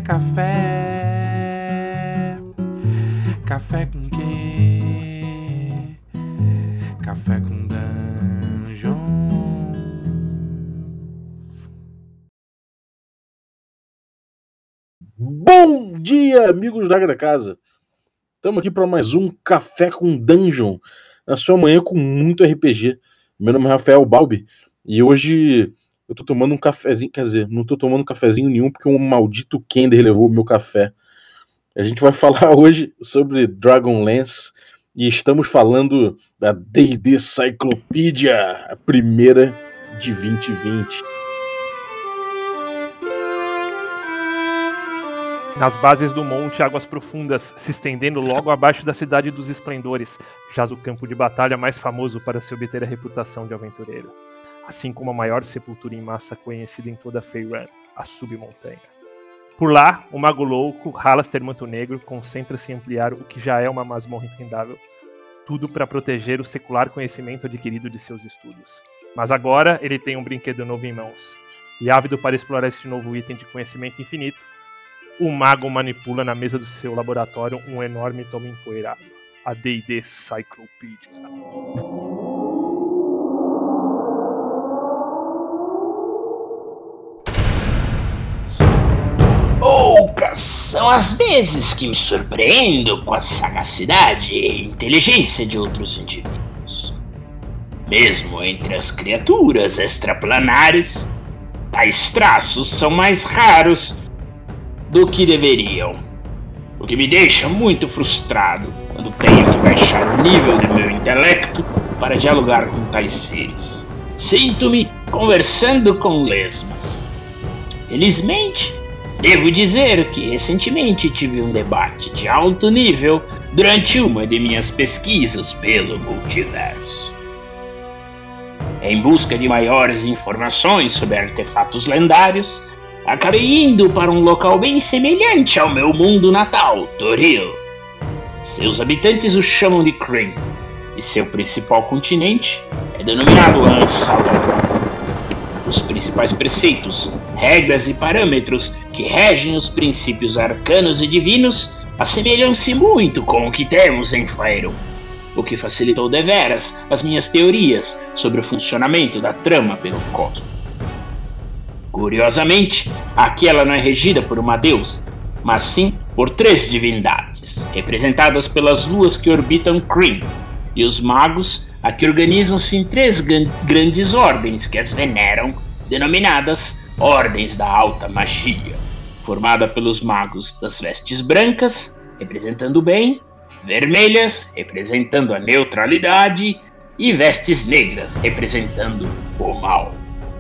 café. Café com quê? Café com Dungeon. Bom dia, amigos da Gra Casa. Estamos aqui para mais um Café com Dungeon, na sua manhã com muito RPG. Meu nome é Rafael Balbi e hoje eu tô tomando um cafezinho, quer dizer, não tô tomando cafezinho nenhum porque um maldito Kender levou o meu café. A gente vai falar hoje sobre Dragonlance e estamos falando da D&D Cyclopedia, a primeira de 2020. Nas bases do monte, águas profundas, se estendendo logo abaixo da cidade dos esplendores, jaz o campo de batalha mais famoso para se obter a reputação de aventureiro. Assim como a maior sepultura em massa conhecida em toda Faerun, a Submontanha. Por lá, o mago louco, Halaster Manto Negro, concentra-se em ampliar o que já é uma masmorra infindável. Tudo para proteger o secular conhecimento adquirido de seus estudos. Mas agora ele tem um brinquedo novo em mãos. E ávido para explorar este novo item de conhecimento infinito, o mago manipula na mesa do seu laboratório um enorme tomo empoeirado, a D&D Cyclopedia. Poucas são as vezes que me surpreendo com a sagacidade e inteligência de outros indivíduos. Mesmo entre as criaturas extraplanares, tais traços são mais raros do que deveriam, o que me deixa muito frustrado quando tenho que baixar o nível do meu intelecto para dialogar com tais seres. Sinto-me conversando com lesmas. Felizmente, devo dizer que recentemente tive um debate de alto nível durante uma de minhas pesquisas pelo multiverso. Em busca de maiores informações sobre artefatos lendários, acabei indo para um local bem semelhante ao meu mundo natal, Toril. Seus habitantes o chamam de Kryn, e seu principal continente é denominado Ansalon. Os principais preceitos, regras e parâmetros que regem os princípios arcanos e divinos assemelham-se muito com o que temos em Faerun, o que facilitou deveras as minhas teorias sobre o funcionamento da trama pelo cosmos. Curiosamente, aqui ela não é regida por uma deusa, mas sim por 3 divindades, representadas pelas luas que orbitam Kryn, e os magos a que organizam-se em 3 grandes ordens que as veneram, denominadas Ordens da Alta Magia, formada pelos magos das vestes brancas, representando o bem, vermelhas, representando a neutralidade, e vestes negras, representando o mal.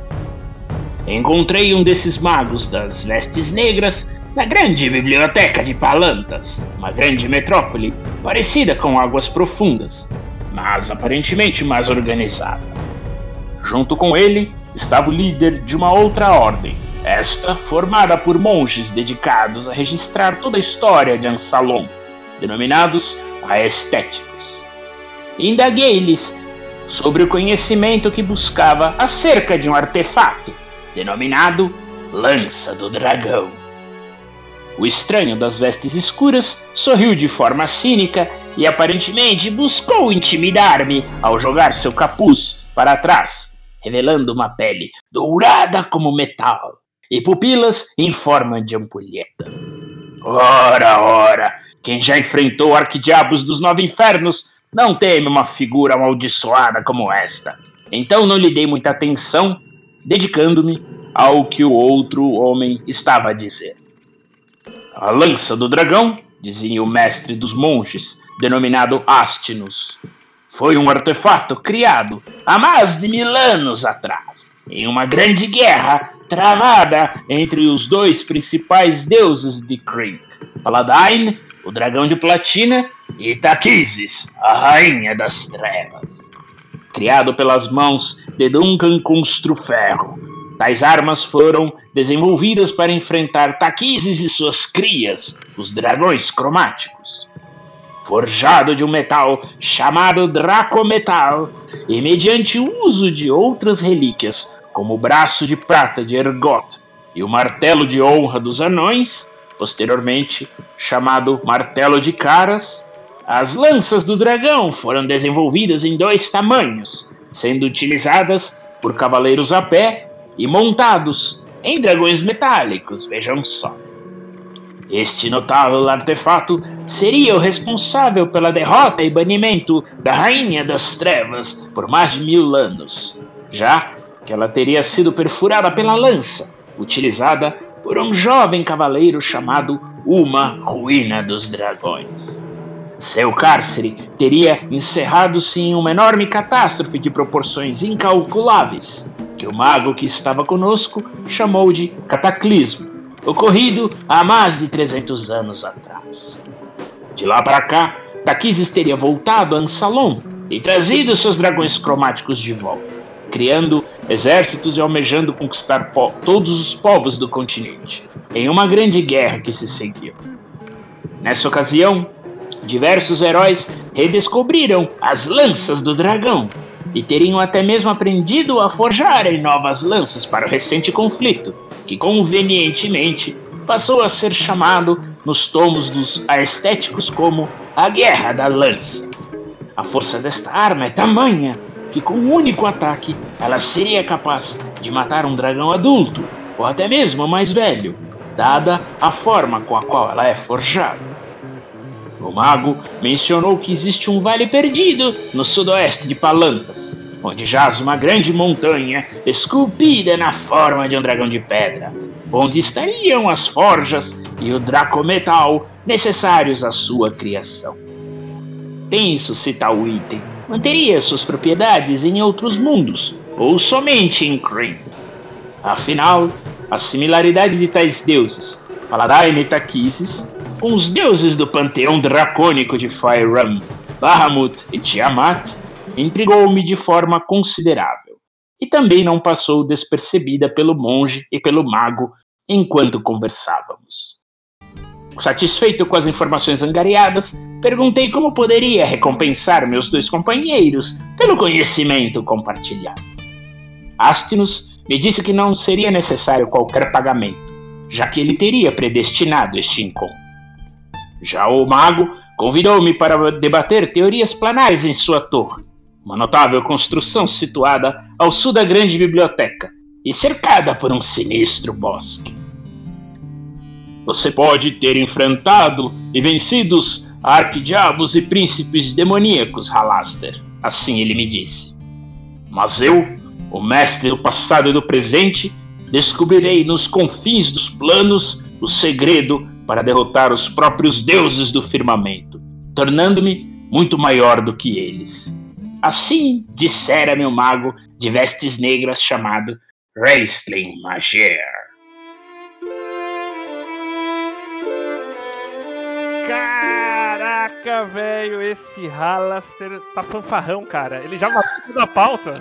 Encontrei um desses magos das vestes negras na grande biblioteca de Palantas, uma grande metrópole parecida com Águas Profundas, mas aparentemente mais organizada. Junto com ele estava o líder de uma outra ordem, esta formada por monges dedicados a registrar toda a história de Ansalon, denominados Aestéticos. Indaguei-lhes sobre o conhecimento que buscava acerca de um artefato, denominado Lança do Dragão. O estranho das vestes escuras sorriu de forma cínica e aparentemente buscou intimidar-me ao jogar seu capuz para trás, revelando uma pele dourada como metal e pupilas em forma de ampulheta. Ora, quem já enfrentou arquidiabos dos 9 infernos não teme uma figura amaldiçoada como esta. Então não lhe dei muita atenção, dedicando-me ao que o outro homem estava a dizer. A lança do dragão, dizia o mestre dos monges, denominado Astinus, foi um artefato criado há mais de 1000 anos atrás, em uma grande guerra travada entre os 2 principais deuses de Kryn, Paladine, o dragão de platina, e Takizis, a rainha das trevas. Criado pelas mãos de Duncan Construferro, tais armas foram desenvolvidas para enfrentar Takizis e suas crias, os dragões cromáticos. Forjado de um metal chamado Dracometal, e mediante o uso de outras relíquias, como o braço de prata de Ergot e o martelo de honra dos anões, posteriormente chamado Martelo de Caras, as lanças do dragão foram desenvolvidas em 2 tamanhos, sendo utilizadas por cavaleiros a pé e montados em dragões metálicos, vejam só. Este notável artefato seria o responsável pela derrota e banimento da Rainha das Trevas por mais de 1000 anos, já que ela teria sido perfurada pela lança, utilizada por um jovem cavaleiro chamado Uma Ruína dos Dragões. Seu cárcere teria encerrado-se em uma enorme catástrofe de proporções incalculáveis, que o mago que estava conosco chamou de cataclismo, ocorrido há mais de 300 anos atrás. De lá para cá, Taquises teria voltado a Ansalon e trazido seus dragões cromáticos de volta, criando exércitos e almejando conquistar todos os povos do continente, em uma grande guerra que se seguiu. Nessa ocasião, diversos heróis redescobriram as lanças do dragão e teriam até mesmo aprendido a forjarem novas lanças para o recente conflito, que convenientemente passou a ser chamado nos tomos dos aestéticos como a Guerra da Lança. A força desta arma é tamanha que com um único ataque ela seria capaz de matar um dragão adulto ou até mesmo mais velho, dada a forma com a qual ela é forjada. O mago mencionou que existe um vale perdido no sudoeste de Palantas, onde jaz uma grande montanha esculpida na forma de um dragão de pedra, onde estariam as forjas e o dracometal necessários à sua criação. Penso se tal item manteria suas propriedades em outros mundos, ou somente em Krynn. Afinal, a similaridade de tais deuses, Paladine e Taquises, com os deuses do panteão dracônico de Faerun, Bahamut e Tiamat, intrigou-me de forma considerável, e também não passou despercebida pelo monge e pelo mago enquanto conversávamos. Satisfeito com as informações angariadas, perguntei como poderia recompensar meus 2 companheiros pelo conhecimento compartilhado. Astinus me disse que não seria necessário qualquer pagamento, já que ele teria predestinado este encontro. Já o mago convidou-me para debater teorias planares em sua torre, uma notável construção situada ao sul da grande biblioteca e cercada por um sinistro bosque. Você pode ter enfrentado e vencido os arquidiabos e príncipes demoníacos, Halaster, assim ele me disse. Mas eu, o mestre do passado e do presente, descobrirei nos confins dos planos o segredo para derrotar os próprios deuses do firmamento, tornando-me muito maior do que eles. Assim dissera meu mago de vestes negras chamado Raistlin Magier. Caraca, velho, esse Halaster tá fanfarrão, cara. Ele já matou toda a pauta.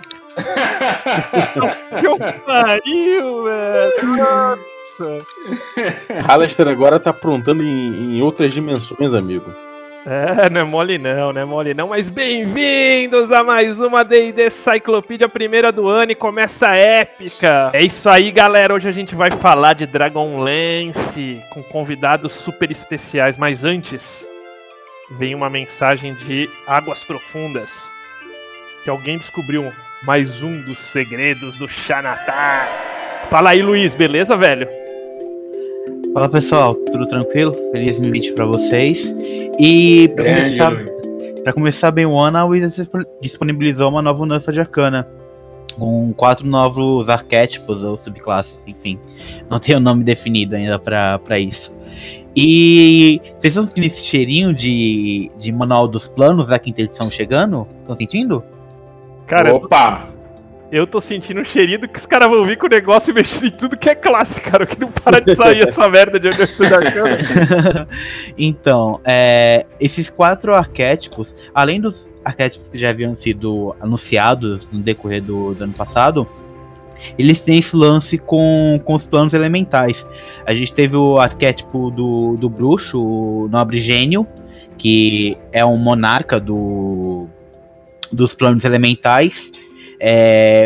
Que pariu, velho. Nossa. Halaster agora tá aprontando em outras dimensões, amigo. Não é mole não, mas bem-vindos a mais uma D&D Cyclopedia, primeira do ano, e começa épica. É isso aí, galera, hoje a gente vai falar de Dragonlance, com convidados super especiais, mas antes, vem uma mensagem de Águas Profundas, que alguém descobriu mais um dos segredos do Xanatar. Fala aí, Luiz, beleza, velho? Fala pessoal, tudo tranquilo? Feliz 2020 pra vocês. E pra começar bem o ano, a Wizards disponibilizou uma nova Unfa de Arcana, com 4 novos arquétipos ou subclasses, enfim. Não tem um nome definido ainda pra isso. E vocês estão sentindo esse cheirinho de Manual dos Planos da quinta edição chegando? Estão sentindo? Cara, Opa! eu tô sentindo um cheirinho que os caras vão vir com o negócio e mexer em tudo que é classe, cara, que não para de sair essa merda de Unfa de Arcana. Então, esses 4 arquétipos, além dos arquétipos que já haviam sido anunciados no decorrer do ano passado, eles têm esse lance com os planos elementais. A gente teve o arquétipo do bruxo, o nobre gênio, que é um monarca dos planos elementais.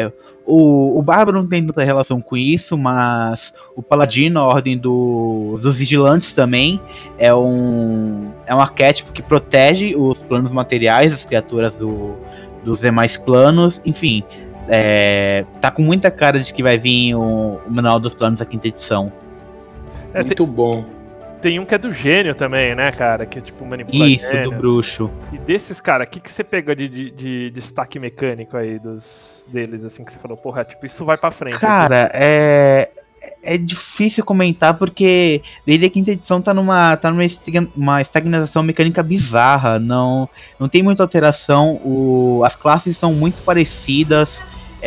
O Bárbaro não tem tanta relação com isso, mas o Paladino, a ordem dos Vigilantes também, é um arquétipo que protege os planos materiais, as criaturas dos demais planos, enfim. Tá com muita cara de que vai vir o Manual dos Planos da quinta edição. Muito bom. Tem um que é do gênio também, né, cara? Que é tipo manipular Isso, gênios. do bruxo. E desses, cara, o que você pega de destaque mecânico aí deles, assim, que você falou, porra, tipo, isso vai pra frente. Cara, é difícil comentar porque desde a quinta edição tá numa estagnação mecânica bizarra, não tem muita alteração, as classes são muito parecidas,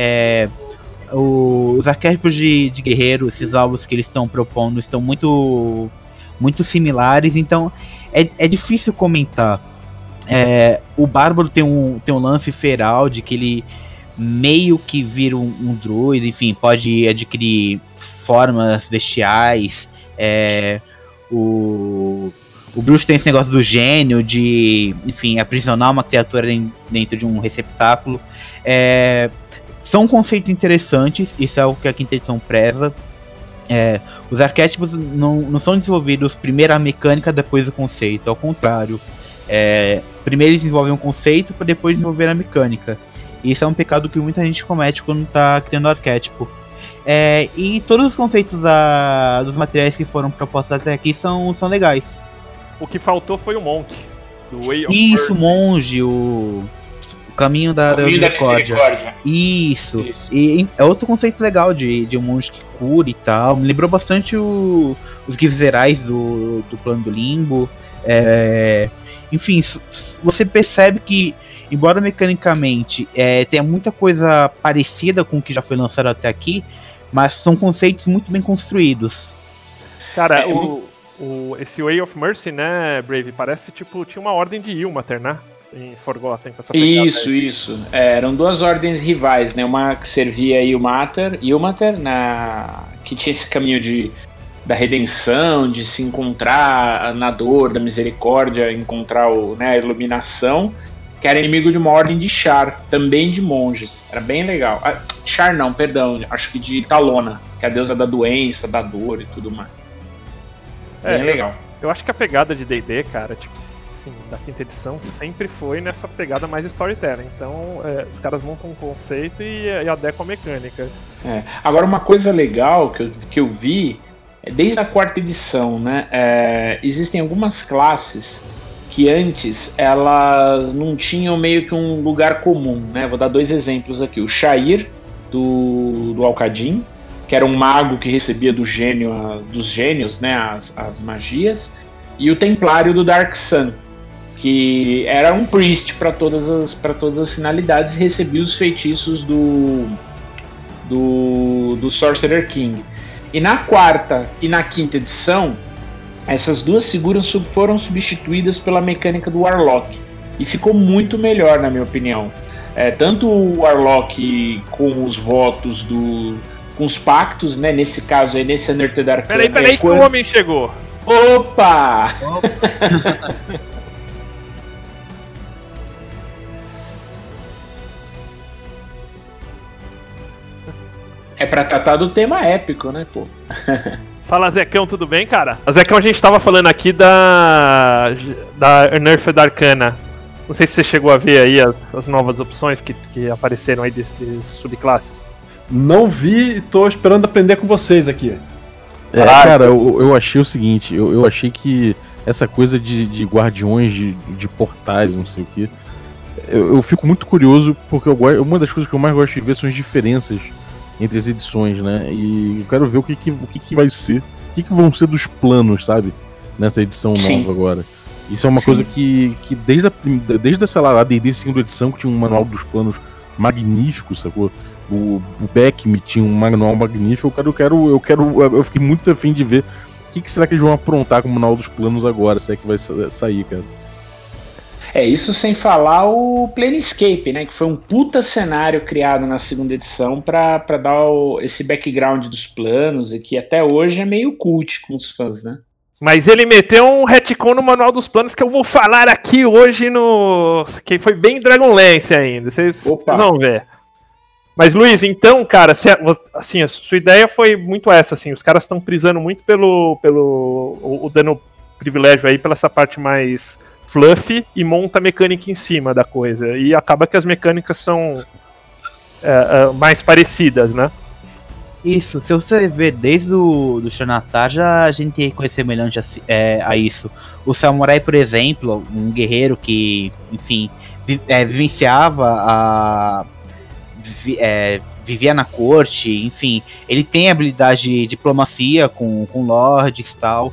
os arquétipos de guerreiro, esses alvos que eles estão propondo estão muito, muito similares, então é difícil comentar. O Bárbaro tem um lance feral de que ele meio que vira um druida, enfim, pode adquirir formas bestiais. O bruxo tem esse negócio do gênio, de, enfim, aprisionar uma criatura dentro de um receptáculo. São conceitos interessantes, isso é o que a quinta edição preza. Os arquétipos não são desenvolvidos primeiro a mecânica, depois o conceito, ao contrário. Primeiro eles desenvolvem um conceito para depois desenvolver a mecânica. Isso é um pecado que muita gente comete quando está criando arquétipo. E todos os conceitos dos materiais que foram propostos até aqui são legais. O que faltou foi o Monk, do Way of Isso, Mercy. Monge, o caminho da misericórdia. Isso. E é outro conceito legal de um monge que cura e tal. Me lembrou bastante os Givzerais do plano do Limbo. Enfim, você percebe que, embora mecanicamente tenha muita coisa parecida com o que já foi lançado até aqui, mas são conceitos muito bem construídos. Cara, esse Way of Mercy, né, Brave, parece tipo, tinha uma ordem de Ilmater, né? Em Forgotten, com essa pegada Isso. Eram duas ordens rivais, né? Uma que servia Ilmater, que tinha esse caminho da redenção, de se encontrar na dor, da misericórdia, encontrar a iluminação, que era inimigo de uma ordem de Char, também de monges. Era bem legal. Char não, perdão, acho que de Talona, que é a deusa da doença, da dor e tudo mais. Bem legal. Eu acho que a pegada de D&D, cara, tipo, assim, da quinta edição, sempre foi nessa pegada mais storytelling. Então, os caras montam um conceito e adequam a mecânica. Agora, uma coisa legal que eu vi, desde a quarta edição, né, existem algumas classes que antes elas não tinham meio que um lugar comum, né? Vou dar 2 exemplos aqui. O Shair, do Alcadim, que era um mago que recebia dos gênios, né, as magias, e o Templário do Dark Sun, que era um priest para todas as finalidades e recebia os feitiços do Sorcerer King. E na quarta e na quinta edição, essas duas figuras foram substituídas pela mecânica do Warlock, e ficou muito melhor, na minha opinião. Tanto o Warlock com os votos com os pactos, né? Nesse caso aí, nesse Unearthed Arcana. Peraí que o homem chegou. Opa! É pra tratar do tema épico, né, pô? Fala, Zecão, tudo bem, cara? Zecão, a gente tava falando aqui da Unearthed Arcana. Não sei se você chegou a ver aí as novas opções que apareceram aí de subclasses. Não vi e tô esperando aprender com vocês aqui. Cara, eu achei o seguinte, eu achei que essa coisa de guardiões de portais, não sei o que, eu fico muito curioso, porque uma das coisas que eu mais gosto de ver são as diferenças entre as edições, né? E eu quero ver o que vai ser, o que vão ser dos planos, sabe? Nessa edição nova agora. Isso é uma coisa que desde sei lá, a D&D 5ª edição, que tinha um manual dos planos magnífico, sacou? O Beck me tinha um manual magnífico. Eu fiquei muito afim de ver o que será que eles vão aprontar com o manual dos planos agora, se é que vai sair, cara. Isso sem falar o Planescape, né? Que foi um puta cenário criado na 2ª edição pra dar esse background dos planos, e que até hoje é meio cult com os fãs, né? Mas ele meteu um retcon no manual dos planos que eu vou falar aqui hoje que foi bem Dragonlance ainda. Vocês vão ver. Mas, Luiz, então, cara, assim, a sua ideia foi muito essa, assim, os caras estão prisando muito o dando privilégio aí pela essa parte mais fluffy e monta a mecânica em cima da coisa. E acaba que as mecânicas são mais parecidas, né? Isso, se você ver desde o do Xanatar, já a gente tem coisa semelhante a isso. O Samurai, por exemplo, um guerreiro que, enfim, vivenciava vivia na corte, enfim, ele tem habilidade de diplomacia com lords e tal.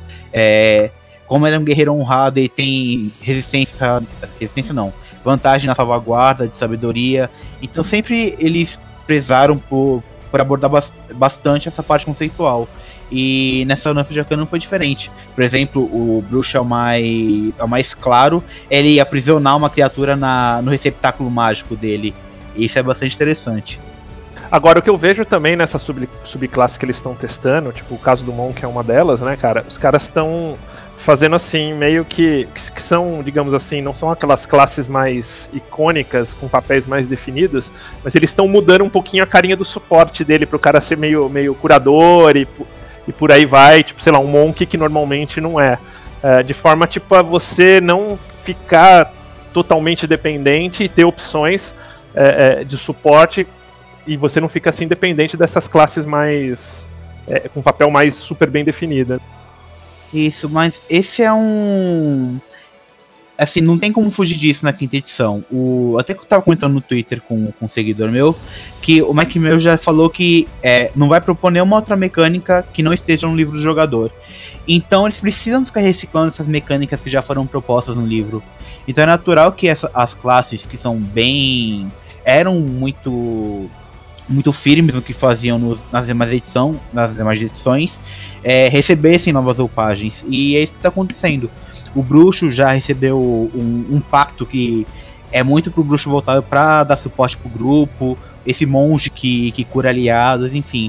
Como ele é um guerreiro honrado, ele tem resistência não, vantagem na salvaguarda, de sabedoria. Então sempre eles prezaram por abordar bastante essa parte conceitual. E nessa Nerf de Arcana não foi diferente. Por exemplo, o bruxo é o mais claro, ele ia aprisionar uma criatura no receptáculo mágico dele. E isso é bastante interessante. Agora, o que eu vejo também nessa subclasse que eles estão testando, tipo o caso do Monk é uma delas, né, cara? Os caras estão fazendo assim, meio que são, digamos assim, não são aquelas classes mais icônicas, com papéis mais definidos, mas eles estão mudando um pouquinho a carinha do suporte dele, pro cara ser meio curador e por aí vai, tipo, sei lá, um Monk que normalmente não é. De forma, tipo, a você não ficar totalmente dependente e ter opções de suporte, e você não fica assim dependente dessas classes mais com papel mais super bem definido. Isso, mas esse é um... Assim, não tem como fugir disso na quinta edição. Até que eu tava comentando no Twitter com um seguidor meu, que o Mike Mel já falou que não vai propor nenhuma outra mecânica que não esteja no livro do jogador. Então eles precisam ficar reciclando essas mecânicas que já foram propostas no livro. Então é natural que as classes que são eram muito firmes no que faziam nas demais edições, recebessem novas roupagens. E é isso que está acontecendo. O bruxo já recebeu um pacto que é muito pro bruxo voltado para dar suporte pro grupo. Esse monge que cura aliados, enfim.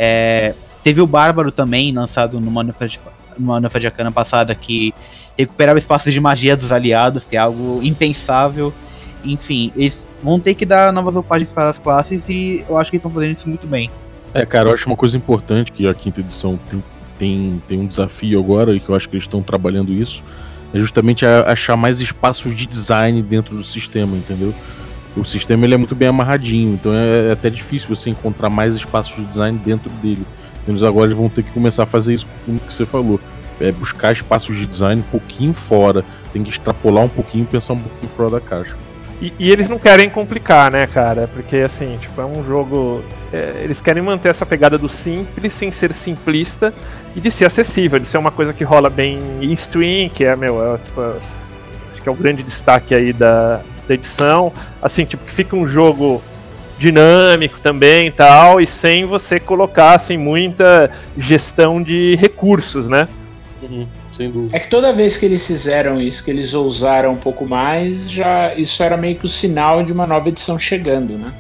Teve o bárbaro também, lançado numa Nerf de Arcana passada, que recuperava espaços de magia dos aliados, que é algo impensável. Enfim, eles vão ter que dar novas roupagens para as classes e eu acho que eles estão fazendo isso muito bem. Cara, eu acho uma coisa importante que a quinta edição tem um desafio agora, e que eu acho que eles estão trabalhando isso, é justamente achar mais espaços de design dentro do sistema, entendeu? O sistema ele é muito bem amarradinho, então é até difícil você encontrar mais espaços de design dentro dele. Eles agora vão ter que começar a fazer isso como que você falou, buscar espaços de design um pouquinho fora, tem que extrapolar um pouquinho e pensar um pouquinho fora da caixa. E eles não querem complicar, né, cara? Porque, assim, tipo, é um jogo... eles querem manter essa pegada do simples, sem ser simplista, e de ser acessível, de ser uma coisa que rola bem em stream, que tipo, acho que é o grande destaque aí da edição. Assim, tipo, que fica um jogo dinâmico também e tal, e sem você colocar, assim, muita gestão de recursos, né? Uhum. Sem dúvida. É que toda vez que eles fizeram isso, que eles ousaram um pouco mais, já isso era meio que o sinal de uma nova edição chegando, né?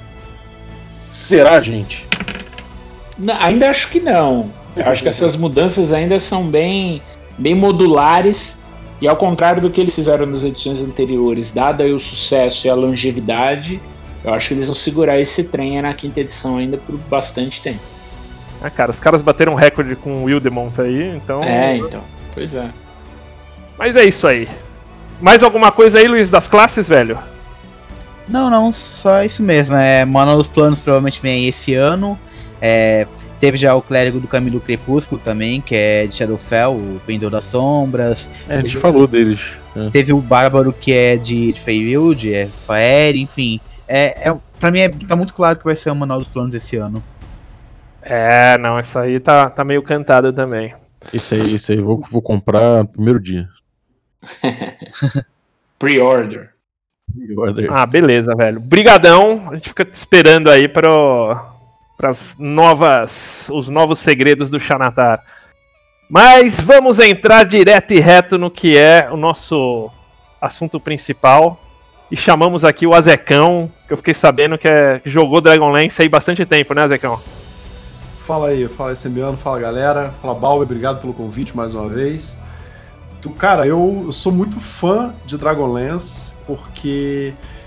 Será, gente? Não, ainda acho que não. Eu acho que essas mudanças ainda são bem modulares, e ao contrário do que eles fizeram nas edições anteriores, dado aí o sucesso e a longevidade, eu acho que eles vão segurar esse trem na quinta edição ainda por bastante tempo. Cara, os caras bateram um recorde com o Wildemont aí, então... então. Pois é. Mas é isso aí. Mais alguma coisa aí, Luiz, das classes, velho? Não, só isso mesmo. Manual dos Planos provavelmente vem esse ano. Teve já o Clérigo do Caminho do Crepúsculo também, que é de Shadowfell, o Pendor das Sombras. A gente falou deles. Teve o Bárbaro, que é de Feywild, Faer, enfim. Pra mim tá muito claro que vai ser o Manual dos Planos esse ano. Não, essa aí tá meio cantada também. Esse aí vou comprar no primeiro dia. Pre-order. Beleza, velho. Brigadão. A gente fica esperando aí para os novos segredos do Xanatar. Mas vamos entrar direto e reto no que é o nosso assunto principal. E chamamos aqui o Azecão, que eu fiquei sabendo que jogou Dragonlance aí bastante tempo, né, Azecão? Fala aí Sembiano, fala galera, fala Balber, obrigado pelo convite mais uma vez. Cara, eu sou muito fã de Dragonlance, porque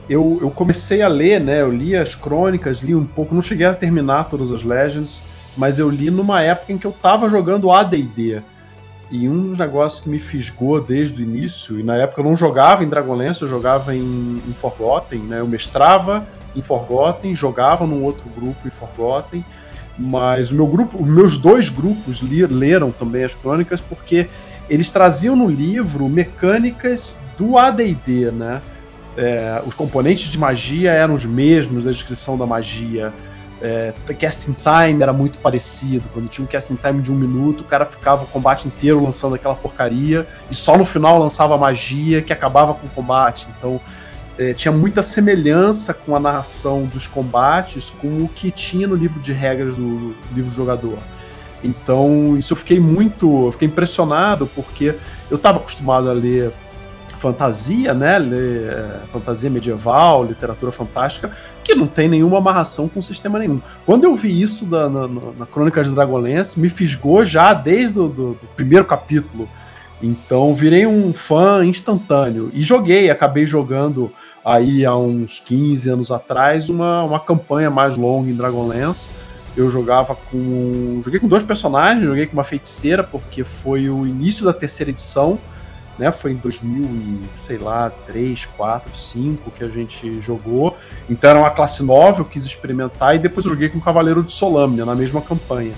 eu comecei a ler, né? Eu li as crônicas, li um pouco, não cheguei a terminar todas as Legends, mas eu li numa época em que eu tava jogando AD&D. E um dos negócios que me fisgou desde o início, e na época eu não jogava em Dragonlance, eu jogava em Forgotten, né? Eu mestrava em Forgotten, jogava num outro grupo em Forgotten, mas os meus 2 grupos leram também as crônicas porque eles traziam no livro mecânicas do AD&D, né? Os componentes de magia eram os mesmos da descrição da magia. Casting time era muito parecido. Quando tinha um casting time de 1 minuto, o cara ficava o combate inteiro lançando aquela porcaria e só no final lançava a magia que acabava com o combate. Então tinha muita semelhança com a narração dos combates com o que tinha no livro de regras do livro do jogador. Então isso eu fiquei impressionado, porque eu estava acostumado a ler fantasia, né? Fantasia medieval, literatura fantástica, que não tem nenhuma amarração com sistema nenhum. Quando eu vi isso na Crônica de Dragonlance, me fisgou já desde o primeiro capítulo. Então virei um fã instantâneo. E acabei jogando aí há uns 15 anos atrás uma campanha mais longa em Dragonlance. Eu joguei com 2 personagens, joguei com uma feiticeira, porque foi o início da 3ª edição, né? Foi em 2003, 2004, 2005 que a gente jogou. Então era uma classe nova, eu quis experimentar, e depois eu joguei com o Cavaleiro de Solamnia na mesma campanha.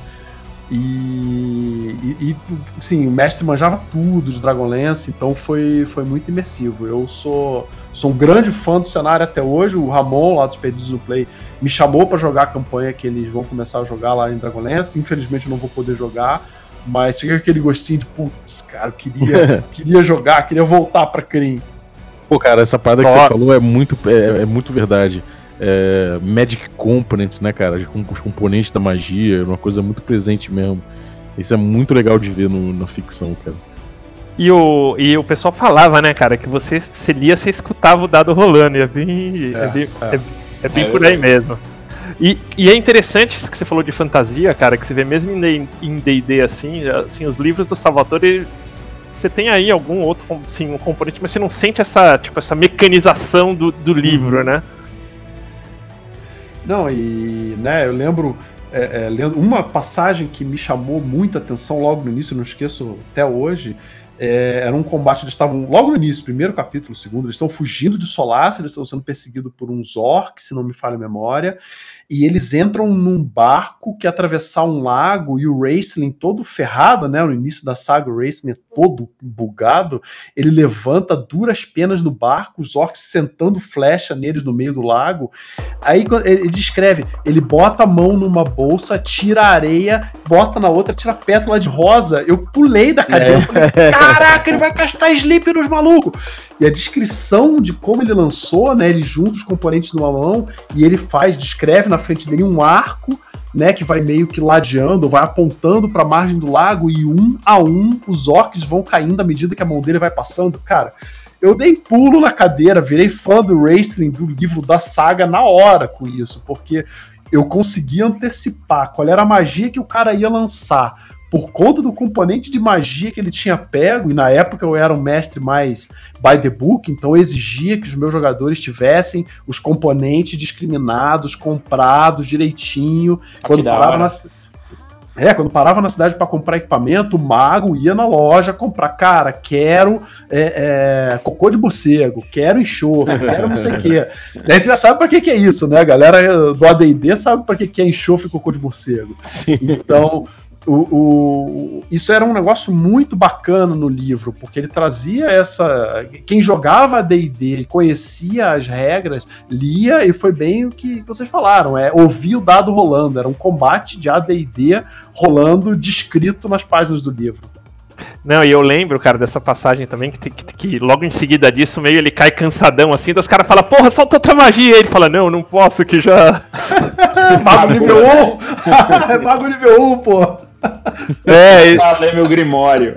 E sim, o mestre manjava tudo de Dragonlance, então foi muito imersivo. Eu sou um grande fã do cenário até hoje. O Ramon, lá dos Perdidos no Play, me chamou para jogar a campanha que eles vão começar a jogar lá em Dragonlance. Infelizmente eu não vou poder jogar, mas fica aquele gostinho de putz, cara, eu queria jogar, queria voltar pra Kryn. Pô, cara, essa parada que você falou é muito verdade. Magic Components, né, cara? Com os componentes da magia, uma coisa muito presente mesmo. Isso é muito legal de ver na ficção, cara. E o pessoal falava, né, cara, que você lia, você escutava o dado rolando, é bem por aí mesmo. E é interessante isso que você falou de fantasia, cara, que você vê mesmo em D&D assim, os livros do Salvatore, você tem aí algum outro, assim, um componente, mas você não sente essa mecanização do livro, né? Não, e né, eu lembro uma passagem que me chamou muita atenção logo no início, eu não esqueço até hoje. Era um combate, eles estavam logo no início, primeiro capítulo, segundo, eles estão fugindo de Solace, eles estão sendo perseguidos por uns orcs, se não me falha a memória, e eles entram num barco que ia atravessar um lago, e o Raistlin todo ferrado, né, no início da saga o Raistlin é todo bugado, ele levanta duras penas do barco, os orcs sentando flecha neles no meio do lago. Aí ele descreve, ele bota a mão numa bolsa, tira a areia, bota na outra, tira a pétala de rosa. Eu pulei da cadeira, falei, caraca, ele vai castar sleep nos malucos. E a descrição de como ele lançou, né, ele junta os componentes numa mão e ele descreve na frente dele um arco, né, que vai meio que ladeando, vai apontando para a margem do lago, e 1 a 1 os orcs vão caindo à medida que a mão dele vai passando. Cara, eu dei pulo na cadeira, virei fã do Raistlin, do livro da saga na hora com isso, porque eu consegui antecipar qual era a magia que o cara ia lançar por conta do componente de magia que ele tinha pego, e na época eu era um mestre mais by the book, então eu exigia que os meus jogadores tivessem os componentes discriminados, comprados direitinho. Quando parava na cidade para comprar equipamento, o mago ia na loja comprar. Cara, quero cocô de morcego, quero enxofre, quero não sei o quê. Daí você já sabe para que é isso, né? A galera do AD&D sabe para que é enxofre e cocô de morcego. Sim. Então, isso era um negócio muito bacana no livro, porque ele trazia quem jogava D&D, conhecia as regras, lia, e foi bem o que vocês falaram, ouvia o dado rolando, era um combate de AD&D rolando, descrito nas páginas do livro. Não, e eu lembro, cara, dessa passagem também, que logo em seguida disso, meio ele cai cansadão, assim, das caras falam, porra, solta outra magia, e ele fala, não posso, que já... Mago nível 1! Mago nível 1, pô! Falei meu grimório.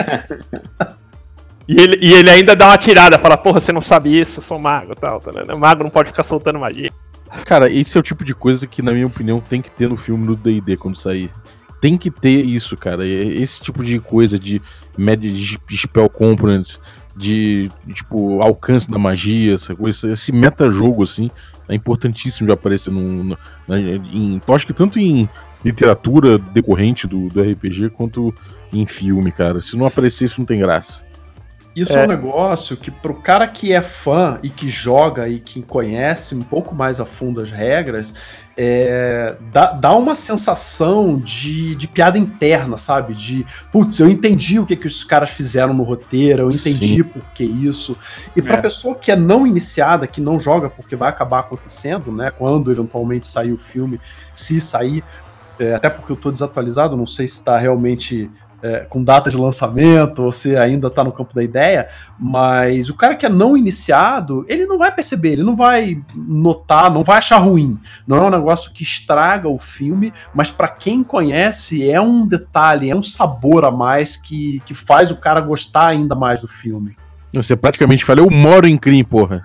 E ele ainda dá uma tirada, fala, porra, você não sabe isso, eu sou mago, tal, né? Mago não pode ficar soltando magia. Cara, esse é o tipo de coisa que, na minha opinião, tem que ter no filme do D&D quando sair. Tem que ter isso, cara. Esse tipo de coisa de spell components, tipo, alcance da magia, essa coisa, esse meta-jogo, assim, é importantíssimo de aparecer acho que tanto em literatura decorrente do RPG, quanto em filme, cara. Se não aparecer, isso não tem graça. Isso é um negócio que pro cara que é fã e que joga e que conhece um pouco mais a fundo as regras, dá uma sensação de piada interna, sabe? De, putz, eu entendi o que os caras fizeram no roteiro, eu entendi por que isso. E pra pessoa que é não iniciada, que não joga porque vai acabar acontecendo, né? Quando eventualmente sair o filme, se sair, até porque eu tô desatualizado, não sei se tá realmente... com data de lançamento, ou se ainda tá no campo da ideia, mas o cara que é não iniciado, ele não vai perceber, ele não vai notar, não vai achar ruim. Não é um negócio que estraga o filme, mas pra quem conhece é um detalhe, é um sabor a mais que faz o cara gostar ainda mais do filme. Você praticamente falou, eu moro em Kryn, porra.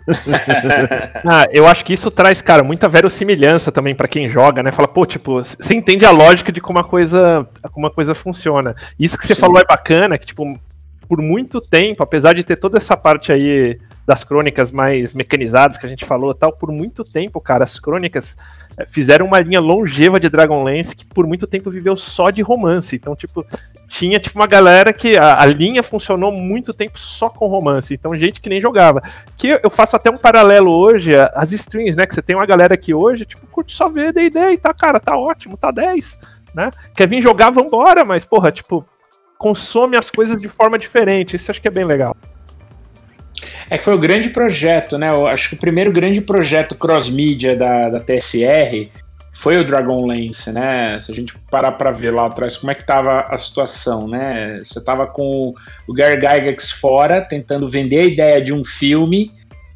Eu acho que isso traz, cara, muita verossimilhança também pra quem joga, né? Fala, pô, tipo, você entende a lógica de como a coisa funciona. Isso que você falou é bacana, que, tipo, por muito tempo, apesar de ter toda essa parte aí das crônicas mais mecanizadas que a gente falou e tal, por muito tempo, cara, as crônicas fizeram uma linha longeva de Dragonlance que por muito tempo viveu só de romance. Então, tipo, tinha tipo uma galera que a linha funcionou muito tempo só com romance. Então, gente que nem jogava. Que eu faço até um paralelo hoje, as streams, né? Que você tem uma galera que hoje, tipo, curte só ver D&D e tá, cara, tá ótimo, tá 10, né? Quer vir jogar, vambora, mas, porra, tipo, consome as coisas de forma diferente. Isso eu acho que é bem legal. É que foi o grande projeto, né? Eu acho que o primeiro grande projeto cross-mídia da TSR foi o Dragonlance, né? Se a gente parar pra ver lá atrás como é que tava a situação, né? Você tava com o Gary Gygax fora, tentando vender a ideia de um filme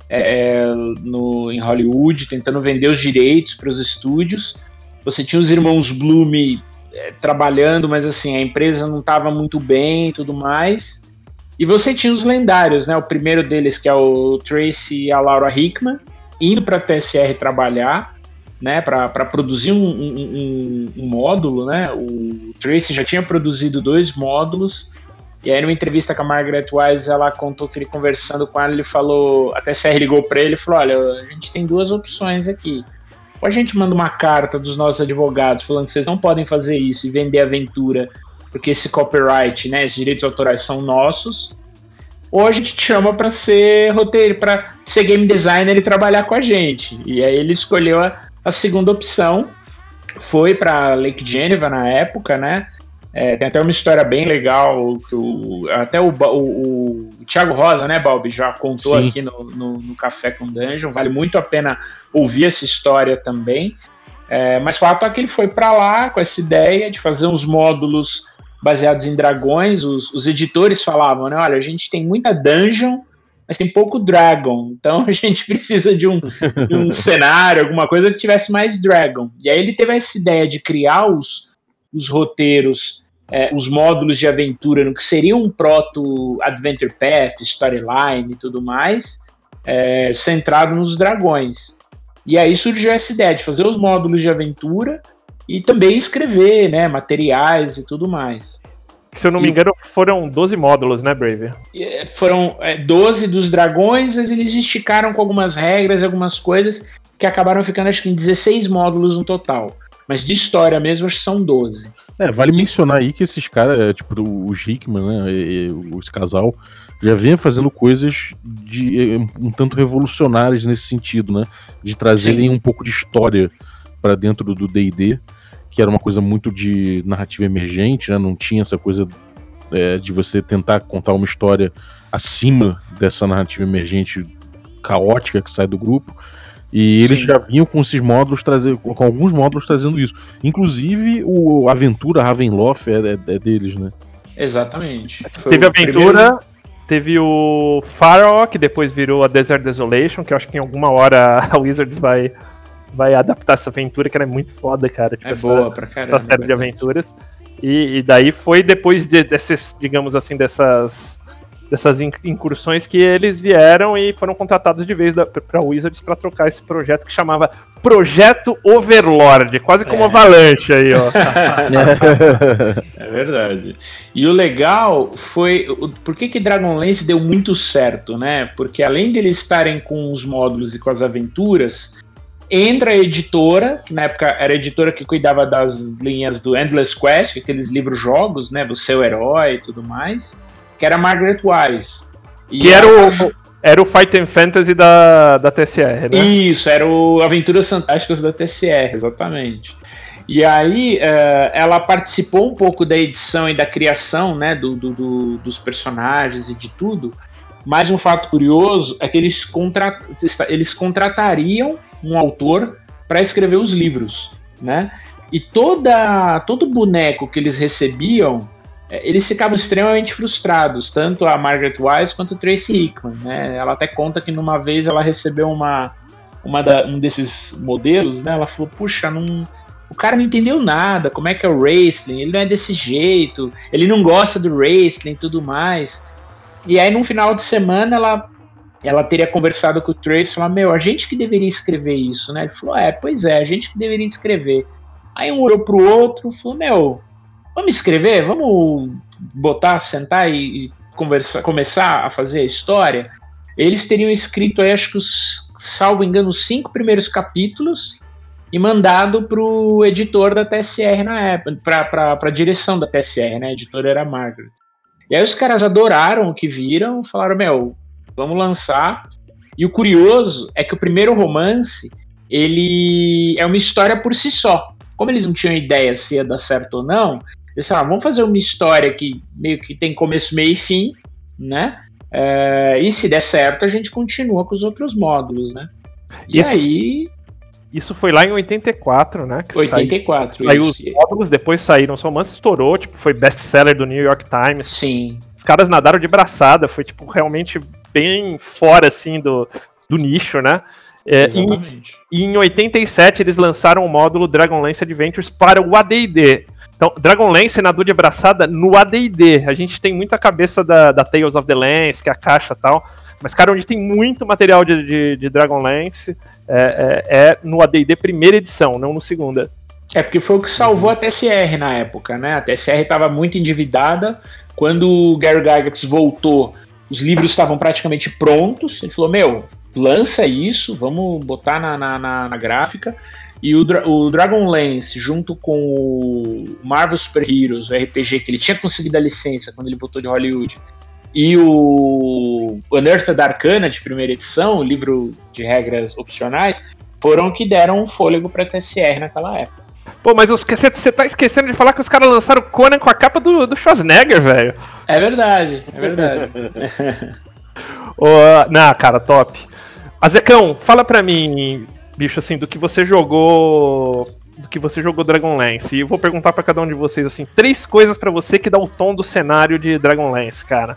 em Hollywood, tentando vender os direitos para os estúdios. Você tinha os irmãos Bloom trabalhando, mas assim, a empresa não tava muito bem e tudo mais. E você tinha os lendários, né? O primeiro deles, que é o Tracy e a Laura Hickman, indo para a TSR trabalhar, né? Para produzir um módulo, né? O Tracy já tinha produzido 2 módulos. E aí, numa entrevista com a Margaret Wise, ela contou que ele, conversando com ela, ele falou... A TSR ligou para ele e falou, olha, a gente tem 2 opções aqui. Ou a gente manda uma carta dos nossos advogados falando que vocês não podem fazer isso e vender a aventura... porque esse copyright, né, esses direitos autorais são nossos, ou a gente te chama para ser roteiro, para ser game designer e trabalhar com a gente. E aí ele escolheu a segunda opção, foi para Lake Geneva na época, né? Tem até uma história bem legal, que até o Thiago Rosa, né, Balbi, já contou aqui no Café com Dungeon, vale muito a pena ouvir essa história também. Mas o fato é que ele foi para lá com essa ideia de fazer uns módulos baseados em dragões. Os editores falavam, né, olha, a gente tem muita dungeon, mas tem pouco dragon, então a gente precisa de um cenário, alguma coisa que tivesse mais dragon. E aí ele teve essa ideia de criar os roteiros, os módulos de aventura no que seria um proto-adventure path, storyline e tudo mais, centrado nos dragões. E aí surgiu essa ideia de fazer os módulos de aventura e também escrever, né, materiais e tudo mais. Se eu não me engano, foram 12 módulos, né, Brave? Foram 12 dos dragões, mas eles esticaram com algumas regras e algumas coisas que acabaram ficando, acho que em 16 módulos no total. Mas de história mesmo, acho que são 12. Vale mencionar aí que esses caras, tipo os Hickman, né, esse casal, já vinha fazendo coisas um tanto revolucionárias nesse sentido, né? De trazerem um pouco de história para dentro do D&D, que era uma coisa muito de narrativa emergente, né? Não tinha essa coisa de você tentar contar uma história acima dessa narrativa emergente caótica que sai do grupo. E eles já vinham com esses módulos, com alguns módulos trazendo isso. Inclusive, a aventura Ravenloft é deles, né? Exatamente. Teve a aventura, teve o Pharaoh, que depois virou a Desert Desolation, que eu acho que em alguma hora a Wizards vai adaptar essa aventura, que ela é muito foda, cara. Tipo, boa pra caramba. Essa série de aventuras. E daí foi depois dessas, digamos assim, dessas dessas incursões que eles vieram e foram contratados de vez pra Wizards pra trocar esse projeto que chamava Projeto Overlord, quase como Avalanche aí, ó. É verdade. E o legal foi por que Dragonlance deu muito certo, né? Porque além deles estarem com os módulos e com as aventuras, entra a editora, que na época era a editora que cuidava das linhas do Endless Quest, aqueles livros-jogos, né? Você é o herói e tudo mais, que era a Margaret Wise. Que era o Fight and Fantasy da TSR, né? Isso, era o Aventuras Fantásticas da TSR, exatamente. E aí ela participou um pouco da edição e da criação, né, dos personagens e de tudo. Mas um fato curioso é que eles contratariam um autor para escrever os livros, né? E todo boneco que eles recebiam, eles ficavam extremamente frustrados, tanto a Margaret Wise quanto o Tracy Hickman, né? Ela até conta que numa vez ela recebeu um desses modelos, né? Ela falou, puxa, o cara não entendeu nada, como é que é o wrestling, ele não é desse jeito, ele não gosta do wrestling e tudo mais. E aí, num final de semana, ela teria conversado com o Trace e falou, a gente que deveria escrever isso, né? Ele falou, pois é, a gente que deveria escrever. Aí um olhou pro outro e falou, vamos escrever? Vamos sentar e começar a fazer a história? Eles teriam escrito aí, acho que salvo engano, os 5 primeiros capítulos e mandado pro editor da TSR na época, pra direção da TSR, né? A editora era a Margaret. E aí os caras adoraram o que viram, falaram, vamos lançar. E o curioso é que o primeiro romance, ele é uma história por si só. Como eles não tinham ideia se ia dar certo ou não, eles falaram, vamos fazer uma história que meio que tem começo, meio e fim, né? E se der certo, a gente continua com os outros módulos, né? Isso foi lá em 84, né? Que 84, saiu os módulos, depois saíram, os romances estourou, foi best-seller do New York Times. Sim. Os caras nadaram de braçada, foi realmente bem fora, assim, do nicho, né? Exatamente. E em 87 eles lançaram o módulo Dragonlance Adventures para o AD&D. Então, Dragonlance nadou de braçada no AD&D. A gente tem muita cabeça da Tales of the Lance, que é a caixa e tal. Mas, cara, onde tem muito material de Dragonlance é no AD&D primeira edição, não no segunda. Porque foi o que salvou a TSR na época, né? A TSR estava muito endividada. Quando o Gary Gygax voltou, os livros estavam praticamente prontos. Ele falou, lança isso, vamos botar na gráfica. E o Dragonlance, junto com o Marvel Super Heroes, o RPG, que ele tinha conseguido a licença quando ele voltou de Hollywood, e o Unearthed Arcana, de primeira edição, o livro de regras opcionais, foram que deram um fôlego pra TSR naquela época. Pô, mas você tá esquecendo de falar que os caras lançaram o Conan com a capa do Schwarzenegger, velho. É verdade. Não, cara, top. Azecão, fala pra mim, bicho, assim, do que você jogou Dragonlance. E eu vou perguntar pra cada um de vocês, assim, 3 coisas pra você que dá o tom do cenário de Dragonlance, cara.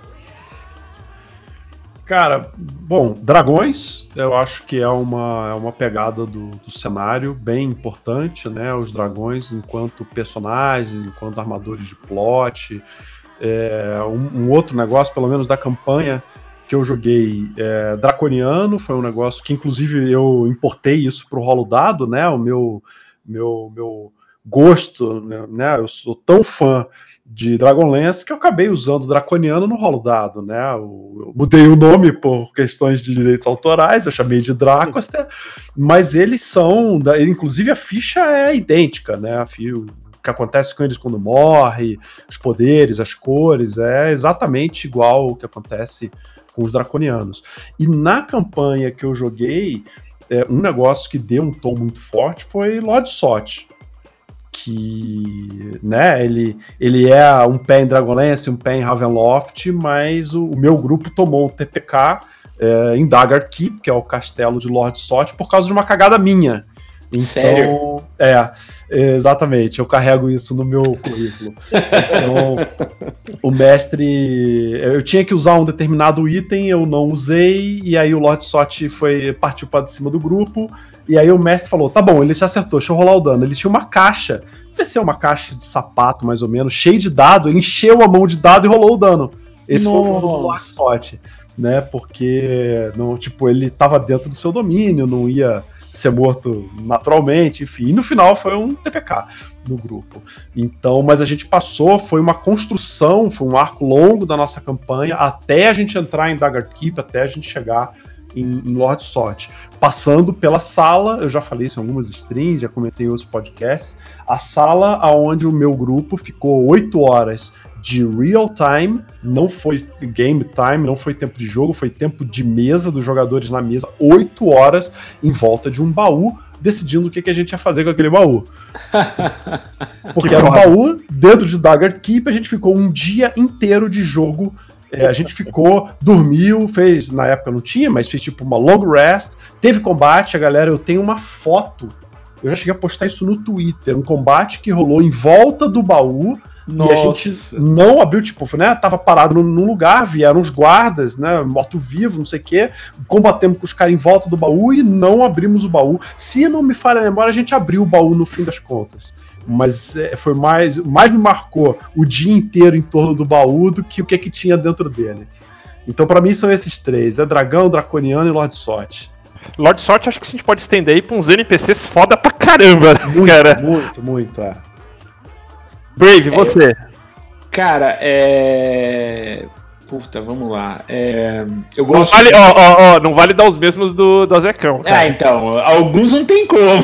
Cara, bom, dragões, eu acho que é uma pegada do cenário bem importante, né? Os dragões enquanto personagens, enquanto armadores de plot. Um outro negócio, pelo menos da campanha que eu joguei, Draconiano, foi um negócio que inclusive eu importei isso pro Rolo Dado, né? O meu gosto, né? Eu sou tão fã de Dragonlance que eu acabei usando Draconiano no Rolo Dado, né? Eu mudei o nome por questões de direitos autorais, eu chamei de Dracoster, mas eles são, inclusive a ficha é idêntica, né? O que acontece com eles quando morre, os poderes, as cores, é exatamente igual o que acontece com os Draconianos. E na campanha que eu joguei, um negócio que deu um tom muito forte foi Lord Sot, que, né, ele é um pé em Dragonlance, um pé em Ravenloft, mas o meu grupo tomou um TPK em Dagger Keep, que é o castelo de Lord Sot, por causa de uma cagada minha. Então, sério? Exatamente, eu carrego isso no meu currículo. Então, o mestre, eu tinha que usar um determinado item, eu não usei, e aí o Lord Sot partiu para cima do grupo, e aí o mestre falou, tá bom, ele te acertou, deixa eu rolar o dano. Ele tinha uma caixa, deve ser uma caixa de sapato mais ou menos, cheia de dado, ele encheu a mão de dado e rolou o dano. Esse foi o do Larsote, né? Porque não, tipo, ele tava dentro do seu domínio, não ia ser morto naturalmente, enfim. E no final foi um TPK no grupo. Então, mas a gente passou, foi uma construção, foi um arco longo da nossa campanha até a gente entrar em Dagger Keep, até a gente chegar em Lord Sot. Passando pela sala, eu já falei isso em algumas streams, já comentei em outros podcasts, a sala onde o meu grupo ficou 8 horas de real time, não foi game time, não foi tempo de jogo, foi tempo de mesa, dos jogadores na mesa, 8 horas em volta de um baú, decidindo o que a gente ia fazer com aquele baú. Porque era um baú dentro de Dagger Keep, a gente ficou um dia inteiro de jogo. A gente ficou, dormiu, fez, na época não tinha, mas fez tipo uma long rest, teve combate, a galera, eu tenho uma foto, eu já cheguei a postar isso no Twitter, um combate que rolou em volta do baú. Nossa. E a gente não abriu, tipo, né, tava parado num lugar, vieram os guardas, né, morto-vivo, não sei o quê, combatemos com os caras em volta do baú e não abrimos o baú. Se não me falha a memória, a gente abriu o baú no fim das contas. Mas foi mais me marcou o dia inteiro em torno do baú do que o que tinha dentro dele. Então, pra mim, são esses três, Dragão, Draconiano e Lord Sot. Lord Sot, acho que a gente pode estender aí pra uns NPCs foda pra caramba, muito, cara. Muito, é. Brave, você. Cara, Puta, vamos lá. Eu gosto. Não vale dar os mesmos do Azecão. Então, alguns não tem como.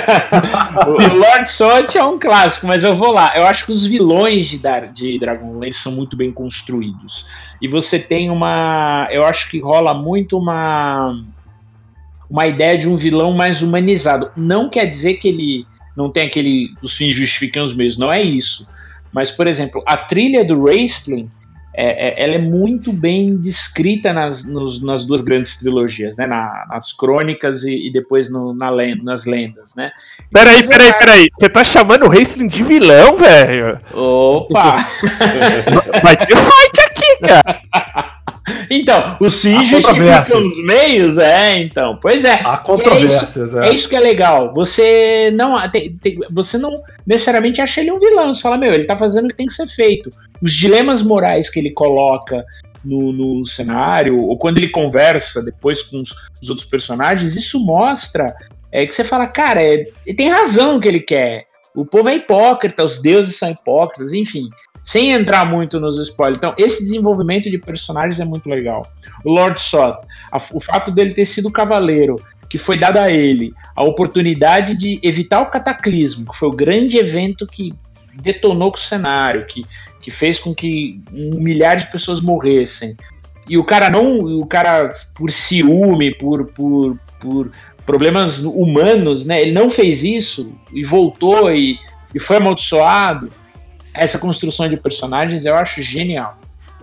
O Lord Sot é um clássico, mas eu vou lá. Eu acho que os vilões de Dragonlance são muito bem construídos. E você tem eu acho que rola muito uma ideia de um vilão mais humanizado. Não quer dizer que ele não tem os fins justificam os meios, não é isso. Mas, por exemplo, a trilha do Raistlin, ela é muito bem descrita nas duas grandes trilogias, né? Nas crônicas e depois nas lendas, né? Peraí. Você tá chamando o Raistlin de vilão, velho? Opa! Vai ter fight aqui, cara! Então, os fins justificam os meios, então. Pois é. Há controvérsias, É isso que é legal. Você não necessariamente acha ele um vilão. Você fala, ele tá fazendo o que tem que ser feito. Os dilemas morais que ele coloca no cenário, ou quando ele conversa depois com os outros personagens, isso mostra que você fala, cara, ele tem razão o que ele quer. O povo é hipócrita, os deuses são hipócritas, enfim. Sem entrar muito nos spoilers. Então, esse desenvolvimento de personagens é muito legal. O Lord Soth, o fato dele ter sido cavaleiro, que foi dado a ele a oportunidade de evitar o cataclismo, que foi o grande evento que detonou com o cenário, que fez com que milhares de pessoas morressem. E o cara por ciúme, por problemas humanos, né, ele não fez isso e voltou e foi amaldiçoado. Essa construção de personagens eu acho genial.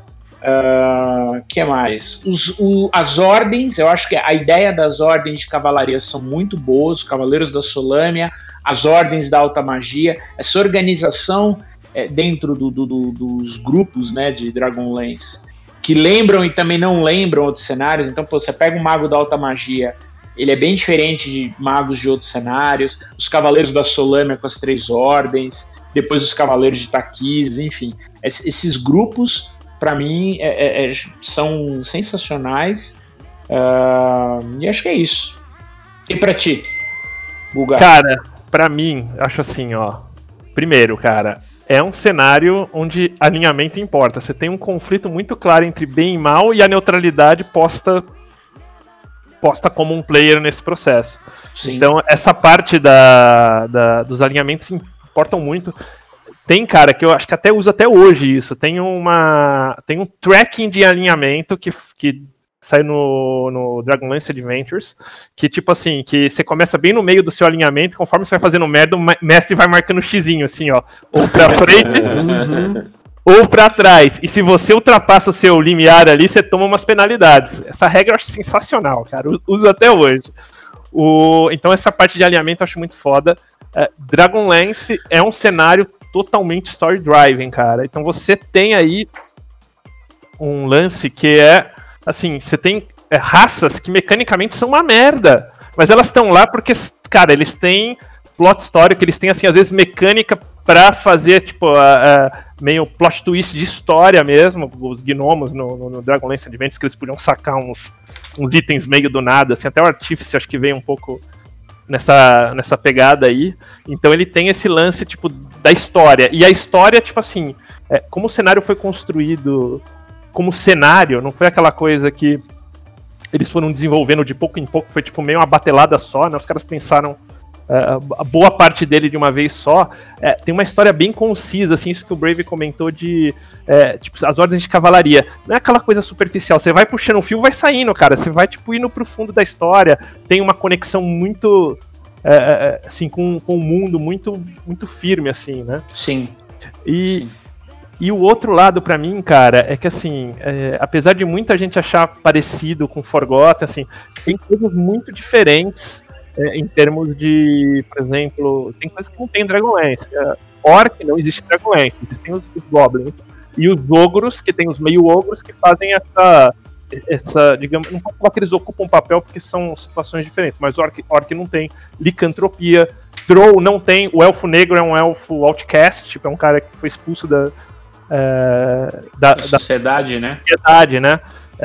Que mais? As ordens, eu acho que a ideia das ordens de cavalaria são muito boas, os Cavaleiros da Solâmia, as ordens da alta magia, essa organização dentro dos grupos, né, de Dragonlance, que lembram e também não lembram outros cenários. Então, você pega um mago da alta magia, ele é bem diferente de magos de outros cenários, os Cavaleiros da Solâmia com as 3 ordens, depois os Cavaleiros de Taquiz, enfim. Esses grupos, para mim, são sensacionais. E acho que é isso. E pra ti, Bulgar? Cara, pra mim, acho assim, ó. Primeiro, cara, é um cenário onde alinhamento importa. Você tem um conflito muito claro entre bem e mal e a neutralidade posta como um player nesse processo. Sim. Então, essa parte dos alinhamentos importam muito. Tem, cara, que eu acho que até uso até hoje isso. Tem um tracking de alinhamento que sai no Dragonlance Adventures, que tipo assim, que você começa bem no meio do seu alinhamento, conforme você vai fazendo merda, o mestre vai marcando xizinho, assim, ó, ou pra frente, ou pra trás. E se você ultrapassa o seu limiar ali, você toma umas penalidades. Essa regra eu acho sensacional, cara. Uso até hoje. Então essa parte de alinhamento eu acho muito foda. Dragonlance é um cenário totalmente story-driven, cara. Então você tem aí um lance que é, assim, você tem raças que mecanicamente são uma merda, mas elas estão lá porque, cara, eles têm plot histórico, eles têm, assim, às vezes mecânica pra fazer, tipo, meio plot twist de história mesmo, os gnomos no Dragonlance Adventures, que eles podiam sacar uns itens meio do nada, assim, até o Artífice acho que veio um pouco nessa pegada aí. Então ele tem esse lance, tipo, da história. E a história, tipo assim, como o cenário foi construído como cenário, não foi aquela coisa que eles foram desenvolvendo de pouco em pouco, foi tipo meio uma batelada só, né? Os caras pensaram a boa parte dele de uma vez só. Tem uma história bem concisa, assim, isso que o Brave comentou de tipo, as ordens de cavalaria. Não é aquela coisa superficial, você vai puxando o fio, vai saindo, cara, você vai tipo indo pro fundo da história, tem uma conexão muito assim, com o mundo muito, muito firme, assim, né? Sim. E o outro lado pra mim, cara, é que assim, apesar de muita gente achar parecido com Forgotten, assim, tem coisas muito diferentes em termos de, por exemplo, tem coisas que não tem Dragonlance. Orc não existe Dragonlance, existem os Goblins. E os ogros, que tem os meio-ogros, que fazem essa, digamos, não posso falar que eles ocupam um papel porque são situações diferentes, mas Orc não tem licantropia, Drow não tem, o Elfo Negro é um Elfo Outcast, tipo, é um cara que foi expulso da sociedade, né? Sociedade, né?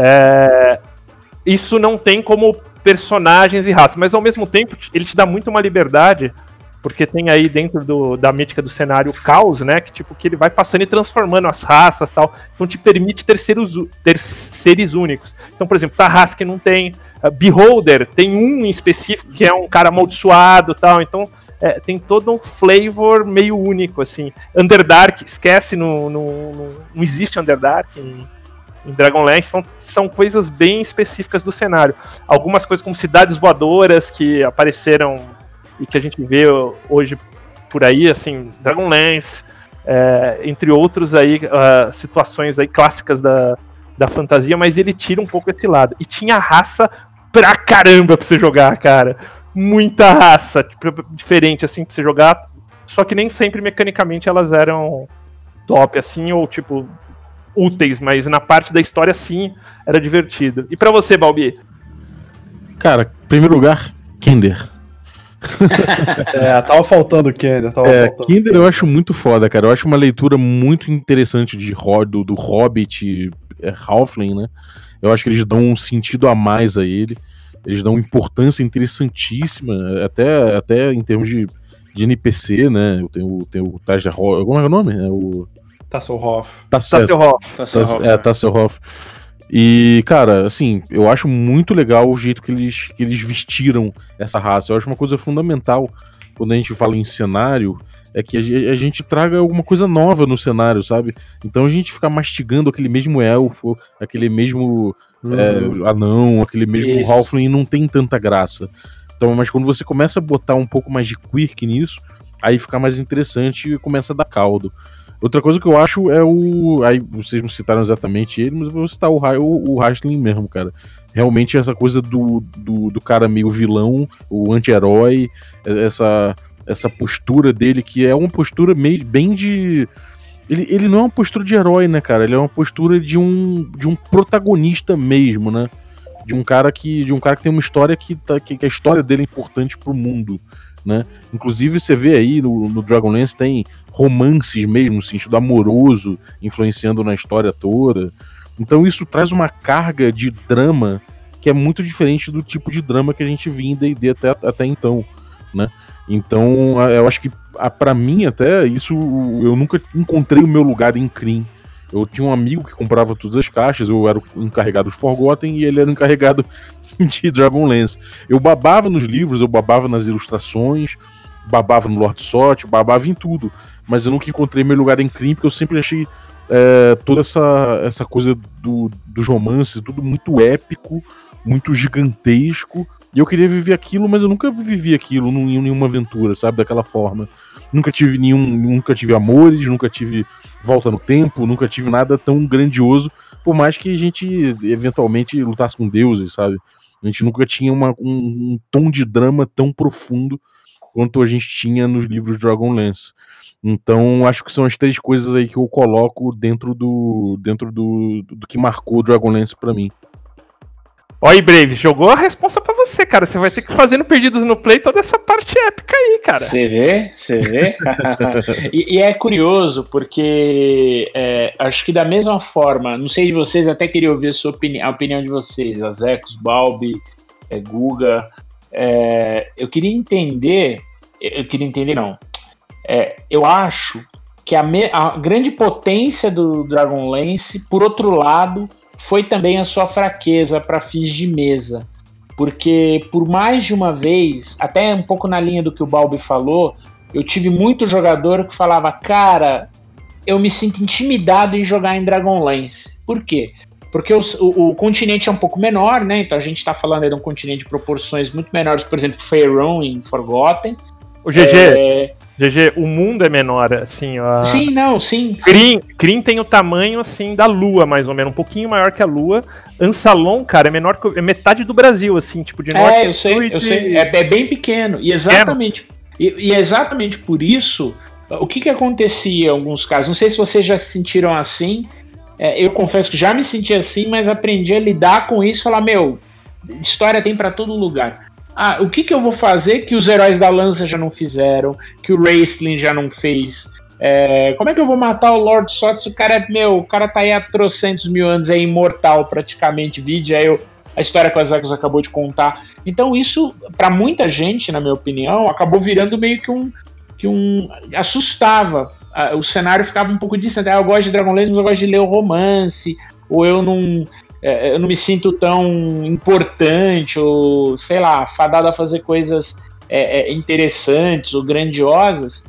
Isso não tem como personagens e raças, mas ao mesmo tempo ele te dá muito uma liberdade, porque tem aí dentro da mítica do cenário caos, né, que tipo, que ele vai passando e transformando as raças e tal, então te permite ter seres únicos. Então, por exemplo, Tarrasque não tem, Beholder tem um em específico que é um cara amaldiçoado e tal, então tem todo um flavor meio único, assim. Underdark, esquece, não existe Underdark em Dragonlance, então são coisas bem específicas do cenário. Algumas coisas como cidades voadoras que apareceram e que a gente vê hoje por aí, assim, Dragonlance, entre outros aí, situações aí clássicas da fantasia, mas ele tira um pouco esse lado. E tinha raça pra caramba pra você jogar, cara. Muita raça diferente, assim, pra você jogar, só que nem sempre mecanicamente elas eram top, assim, ou tipo úteis, mas na parte da história sim era divertido. E pra você, Balbi? Cara, em primeiro lugar, Kender. Tava faltando Kender. Kender eu acho muito foda, cara. Eu acho uma leitura muito interessante do Hobbit, Halfling, né? Eu acho que eles dão um sentido a mais a ele. Eles dão uma importância interessantíssima, até em termos de NPC, né? Tem o Tajarhof. Como é o nome? O Tasselhoff. Tasselhoff. E, cara, assim, eu acho muito legal o jeito que eles vestiram essa raça. Eu acho uma coisa fundamental quando a gente fala em cenário, é que a gente traga alguma coisa nova no cenário, sabe? Então a gente ficar mastigando aquele mesmo elfo, aquele mesmo anão, aquele mesmo halfling, não tem tanta graça. Então, mas quando você começa a botar um pouco mais de quirk nisso, aí fica mais interessante e começa a dar caldo. Outra coisa que eu acho aí vocês não citaram exatamente ele, mas eu vou citar o Rastlin mesmo, cara. Realmente essa coisa do cara meio vilão, o anti-herói, essa postura dele, que é uma postura meio bem de... Ele não é uma postura de herói, né, cara? Ele é uma postura de um protagonista mesmo, né? De um cara que tem uma história que a história dele é importante pro mundo, né? Inclusive você vê aí no Dragonlance tem romances mesmo, sentido amoroso, influenciando na história toda. Então isso traz uma carga de drama que é muito diferente do tipo de drama que a gente via em D&D até então, né? Então eu acho que pra mim até isso, eu nunca encontrei o meu lugar em Krynn. Eu tinha um amigo que comprava todas as caixas, eu era o encarregado de Forgotten e ele era o encarregado de Dragonlance. Eu babava nos livros, eu babava nas ilustrações, babava no Lord Sot, babava em tudo, mas eu nunca encontrei meu lugar em Krynn, porque eu sempre achei toda essa coisa dos romances, tudo muito épico, muito gigantesco, e eu queria viver aquilo, mas eu nunca vivi aquilo em nenhuma aventura, sabe, daquela forma. Nunca tive amores, nunca tive volta no tempo, nunca tive nada tão grandioso, por mais que a gente eventualmente lutasse com deuses, sabe? A gente nunca tinha um tom de drama tão profundo quanto a gente tinha nos livros de Dragonlance. Então, acho que são as três coisas aí que eu coloco dentro do que marcou Dragonlance pra mim. Ó, e Brave, jogou a responsa pra você, cara. Você vai ter que fazer no Perdidos no Play toda essa parte épica aí, cara. Você vê? e é curioso, porque acho que da mesma forma, não sei de vocês, até queria ouvir a opinião de vocês, Azecos, Balbi, Guga. Eu queria entender não. Eu acho que a grande potência do Dragonlance, por outro lado, foi também a sua fraqueza para fins de mesa. Porque por mais de uma vez, até um pouco na linha do que o Balbi falou, eu tive muito jogador que falava, cara, eu me sinto intimidado em jogar em Dragonlance. Por quê? Porque o continente é um pouco menor, né? Então a gente tá falando aí de um continente de proporções muito menores, por exemplo, Faerûn em Forgotten. O GG, o mundo é menor, assim, ó. Sim. Kryn tem o tamanho, assim, da Lua, mais ou menos, um pouquinho maior que a Lua. Ansalon, cara, é metade do Brasil, assim, tipo, de norte. Eu sei. É bem pequeno. E exatamente por isso, o que acontecia em alguns casos? Não sei se vocês já se sentiram assim. Eu confesso que já me senti assim, mas aprendi a lidar com isso e falar, história tem pra todo lugar. O que eu vou fazer que os Heróis da Lança já não fizeram, que o Raistlin já não fez? Como é que eu vou matar o Lord Sots? O cara tá aí há trocentos mil anos, é imortal praticamente, a história que o Azekos acabou de contar. Então isso, pra muita gente, na minha opinião, acabou virando meio que assustava. O cenário ficava um pouco distante. Eu gosto de Dragonlance, mas eu gosto de ler o romance, ou eu não me sinto tão importante, ou, sei lá, fadado a fazer coisas interessantes ou grandiosas.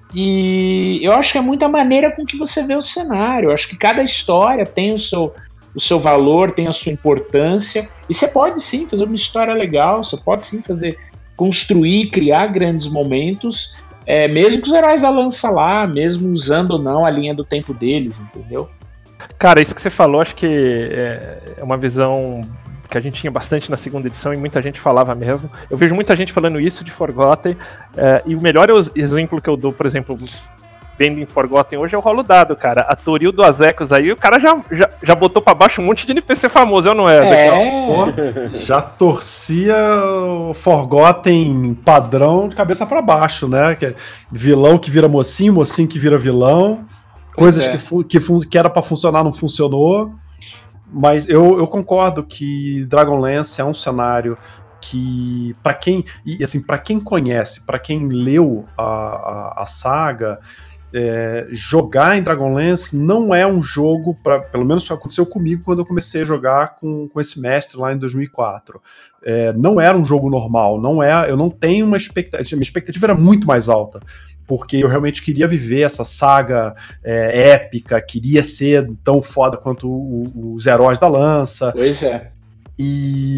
E eu acho que é muita maneira com que você vê o cenário. Eu acho que cada história tem o seu valor, tem a sua importância. E você pode sim fazer uma história legal, você pode sim construir, criar grandes momentos, mesmo com os Heróis da Lança lá, mesmo usando ou não a linha do tempo deles, entendeu? Cara, isso que você falou, acho que é uma visão que a gente tinha bastante na segunda edição e muita gente falava mesmo. Eu vejo muita gente falando isso de Forgotten, e o melhor exemplo que eu dou, por exemplo, vendo em Forgotten hoje é o rolo dado, cara. A Toril do Azekos aí, o cara já botou pra baixo um monte de NPC famoso, não é? Já torcia o Forgotten padrão de cabeça pra baixo, né? Que é vilão que vira mocinho, mocinho que vira vilão. Coisas que era pra funcionar não funcionou. Mas eu concordo que Dragonlance é um cenário que, pra quem conhece, pra quem leu a saga, jogar em Dragonlance não é um jogo, pelo menos isso aconteceu comigo quando eu comecei a jogar com esse mestre lá em 2004. Não era um jogo normal, eu não tenho uma expectativa, minha expectativa era muito mais alta, porque eu realmente queria viver essa saga épica, queria ser tão foda quanto os Heróis da Lança. Pois é. E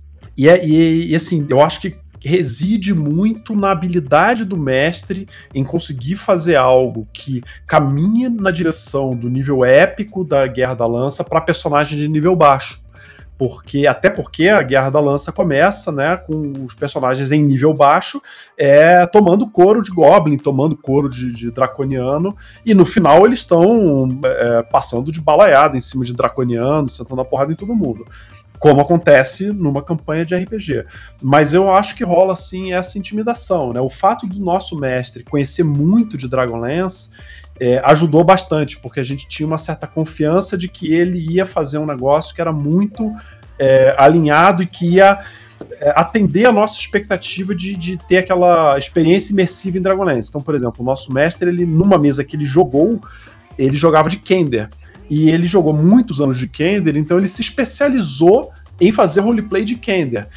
assim, eu acho que reside muito na habilidade do mestre em conseguir fazer algo que caminhe na direção do nível épico da Guerra da Lança para personagem de nível baixo. Até porque a Guerra da Lança começa, né, com os personagens em nível baixo tomando couro de Goblin, tomando couro de Draconiano, e no final eles estão passando de balaiada em cima de Draconiano, sentando a porrada em todo mundo, como acontece numa campanha de RPG. Mas eu acho que rola, sim, essa intimidação, né? O fato do nosso mestre conhecer muito de Dragonlance ajudou bastante, porque a gente tinha uma certa confiança de que ele ia fazer um negócio que era muito alinhado e que ia atender a nossa expectativa de ter aquela experiência imersiva em Dragonlance. Então, por exemplo, o nosso mestre, ele, numa mesa que ele jogava de Kender. E ele jogou muitos anos de Kender, então ele se especializou em fazer roleplay de Kender.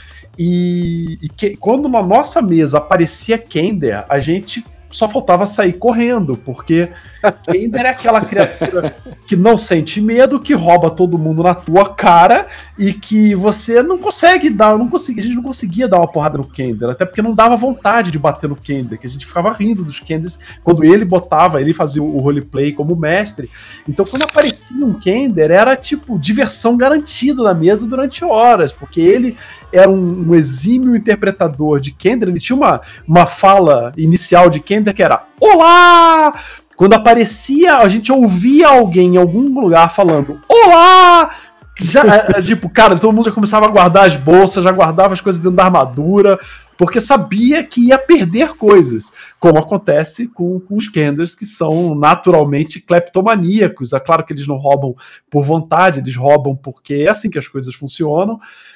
Quando na nossa mesa aparecia Kender, a gente só faltava sair correndo, porque Kender é aquela criatura que não sente medo, que rouba todo mundo na tua cara e que você não consegue dar, a gente não conseguia dar uma porrada no Kender, até porque não dava vontade de bater no Kender, que a gente ficava rindo dos Kenders quando ele fazia o roleplay como mestre. Então quando aparecia um Kender, era tipo diversão garantida na mesa durante horas, porque ele era um exímio interpretador de Kender. Ele tinha uma fala inicial de Kender que era "Olá!". Quando aparecia, a gente ouvia alguém em algum lugar falando "Olá!", Tipo, cara, todo mundo já começava a guardar as bolsas, já guardava as coisas dentro da armadura, porque sabia que ia perder coisas, como acontece com os Kanders, que são naturalmente cleptomaníacos. É claro que eles não roubam por vontade, eles roubam porque é assim que as coisas funcionam.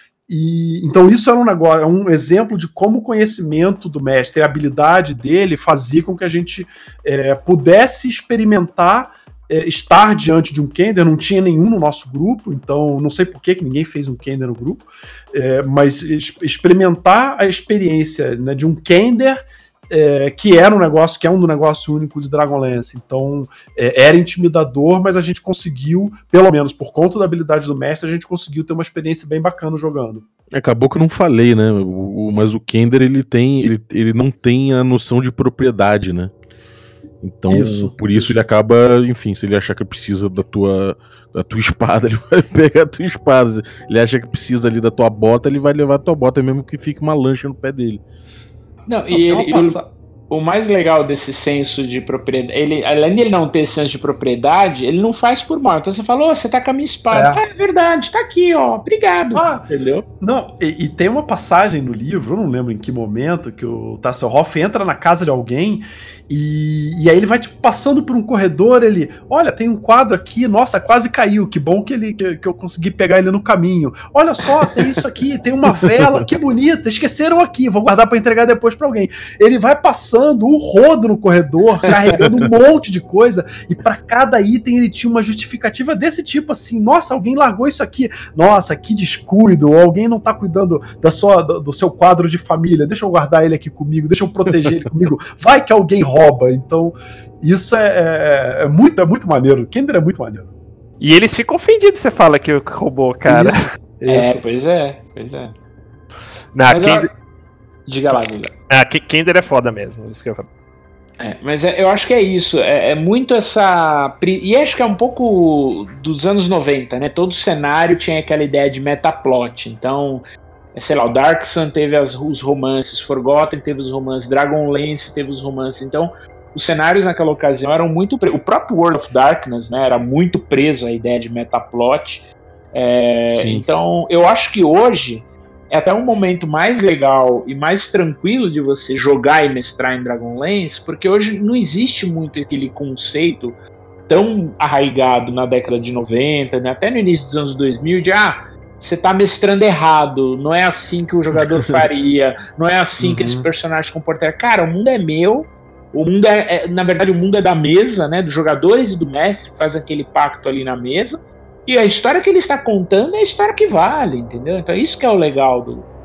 E então isso era um exemplo de como o conhecimento do mestre, a habilidade dele fazia com que a gente pudesse experimentar estar diante de um Kender. Não tinha nenhum no nosso grupo, então não sei por que ninguém fez um Kender no grupo, mas experimentar a experiência, né, de um Kender que era um negócio único de Dragonlance. Então era intimidador, mas a gente conseguiu, pelo menos por conta da habilidade do mestre, a gente conseguiu ter uma experiência bem bacana jogando. Acabou que eu não falei, né? Mas o Kender ele não tem a noção de propriedade, né? Então, por isso ele acaba, enfim, se ele achar que precisa da tua espada, ele vai pegar a tua espada. Se ele acha que precisa ali da tua bota, ele vai levar a tua bota, mesmo que fique uma lancha no pé dele. Não, e o mais legal desse senso de propriedade, além de ele não ter senso de propriedade, ele não faz por mal. Então você falou, você tá com a minha espada. É verdade, tá aqui, ó, obrigado. Entendeu? Não, e tem uma passagem no livro, eu não lembro em que momento, que o Tasselhoff entra na casa de alguém e aí ele vai tipo, passando por um corredor, ele, olha, tem um quadro aqui, nossa, quase caiu, que bom que eu consegui pegar ele no caminho. Olha só, tem isso aqui, tem uma vela, que bonita, esqueceram aqui, vou guardar pra entregar depois pra alguém. Ele vai passando o rodo no corredor, carregando um monte de coisa, e para cada item ele tinha uma justificativa desse tipo, assim, nossa, alguém largou isso aqui, nossa, que descuido, ou alguém não tá cuidando do seu quadro de família, deixa eu guardar ele aqui comigo, deixa eu proteger ele comigo, vai que alguém rouba. Então isso é muito maneiro, Kender é muito maneiro. E eles ficam ofendidos se você fala que roubou, cara. Isso. Pois é. Diga lá. Kender é foda mesmo, isso que eu falo. Mas eu acho que é isso, é muito essa... E acho que é um pouco dos anos 90, né? Todo cenário tinha aquela ideia de metaplot, então, sei lá, o Dark Sun teve os romances, Forgotten teve os romances, Dragonlance teve os romances, então os cenários naquela ocasião eram muito... O próprio World of Darkness, né, era muito preso à ideia de metaplot, então eu acho que hoje é até um momento mais legal e mais tranquilo de você jogar e mestrar em Dragonlance, porque hoje não existe muito aquele conceito tão arraigado na década de 90, né, até no início dos anos 2000, de você tá mestrando errado, não é assim que o jogador faria, não é assim que esse personagem comportaria. Cara, o mundo é meu, o mundo na verdade o mundo é da mesa, né, dos jogadores e do mestre, que faz aquele pacto ali na mesa, e a história que ele está contando é a história que vale, entendeu? Então isso que é o legal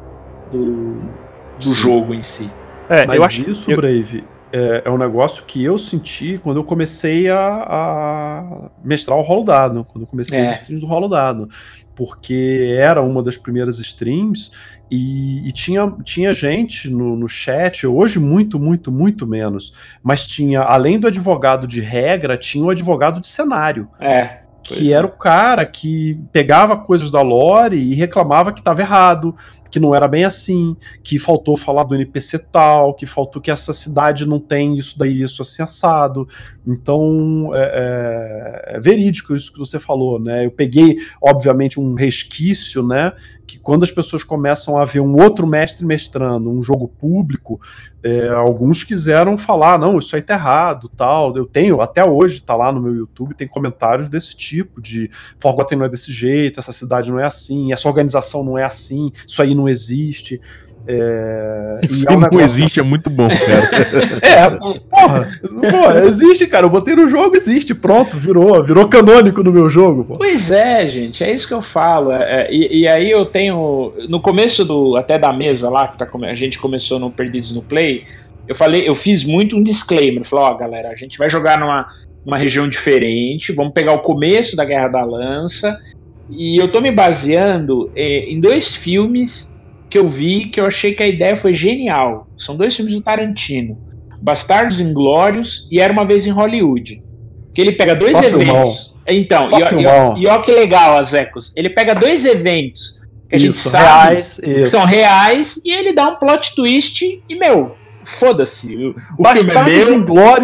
do jogo em si. Mas eu acho isso, Brave, é um negócio que eu senti quando eu comecei a mestrar o Rolo Dado, quando eu comecei as streams do Rolo Dado, porque era uma das primeiras streams e tinha gente no chat, hoje muito menos, mas tinha, além do advogado de regra, tinha o advogado de cenário. Que era o cara que pegava coisas da lore e reclamava que estava errado, que não era bem assim, que faltou falar do NPC tal, que faltou que essa cidade não tem isso daí, isso assim assado. Então é verídico isso que você falou, né? Eu peguei, obviamente, um resquício, né? Que quando as pessoas começam a ver um outro mestre mestrando um jogo público, alguns quiseram falar, não, isso aí tá errado, tal. Eu tenho, até hoje, tá lá no meu YouTube, tem comentários desse tipo, de Forgotten não é desse jeito, essa cidade não é assim, essa organização não é assim, isso aí não existe. Isso não existe, é muito bom, cara. Porra, existe, cara. Eu botei no jogo, existe, pronto, virou canônico no meu jogo. Pô. Pois é, gente, é isso que eu falo. E aí eu tenho, no começo até da mesa lá, que a gente começou no Perdidos no Play, eu fiz muito um disclaimer. Falei, galera, a gente vai jogar numa região diferente, vamos pegar o começo da Guerra da Lança, e eu tô me baseando em 2 filmes que eu vi, que eu achei que a ideia foi genial. São 2 filmes do Tarantino, Bastardos Inglórios e Era Uma Vez em Hollywood. Que ele pega 2 eventos. Então, e ó que legal, Azecos. Ele pega 2 eventos que a gente sabe que são reais, e ele dá um plot twist e, foda-se. Bastardos Inglórios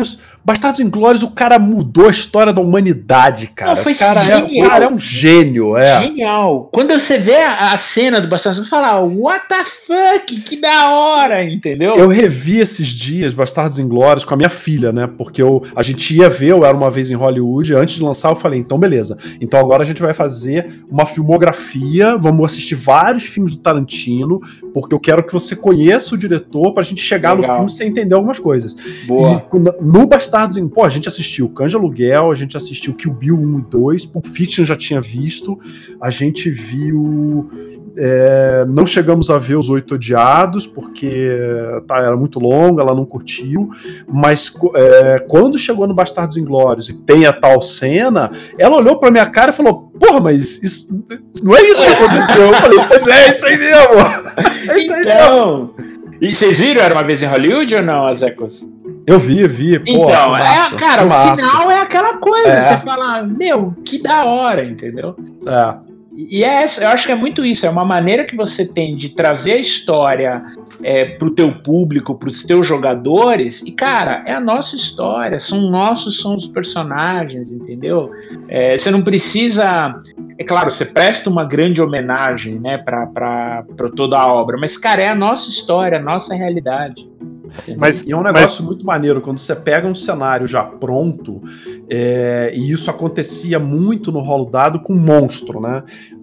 Bastardos Inglórios, o cara mudou a história da humanidade, cara. Não, foi o cara é um gênio, Genial. Quando você vê a cena do Bastardos, você fala, what the fuck, que da hora, entendeu? Eu revi esses dias Bastardos Inglórios com a minha filha, né? Porque a gente ia ver, eu Era Uma Vez em Hollywood, antes de lançar eu falei, então beleza. Então agora a gente vai fazer uma filmografia, vamos assistir vários filmes do Tarantino, porque eu quero que você conheça o diretor pra gente chegar no filme sem entender algumas coisas. Boa. E no Bastardos a gente assistiu Cães de Aluguel, a gente assistiu Kill Bill 1 e 2, Pulp Fiction já tinha visto, a gente viu... não chegamos a ver Os Oito Odiados, porque era muito longo, ela não curtiu, mas quando chegou no Bastardos Inglórios e tem a tal cena, ela olhou pra minha cara e falou, porra, mas isso não é isso que aconteceu. Eu falei, pois é isso aí mesmo. É isso aí mesmo. E vocês viram Era Uma Vez em Hollywood ou não, Azecos? Eu vi. Pô, então, filmaço, cara, filmaço. O final é aquela coisa, você fala, meu, que da hora, entendeu? E eu acho que é muito isso, é uma maneira que você tem de trazer a história pro teu público, pros teus jogadores, e cara, é a nossa história, são os personagens, entendeu? Você não precisa... É claro, você presta uma grande homenagem, né, pra toda a obra, mas cara, é a nossa história, a nossa realidade. E é um negócio muito maneiro, quando você pega um cenário já pronto, e isso acontecia muito no Rolo Dado com monstro, né?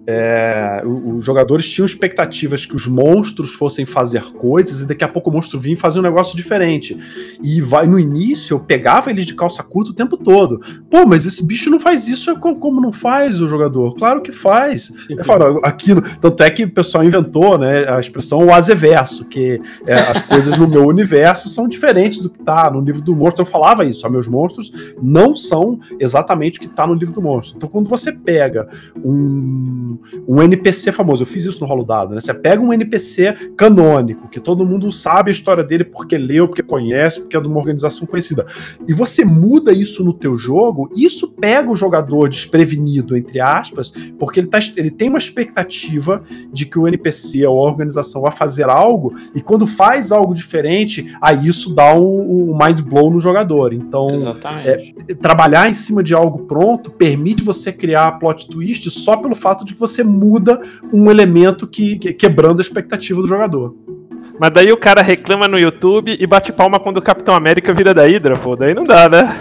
Os jogadores tinham expectativas que os monstros fossem fazer coisas e daqui a pouco o monstro vinha e fazia um negócio diferente. E no início eu pegava eles de calça curta o tempo todo. Pô, mas esse bicho não faz isso como não faz o jogador? Claro que faz. Eu falo, tanto é que o pessoal inventou, né, a expressão o azeverso, que as coisas no meu universo são diferentes do que tá no livro do monstro. Eu falava isso, meus monstros não são exatamente o que tá no livro do monstro. Então quando você pega um NPC famoso, eu fiz isso no Rolo Dado, né? Você pega um NPC canônico, que todo mundo sabe a história dele porque leu, porque conhece, porque é de uma organização conhecida, e você muda isso no teu jogo, isso pega o jogador desprevenido, entre aspas, porque ele tem uma expectativa de que o NPC ou a organização vai fazer algo, e quando faz algo diferente, aí isso dá um mind blow no jogador. Então, trabalhar em cima de algo pronto permite você criar plot twist só pelo fato de que você muda um elemento quebrando a expectativa do jogador. Mas daí o cara reclama no YouTube e bate palma quando o Capitão América vira da Hydra, pô, daí não dá, né?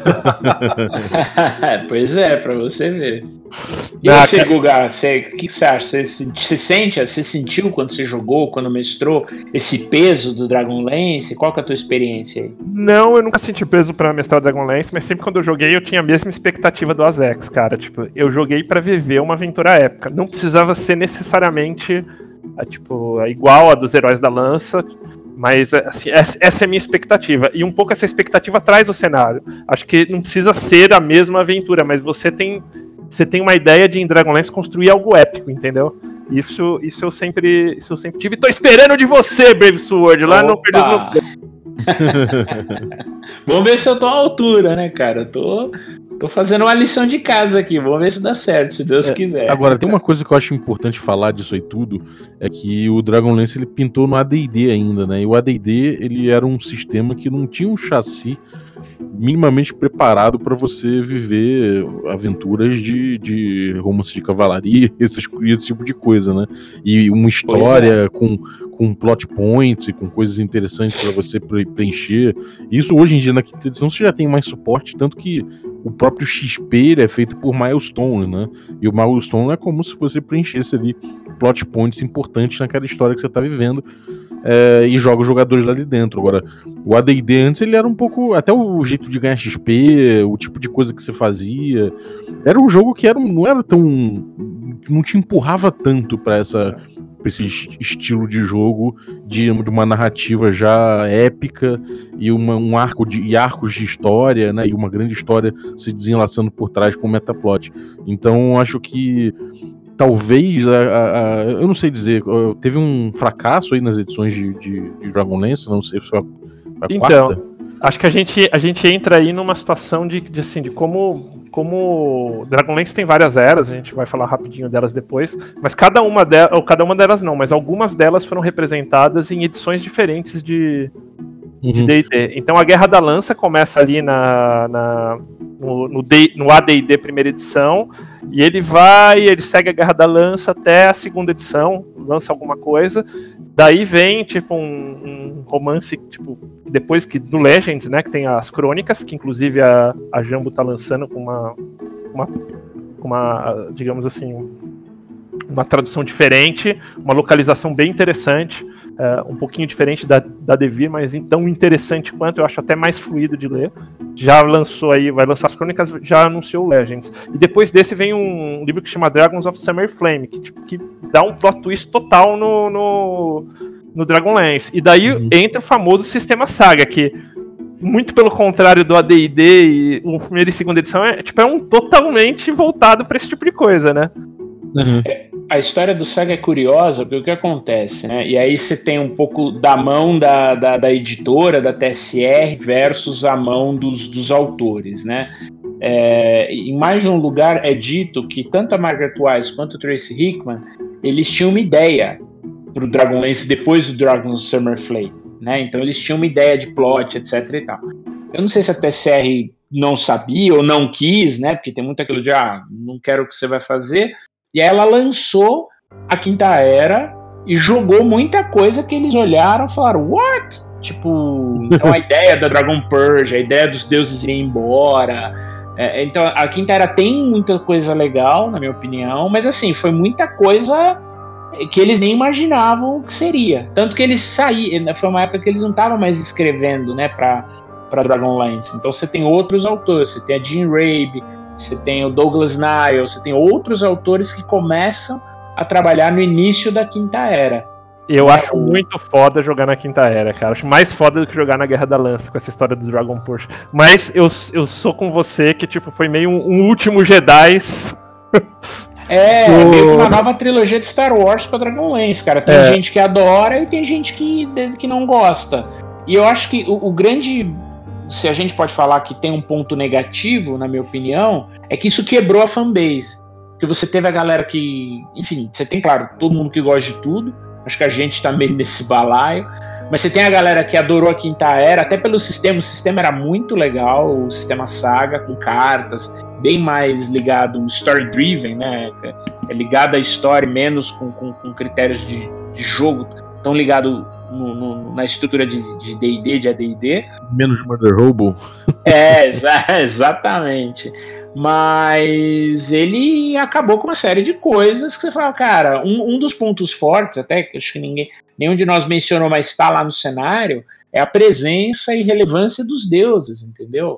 Pois é, pra você ver. E você, Guga, o que você acha? Você sentiu quando você jogou, quando mestrou, esse peso do Dragonlance? Qual que é a tua experiência aí? Não, eu nunca senti peso pra mestrar o Dragonlance, mas sempre quando eu joguei eu tinha a mesma expectativa do Azex, cara. Tipo, eu joguei pra viver uma aventura épica. Não precisava ser necessariamente igual a dos Heróis da Lança, mas assim, essa é a minha expectativa. E um pouco essa expectativa traz o cenário. Acho que não precisa ser a mesma aventura, mas você tem uma ideia de em Dragonlance construir algo épico, entendeu? Isso eu sempre tive. Tô esperando de você, Brave Sword, lá no Perdidos no Campo. Vamos ver se eu tô à altura, né, cara? Tô fazendo uma lição de casa aqui, vamos ver se dá certo, se Deus quiser. Agora, tem uma coisa que eu acho importante falar disso aí tudo, é que o Dragonlance ele pintou no AD&D ainda, né? E o AD&D ele era um sistema que não tinha um chassi minimamente preparado para você viver aventuras de romance de cavalaria, esse tipo de coisa, né? E uma história com plot points e com coisas interessantes para você preencher. Isso hoje em dia na quinta edição você já tem mais suporte, tanto que o próprio XP é feito por milestone, né? E o milestone é como se você preenchesse ali plot points importantes naquela história que você tá vivendo. E joga os jogadores lá de dentro. Agora, o AD&D antes ele era um pouco, até o jeito de ganhar XP, o tipo de coisa que você fazia, era um jogo que não era tão, não te empurrava tanto para esse estilo de jogo de uma narrativa já épica e um arcos de história, né, e uma grande história se desenlaçando por trás com o metaplot. Então acho que talvez, eu não sei dizer, teve um fracasso aí nas edições de Dragonlance, não sei se foi a quarta. Então, acho que a gente entra aí numa situação de como Dragonlance tem várias eras, a gente vai falar rapidinho delas depois, mas cada uma delas não, mas algumas delas foram representadas em edições diferentes de de D&D. Então a Guerra da Lança começa ali no AD&D primeira edição, e ele segue a Guerra da Lança até a segunda edição, lança alguma coisa, daí vem tipo um romance, tipo, depois que do Legends, né, que tem as crônicas, que inclusive a Jumbo tá lançando com uma, digamos assim, uma tradução diferente, uma localização bem interessante, um pouquinho diferente da Devir, mas tão interessante quanto, eu acho até mais fluido de ler. Já lançou aí, vai lançar as crônicas, já anunciou o Legends. E depois desse vem um livro que chama Dragons of Summer Flame, que dá um plot twist total no Dragonlance. E daí entra o famoso sistema Saga, que muito pelo contrário do AD&D e o primeira e segunda edição, é totalmente voltado para esse tipo de coisa, né? A história do Saga é curiosa, porque o que acontece, né? E aí você tem um pouco da mão da editora, da TSR, versus a mão dos autores, né? Em mais de um lugar é dito que tanto a Margaret Wise quanto o Tracy Hickman, eles tinham uma ideia pro Dragonlance depois do Dragon's Summer Flame, né? Então eles tinham uma ideia de plot, etc e tal. Eu não sei se a TSR não sabia ou não quis, né? Porque tem muito aquilo de, não quero o que você vai fazer. E aí ela lançou a Quinta Era e jogou muita coisa que eles olharam e falaram, what? Tipo, então a ideia da Dragon Purge, a ideia dos deuses irem embora. Então a Quinta Era tem muita coisa legal, na minha opinião, mas assim, foi muita coisa que eles nem imaginavam que seria. Tanto que eles saíram, foi uma época que eles não estavam mais escrevendo, né, pra Dragonlance. Então você tem outros autores, você tem a Jean Rabe, você tem o Douglas Niles, você tem outros autores que começam a trabalhar no início da Quinta Era. Eu acho muito foda jogar na Quinta Era, cara. Acho mais foda do que jogar na Guerra da Lança, com essa história do Dragon Purge. Mas eu sou com você, que tipo, foi meio um último Jedi. Meio que uma nova trilogia de Star Wars pra Dragonlance, cara. Tem gente que adora e tem gente que não gosta. E eu acho que o grande... Se a gente pode falar que tem um ponto negativo, na minha opinião, é que isso quebrou a fanbase. Porque você teve a galera que... Enfim, você tem, claro, todo mundo que gosta de tudo. Acho que a gente tá meio nesse balaio. Mas você tem a galera que adorou a Quinta Era, até pelo sistema. O sistema era muito legal, o sistema Saga, com cartas, bem mais ligado, story-driven, né? É ligado à história, menos com critérios de jogo, tão ligado na estrutura de D&D, de AD&D. Menos Murder Hobo. Exatamente. Mas ele acabou com uma série de coisas que você fala, cara, um dos pontos fortes, até que acho que nenhum de nós mencionou, mas está lá no cenário, é a presença e relevância dos deuses, entendeu?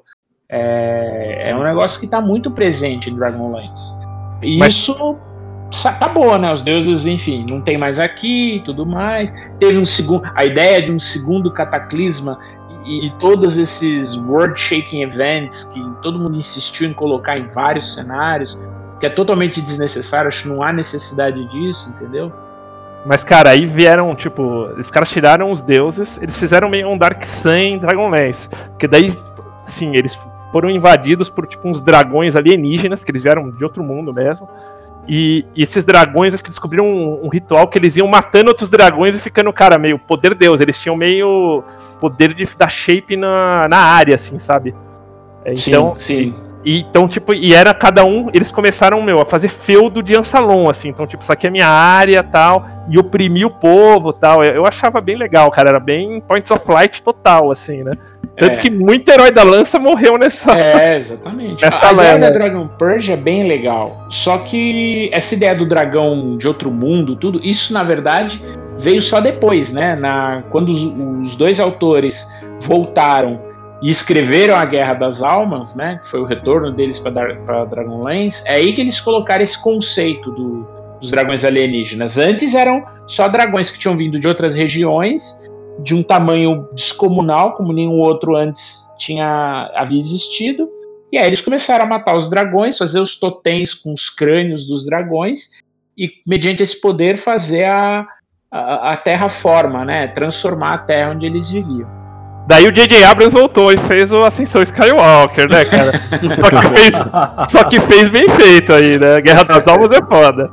É um negócio que está muito presente em Dragonlance. E isso acabou, né? Os deuses, enfim, não tem mais aqui e tudo mais. Teve a ideia de um segundo cataclisma e todos esses world-shaking events que todo mundo insistiu em colocar em vários cenários, que é totalmente desnecessário, acho que não há necessidade disso, entendeu? Mas, cara, aí vieram, tipo, os caras tiraram os deuses, eles fizeram meio um Dark Sun em Dragonlance, porque daí, sim, eles foram invadidos por, tipo, uns dragões alienígenas, que eles vieram de outro mundo mesmo, e esses dragões, acho que descobriram um ritual que eles iam matando outros dragões e ficando, cara, meio poder deus, eles tinham meio poder de dar shape na área, assim, sabe? Então, sim. Então, tipo, e era cada um, eles começaram, a fazer feudo de Ansalon, assim, então, tipo, isso aqui é minha área, tal, e oprimir o povo, tal, eu achava bem legal, cara, era bem Points of Light total, assim, né? Tanto que muito herói da lança morreu nessa... exatamente. A ideia da Dragon Purge é bem legal, só que essa ideia do dragão de outro mundo, tudo, isso, na verdade, veio só depois, né? Quando os dois autores voltaram e escreveram a Guerra das Almas, né? Que foi o retorno deles para Dragonlance, é aí que eles colocaram esse conceito dos dragões alienígenas. Antes eram só dragões que tinham vindo de outras regiões, de um tamanho descomunal, como nenhum outro antes havia existido. E aí eles começaram a matar os dragões, fazer os totens com os crânios dos dragões, e mediante esse poder fazer a terraforma, né? Transformar a terra onde eles viviam. Daí o J.J. Abrams voltou e fez o Ascensão Skywalker, né, cara? só que fez bem feito aí, né? Guerra das Almas é foda.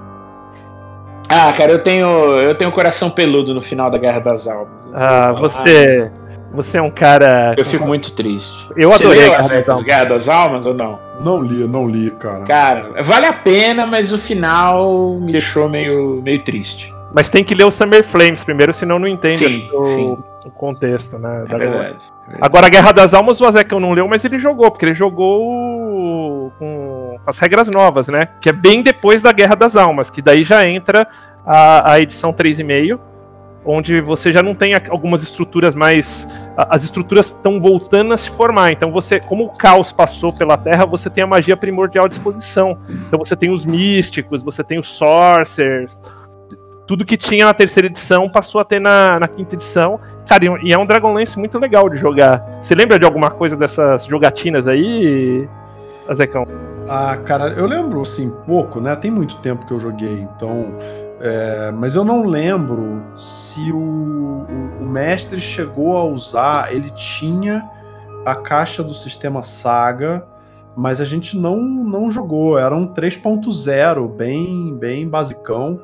Cara, eu tenho coração peludo no final da Guerra das Almas. Você é um cara... Eu fico muito triste. Eu Você adorei leu Guerra das Almas ou não? Não li, cara. Cara, vale a pena, mas o final me deixou meio triste. Mas tem que ler o Summer Flames primeiro, senão não entende Sim. o contexto, né? É verdade. Agora, a Guerra das Almas, o Azekão não leu, mas ele jogou, porque ele jogou com as regras novas, né? Que é bem depois da Guerra das Almas, que daí já entra a edição 3,5, onde você já não tem algumas estruturas mais... As estruturas estão voltando a se formar. Então você, como o caos passou pela Terra, você tem a magia primordial à disposição. Então você tem os místicos, você tem os sorcerers. Tudo que tinha na terceira edição passou a ter na quinta edição. Cara, e é um Dragonlance muito legal de jogar. Você lembra de alguma coisa dessas jogatinas aí, Azekão? Ah, cara, eu lembro, assim, pouco, né? Tem muito tempo que eu joguei, então... mas eu não lembro se o mestre chegou a usar... Ele tinha a caixa do sistema Saga, mas a gente não jogou. Era um 3.0, bem basicão.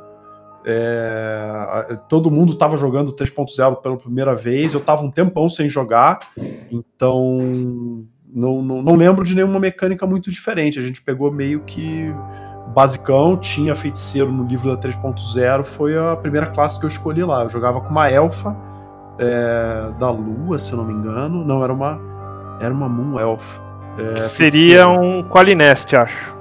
Todo mundo estava jogando 3.0 pela primeira vez. Eu estava um tempão sem jogar, então não lembro de nenhuma mecânica muito diferente. A gente pegou meio que basicão, tinha feiticeiro no livro da 3.0, foi a primeira classe que eu escolhi lá. Eu jogava com uma elfa da lua, se eu não me engano. Não, era uma Moon Elf. Seria um Qualinest, acho.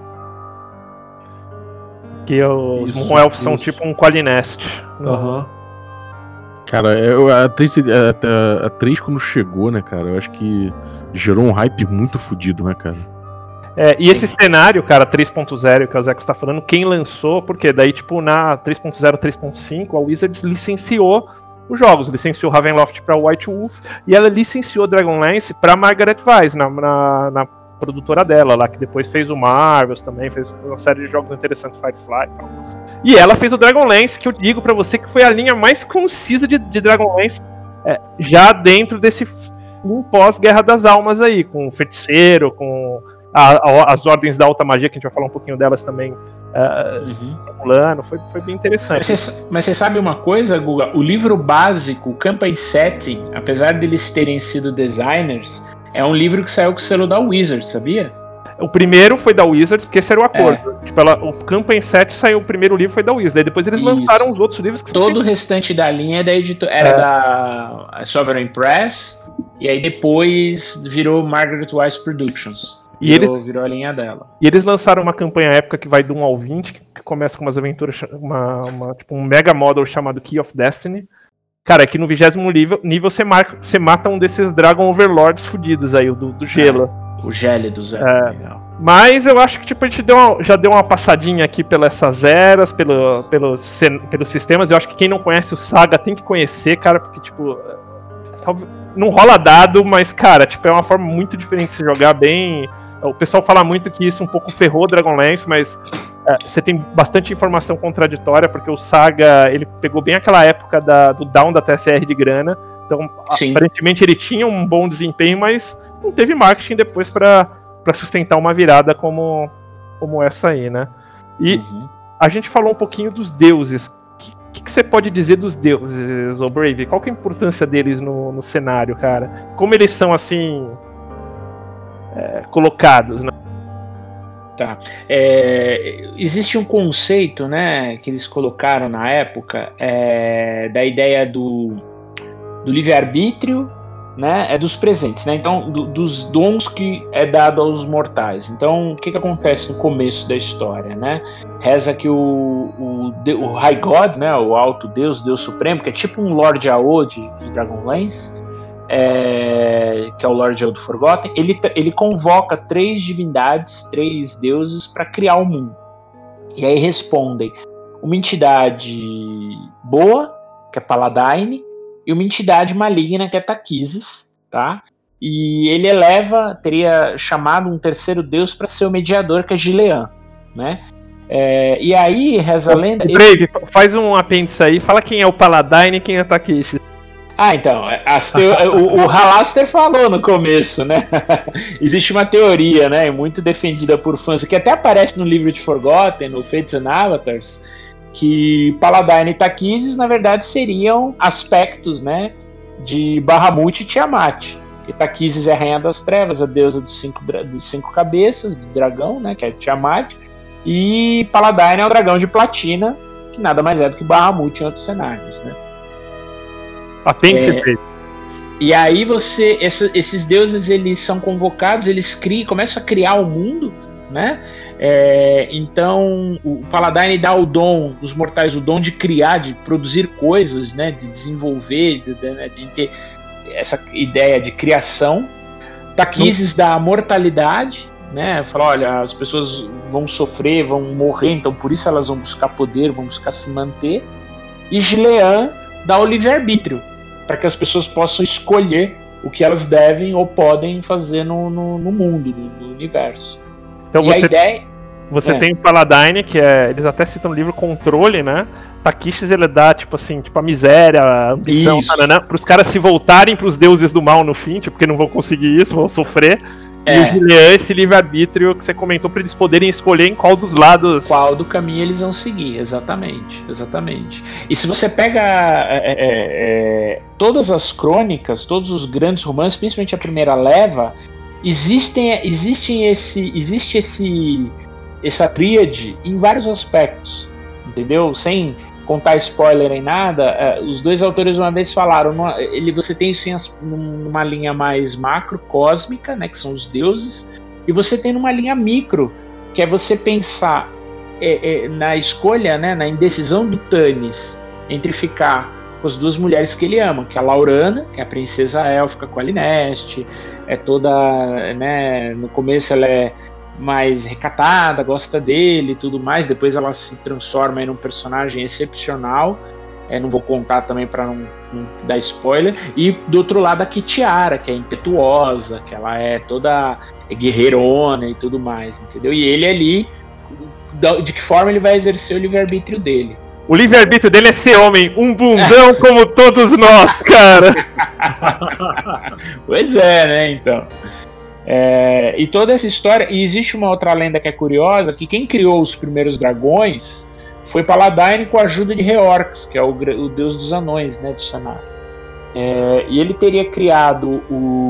Que os Moon Elves são tipo um Qualinest. Aham. Cara, a 3 quando chegou, né, cara, eu acho que gerou um hype muito fodido, né, cara? E esse cenário, cara, 3.0 que o Zeco está falando, quem lançou, porque daí, tipo, na 3.0, 3.5, a Wizards licenciou os jogos, licenciou Ravenloft pra White Wolf, e ela licenciou Dragonlance pra Margaret Weis, na produtora dela lá, que depois fez o Marvels também, fez uma série de jogos interessantes, Firefly e tal. E ela fez o Dragonlance, que eu digo pra você que foi a linha mais concisa de Dragonlance, já dentro desse pós-Guerra das Almas aí, com o Feiticeiro, com as Ordens da Alta Magia, que a gente vai falar um pouquinho delas também, foi bem interessante. Mas você sabe uma coisa, Guga? O livro básico, o Campaign Setting, apesar deles terem sido designers, é um livro que saiu com o selo da Wizards, sabia? O primeiro foi da Wizards, porque esse era o acordo. Tipo, o Campaign 7 saiu, o primeiro livro foi da Wizards, aí depois eles lançaram os outros livros que todo o restante da linha é da editora, era da Sovereign Press, e aí depois virou Margaret Weis Productions. Virou a linha dela. E eles lançaram uma campanha época que vai do 1 ao 20, que começa com umas aventuras, tipo um mega model chamado Key of Destiny. Cara, aqui no 20º nível você mata um desses Dragon Overlords fudidos aí, do gelo. O Gélidos, legal. Mas eu acho que tipo, a gente já deu uma passadinha aqui pelas eras, pelos sistemas. Eu acho que quem não conhece o Saga tem que conhecer, cara, porque tipo... Não rola dado, mas, cara, tipo, é uma forma muito diferente de se jogar bem. O pessoal fala muito que isso um pouco ferrou Dragonlance, mas você tem bastante informação contraditória, porque o Saga, ele pegou bem aquela época do down da TSR de grana, então sim, aparentemente ele tinha um bom desempenho, mas não teve marketing depois pra sustentar uma virada como essa aí, né? E a gente falou um pouquinho dos deuses. O que você pode dizer dos deuses, ô Brave? Qual que é a importância deles no cenário, cara? Como eles são, assim, colocados, né? Tá. Existe um conceito, né, que eles colocaram na época, da ideia do livre-arbítrio, né, dos presentes, né? Então, dos dons que é dado aos mortais. Então, o que acontece no começo da história, né? Reza que o High God, né, o Alto Deus, Deus Supremo, que é tipo um Lord AO de Dragonlance, que é o Lord AO do Forgotten, ele convoca 3 divindades, 3 deuses para criar o mundo. E aí respondem uma entidade boa, que é Paladine, e uma entidade maligna, que é Taquises, tá? E ele teria chamado um terceiro deus para ser o mediador, que é Gilean, né? E aí, reza a lenda... Brave, faz um apêndice aí, fala quem é o Paladine e quem é Taquises. Então, o Halaster falou no começo, né? Existe uma teoria, né, muito defendida por fãs, que até aparece no livro de Forgotten, no Fates and Avatars, que Paladine e Taquises, na verdade, seriam aspectos, né, de Bahamut e Tiamat. Itaquises é a rainha das trevas, a deusa dos 5 cabeças, do dragão, né, que é Tiamat, e Paladine é o dragão de platina, que nada mais é do que Bahamut em outros cenários, né? E aí esses deuses, eles são convocados, eles começam a criar o mundo, né? Então o Paladine dá o dom, os mortais, o dom de criar, de produzir coisas, né? De desenvolver, de ter essa ideia de criação. Taquises dá a mortalidade, né? Fala, olha, as pessoas vão sofrer, vão morrer, então por isso elas vão buscar poder, vão buscar se manter. E Gilean dá o livre-arbítrio, para que as pessoas possam escolher o que elas devem ou podem fazer no mundo, no universo. Então você tem o Paladine, que eles até citam no livro Controle, né? Taquiches, ele dá, tipo assim, a miséria, a ambição, para os caras se voltarem para os deuses do mal no fim, porque não vão conseguir isso, vão sofrer. E o Gilean, esse livre-arbítrio que você comentou, para eles poderem escolher em qual dos lados... Qual do caminho eles vão seguir, exatamente. E se você pega todas as crônicas, todos os grandes romances, principalmente a primeira leva, existe essa tríade em vários aspectos, entendeu? Sem contar spoiler em nada, os dois autores uma vez falaram, você tem isso numa linha mais macrocósmica, né, que são os deuses, e você tem numa linha micro, que é você pensar na escolha, né, na indecisão do Tanis entre ficar com as duas mulheres que ele ama, que é a Laurana, que é a princesa élfica com a Lineste, é toda, né, no começo ela é mais recatada, gosta dele e tudo mais, depois ela se transforma em um personagem excepcional, não vou contar também para não dar spoiler, e do outro lado a Kitiara, que é impetuosa, que ela é toda guerreirona e tudo mais, entendeu? E ele ali, de que forma ele vai exercer o livre-arbítrio dele? O livre-arbítrio dele é ser homem, um bundão como todos nós, cara! Pois é, né, então... e toda essa história, e existe uma outra lenda que é curiosa, que quem criou os primeiros dragões foi Paladine com a ajuda de Reorx, que é o deus dos anões, né, do cenário. E ele teria criado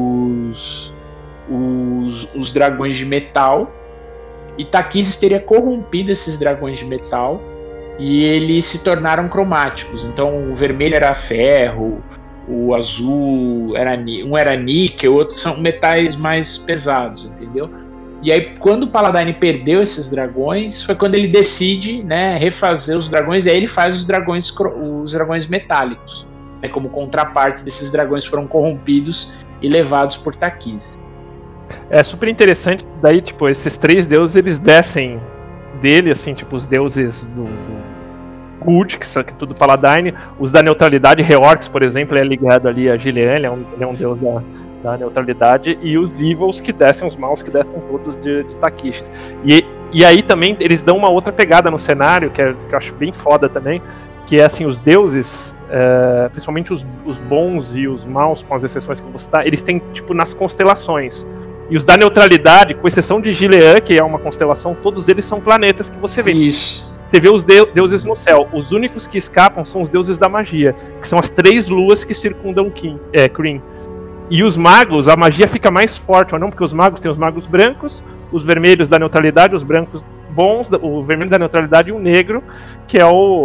os dragões de metal, e Taquises teria corrompido esses dragões de metal, e eles se tornaram cromáticos. Então o vermelho era ferro, o azul era níquel, outros são metais mais pesados, entendeu? E aí, quando o Paladine perdeu esses dragões, foi quando ele decide, né, refazer os dragões, e aí ele faz os dragões metálicos, né, como contraparte desses dragões que foram corrompidos e levados por Taquises. É super interessante, daí, tipo, esses 3 deuses, eles descem dele, assim, tipo, os deuses do Cult, que é tudo Paladine, os da neutralidade, Reorx, por exemplo, é ligado ali a Gilean, ele é um deus da neutralidade, e os Evils, que descem, os maus que descem todos de Taquiches. E aí também eles dão uma outra pegada no cenário, que eu acho bem foda também, que é assim, os deuses, principalmente os bons e os maus, com as exceções que eu vou citar, eles têm, tipo, nas constelações. E os da neutralidade, com exceção de Gilean, que é uma constelação, todos eles são planetas que você vê. Isso. Você vê os deuses no céu. Os únicos que escapam são os deuses da magia, que são as 3 luas que circundam Kryn. E os magos, a magia fica mais forte ou não, porque os magos têm os magos brancos, os vermelhos da neutralidade, os brancos bons, o vermelho da neutralidade e o negro, que é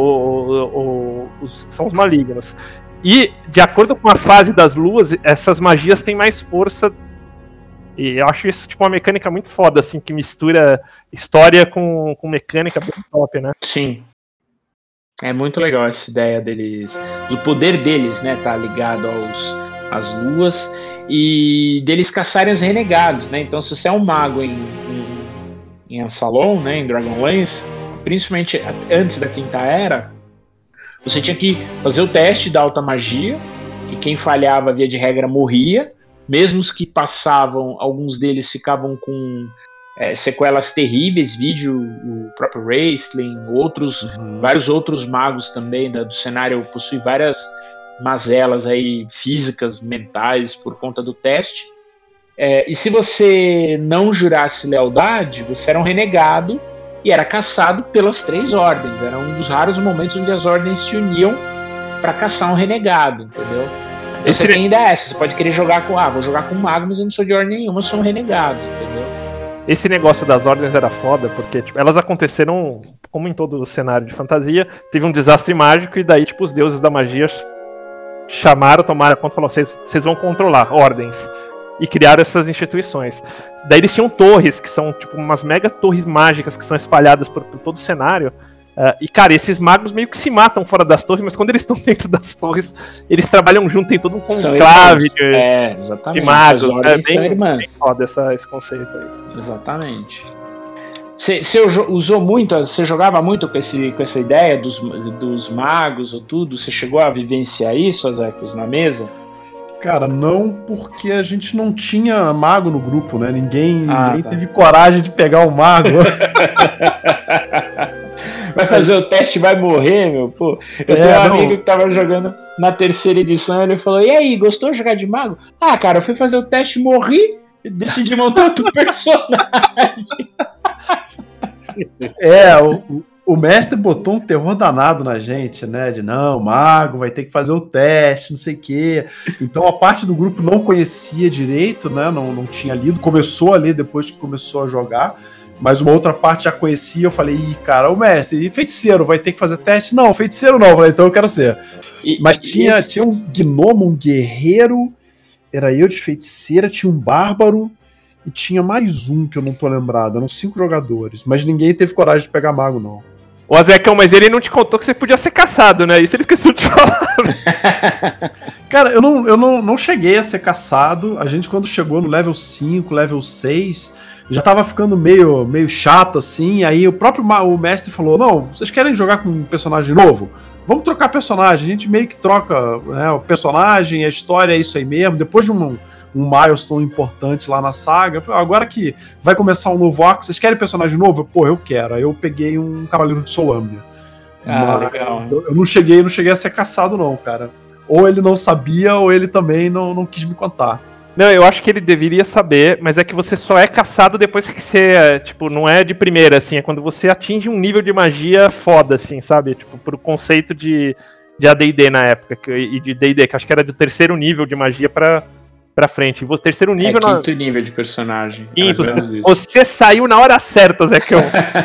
são os malignos. E, de acordo com a fase das luas, essas magias têm mais força. E eu acho isso, tipo, uma mecânica muito foda, assim, que mistura história com mecânica bem top, né? Sim. É muito legal essa ideia deles, do poder deles, né, tá ligado às luas, e deles caçarem os renegados, né? Então, se você é um mago em Ansalon, né, em Dragonlance, principalmente antes da Quinta Era, você tinha que fazer o teste da alta magia, que quem falhava, via de regra, morria. Mesmo os que passavam, alguns deles ficavam com sequelas terríveis, vídeo o próprio Raistlin, vários outros magos também do cenário possuem várias mazelas aí físicas, mentais, por conta do teste. E se você não jurasse lealdade, você era um renegado e era caçado pelas 3 ordens. Era um dos raros momentos onde as ordens se uniam para caçar um renegado, entendeu? Então você tem ainda essa, você pode querer jogar com, vou jogar com um mago, mas eu não sou de ordem nenhuma, eu sou um renegado, entendeu? Esse negócio das ordens era foda, porque tipo, elas aconteceram, como em todo o cenário de fantasia, teve um desastre mágico e daí tipo, os deuses da magia chamaram, tomaram conta e falaram, vocês vão controlar ordens. E criaram essas instituições. Daí eles tinham torres, que são tipo umas mega torres mágicas que são espalhadas por todo o cenário. E, cara, esses magos meio que se matam fora das torres, mas quando eles estão dentro das torres, eles trabalham junto, tem todo um conclave de magos. É bem foda esse conceito aí. Exatamente. Você usou muito, você jogava muito com essa ideia dos magos ou tudo? Você chegou a vivenciar isso, Azecos, na mesa? Cara, não, porque a gente não tinha mago no grupo, né? Ninguém teve coragem de pegar o mago. Vai fazer o teste e vai morrer, meu. Pô, eu tenho um amigo que tava jogando na 3ª edição, ele falou, e aí, gostou de jogar de mago? Ah, cara, eu fui fazer o teste, morri, e decidi montar outro personagem. O mestre botou um terror danado na gente, né? De não, o mago vai ter que fazer o teste, não sei o quê. Então a parte do grupo não conhecia direito, né? Não tinha lido. Começou a ler depois que começou a jogar. Mas uma outra parte já conhecia. Eu falei, cara, o mestre, e feiticeiro, vai ter que fazer teste? Não, feiticeiro não. Eu falei, então eu quero ser. Mas tinha um gnomo, um guerreiro. Era eu de feiticeira, tinha um bárbaro. E tinha mais um que eu não tô lembrado. Eram 5 jogadores. Mas ninguém teve coragem de pegar mago, não. O Azecão, mas ele não te contou que você podia ser caçado, né? Isso ele esqueceu de falar. Cara, eu não cheguei a ser caçado. A gente, quando chegou no level 5, level 6, já tava ficando meio chato, assim. Aí o mestre falou, não, vocês querem jogar com um personagem novo? Vamos trocar personagem. A gente meio que troca, né, o personagem, a história é isso aí mesmo. Depois de um milestone importante lá na saga. Agora que vai começar um novo arco, vocês querem personagem novo? Pô, eu quero. Aí eu peguei um Cavaleiro de Solâmbia. Legal. Eu não cheguei a ser caçado, não, cara. Ou ele não sabia, ou ele também não quis me contar. Não, eu acho que ele deveria saber, mas é que você só é caçado depois que você, tipo, não é de primeira, assim, é quando você atinge um nível de magia foda, assim, sabe? Tipo, pro conceito de AD&D na época, e de D&D, que acho que era do 3º nível de magia pra frente. O 3º nível... É 5º nível de personagem. Isso. Você saiu na hora certa, Zecão.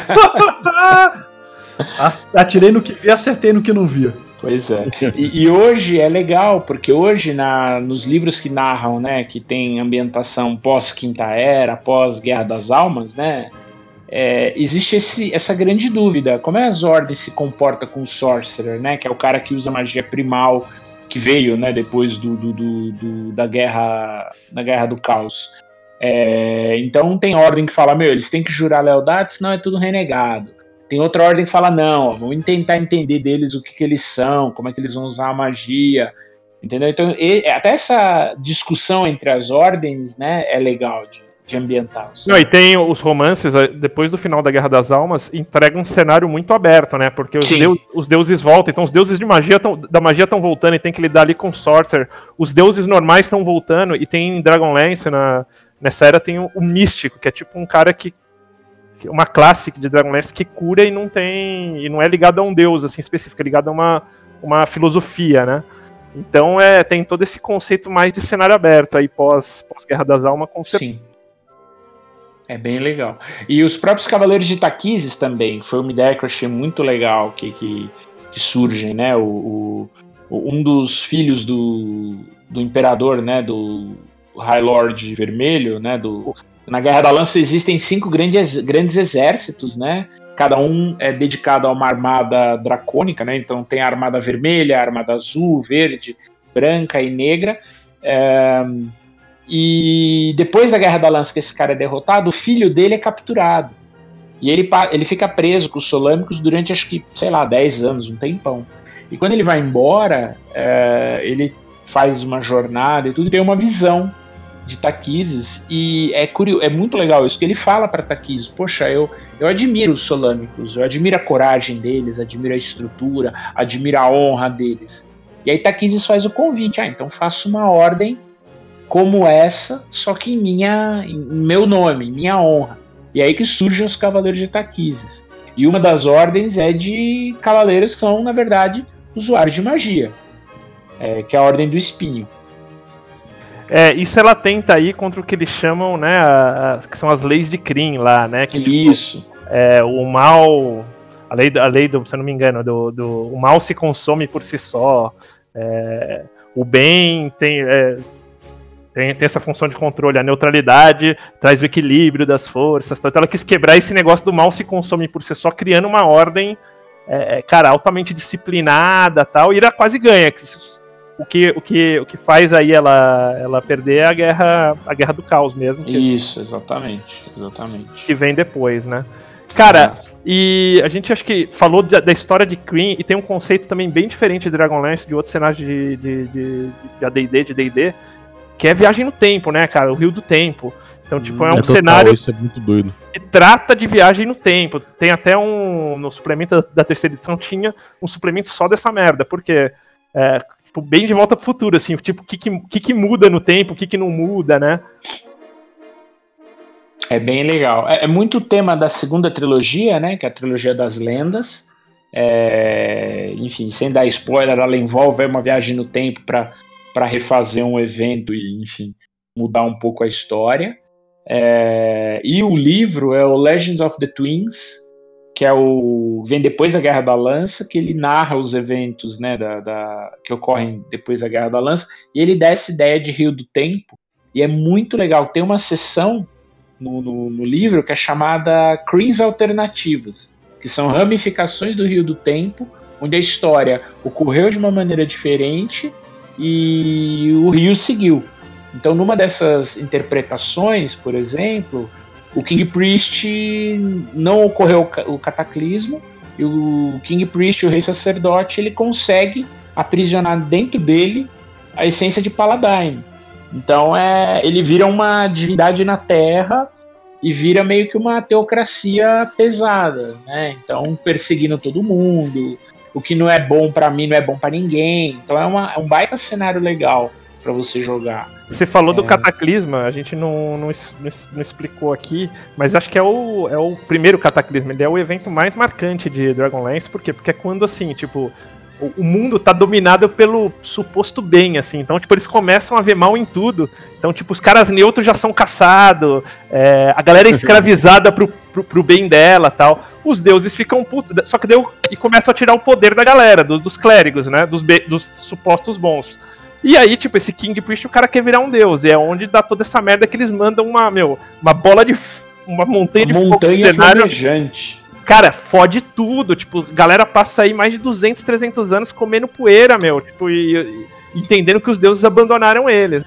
Atirei no que vi, acertei no que não via. Pois é. E hoje é legal, porque hoje nos livros que narram, né, que tem ambientação pós-Quinta Era, pós-Guerra das Almas, né, existe essa grande dúvida. Como as ordens se comporta com o Sorcerer, né, que é o cara que usa magia primal, que veio, né, depois da guerra do caos. Então tem ordem que fala, eles têm que jurar lealdade, senão é tudo renegado. Tem outra ordem que fala, não, vamos tentar entender deles o que eles são, como é que eles vão usar a magia, entendeu? Então até essa discussão entre as ordens, né, é legal de ambientar. Não, e tem os romances, depois do final da Guerra das Almas, entregam um cenário muito aberto, né? Porque os deuses voltam, então os deuses da magia estão voltando e tem que lidar ali com o Sorcerer. Os deuses normais estão voltando e tem em Dragonlance, nessa era tem o Místico, que é tipo um cara que uma classe de Dragonlance que cura e não é ligado a um deus assim específico, é ligado a uma filosofia, né? Então tem todo esse conceito mais de cenário aberto aí pós-Guerra das Almas com Sim. É bem legal. E os próprios Cavaleiros de Taquises também, foi uma ideia que eu achei muito legal que surgem, né? Um dos filhos do Imperador, né? Do High Lord Vermelho, né? Na Guerra da Lança existem 5 grandes exércitos, né? Cada um é dedicado a uma armada dracônica, né? Então tem a armada vermelha, a armada azul, verde, branca e negra. E depois da Guerra da Lança, que esse cara é derrotado, o filho dele é capturado. E ele fica preso com os Solâmicos durante, acho que, 10 anos, um tempão. E quando ele vai embora, ele faz uma jornada e tudo, e tem uma visão de Taquises, e é muito legal isso, que ele fala para Taquises, poxa, eu admiro os Solâmicos, eu admiro a coragem deles, admiro a estrutura, admiro a honra deles. E aí Taquises faz o convite, então faça uma ordem como essa, só que em meu nome, em minha honra. E aí que surgem os Cavaleiros de Taquises. E uma das ordens é de cavaleiros que são, na verdade, usuários de magia, que é a Ordem do Espinho. Isso ela tenta aí contra o que eles chamam, né, que são as leis de Kryn lá, né? Que, Isso. O mal, a lei do, se eu não me engano, o mal se consome por si só. O bem tem essa função de controle, a neutralidade traz o equilíbrio das forças. Então ela quis quebrar esse negócio do mal se consome por si só, criando uma ordem, cara, altamente disciplinada, tal, e ela quase ganha. O que faz aí ela perder é a guerra do caos mesmo. Isso, exatamente. Que vem depois, né? Cara, e a gente acho que falou da história de Kryn, e tem um conceito também bem diferente de Dragonlance, de outros cenários de AD&D, de D&D, que é viagem no tempo, né, cara? O Rio do Tempo. Então, tipo, é um cenário isso é muito doido. que trata de viagem no tempo. Tem até no suplemento da terceira edição, tinha um suplemento só dessa merda, porque tipo, bem de volta pro futuro, assim, tipo, o que muda no tempo, o que não muda, né? É bem legal. É muito o tema da segunda trilogia, né? Que é a trilogia das lendas. Enfim, sem dar spoiler, ela envolve uma viagem no tempo para refazer um evento e, enfim, mudar um pouco a história. E o livro é o Legends of the Twins, que vem depois da Guerra da Lança, que ele narra os eventos, né, que ocorrem depois da Guerra da Lança, e ele dá essa ideia de Rio do Tempo, e é muito legal. Tem uma seção no livro que é chamada Kryns Alternativas, que são ramificações do Rio do Tempo, onde a história ocorreu de uma maneira diferente e o rio seguiu. Então, numa dessas interpretações, por exemplo, o King Priest não ocorreu o cataclismo, e o King Priest, o rei sacerdote, ele consegue aprisionar dentro dele a essência de Paladine. Então ele vira uma divindade na Terra e vira meio que uma teocracia pesada, né? Então perseguindo todo mundo, o que não é bom pra mim não é bom pra ninguém. Então é um baita cenário legal pra você jogar. Você falou do Cataclisma, a gente não explicou aqui, mas acho que é o primeiro Cataclisma, ele é o evento mais marcante de Dragonlance, por quê? Porque é quando, assim, tipo, o mundo tá dominado pelo suposto bem, assim, então, tipo, eles começam a ver mal em tudo, então, tipo, os caras neutros já são caçados, a galera é escravizada pro bem dela, tal, os deuses ficam putos, só que e começam a tirar o poder da galera, dos clérigos, né, dos supostos bons. E aí, tipo, esse King Priest, o cara quer virar um deus, e é onde dá toda essa merda que eles mandam uma bola de... uma montanha de fogo no cenário. Flamejante. Cara, fode tudo, tipo, a galera passa aí mais de 200, 300 anos comendo poeira, tipo, e entendendo que os deuses abandonaram eles.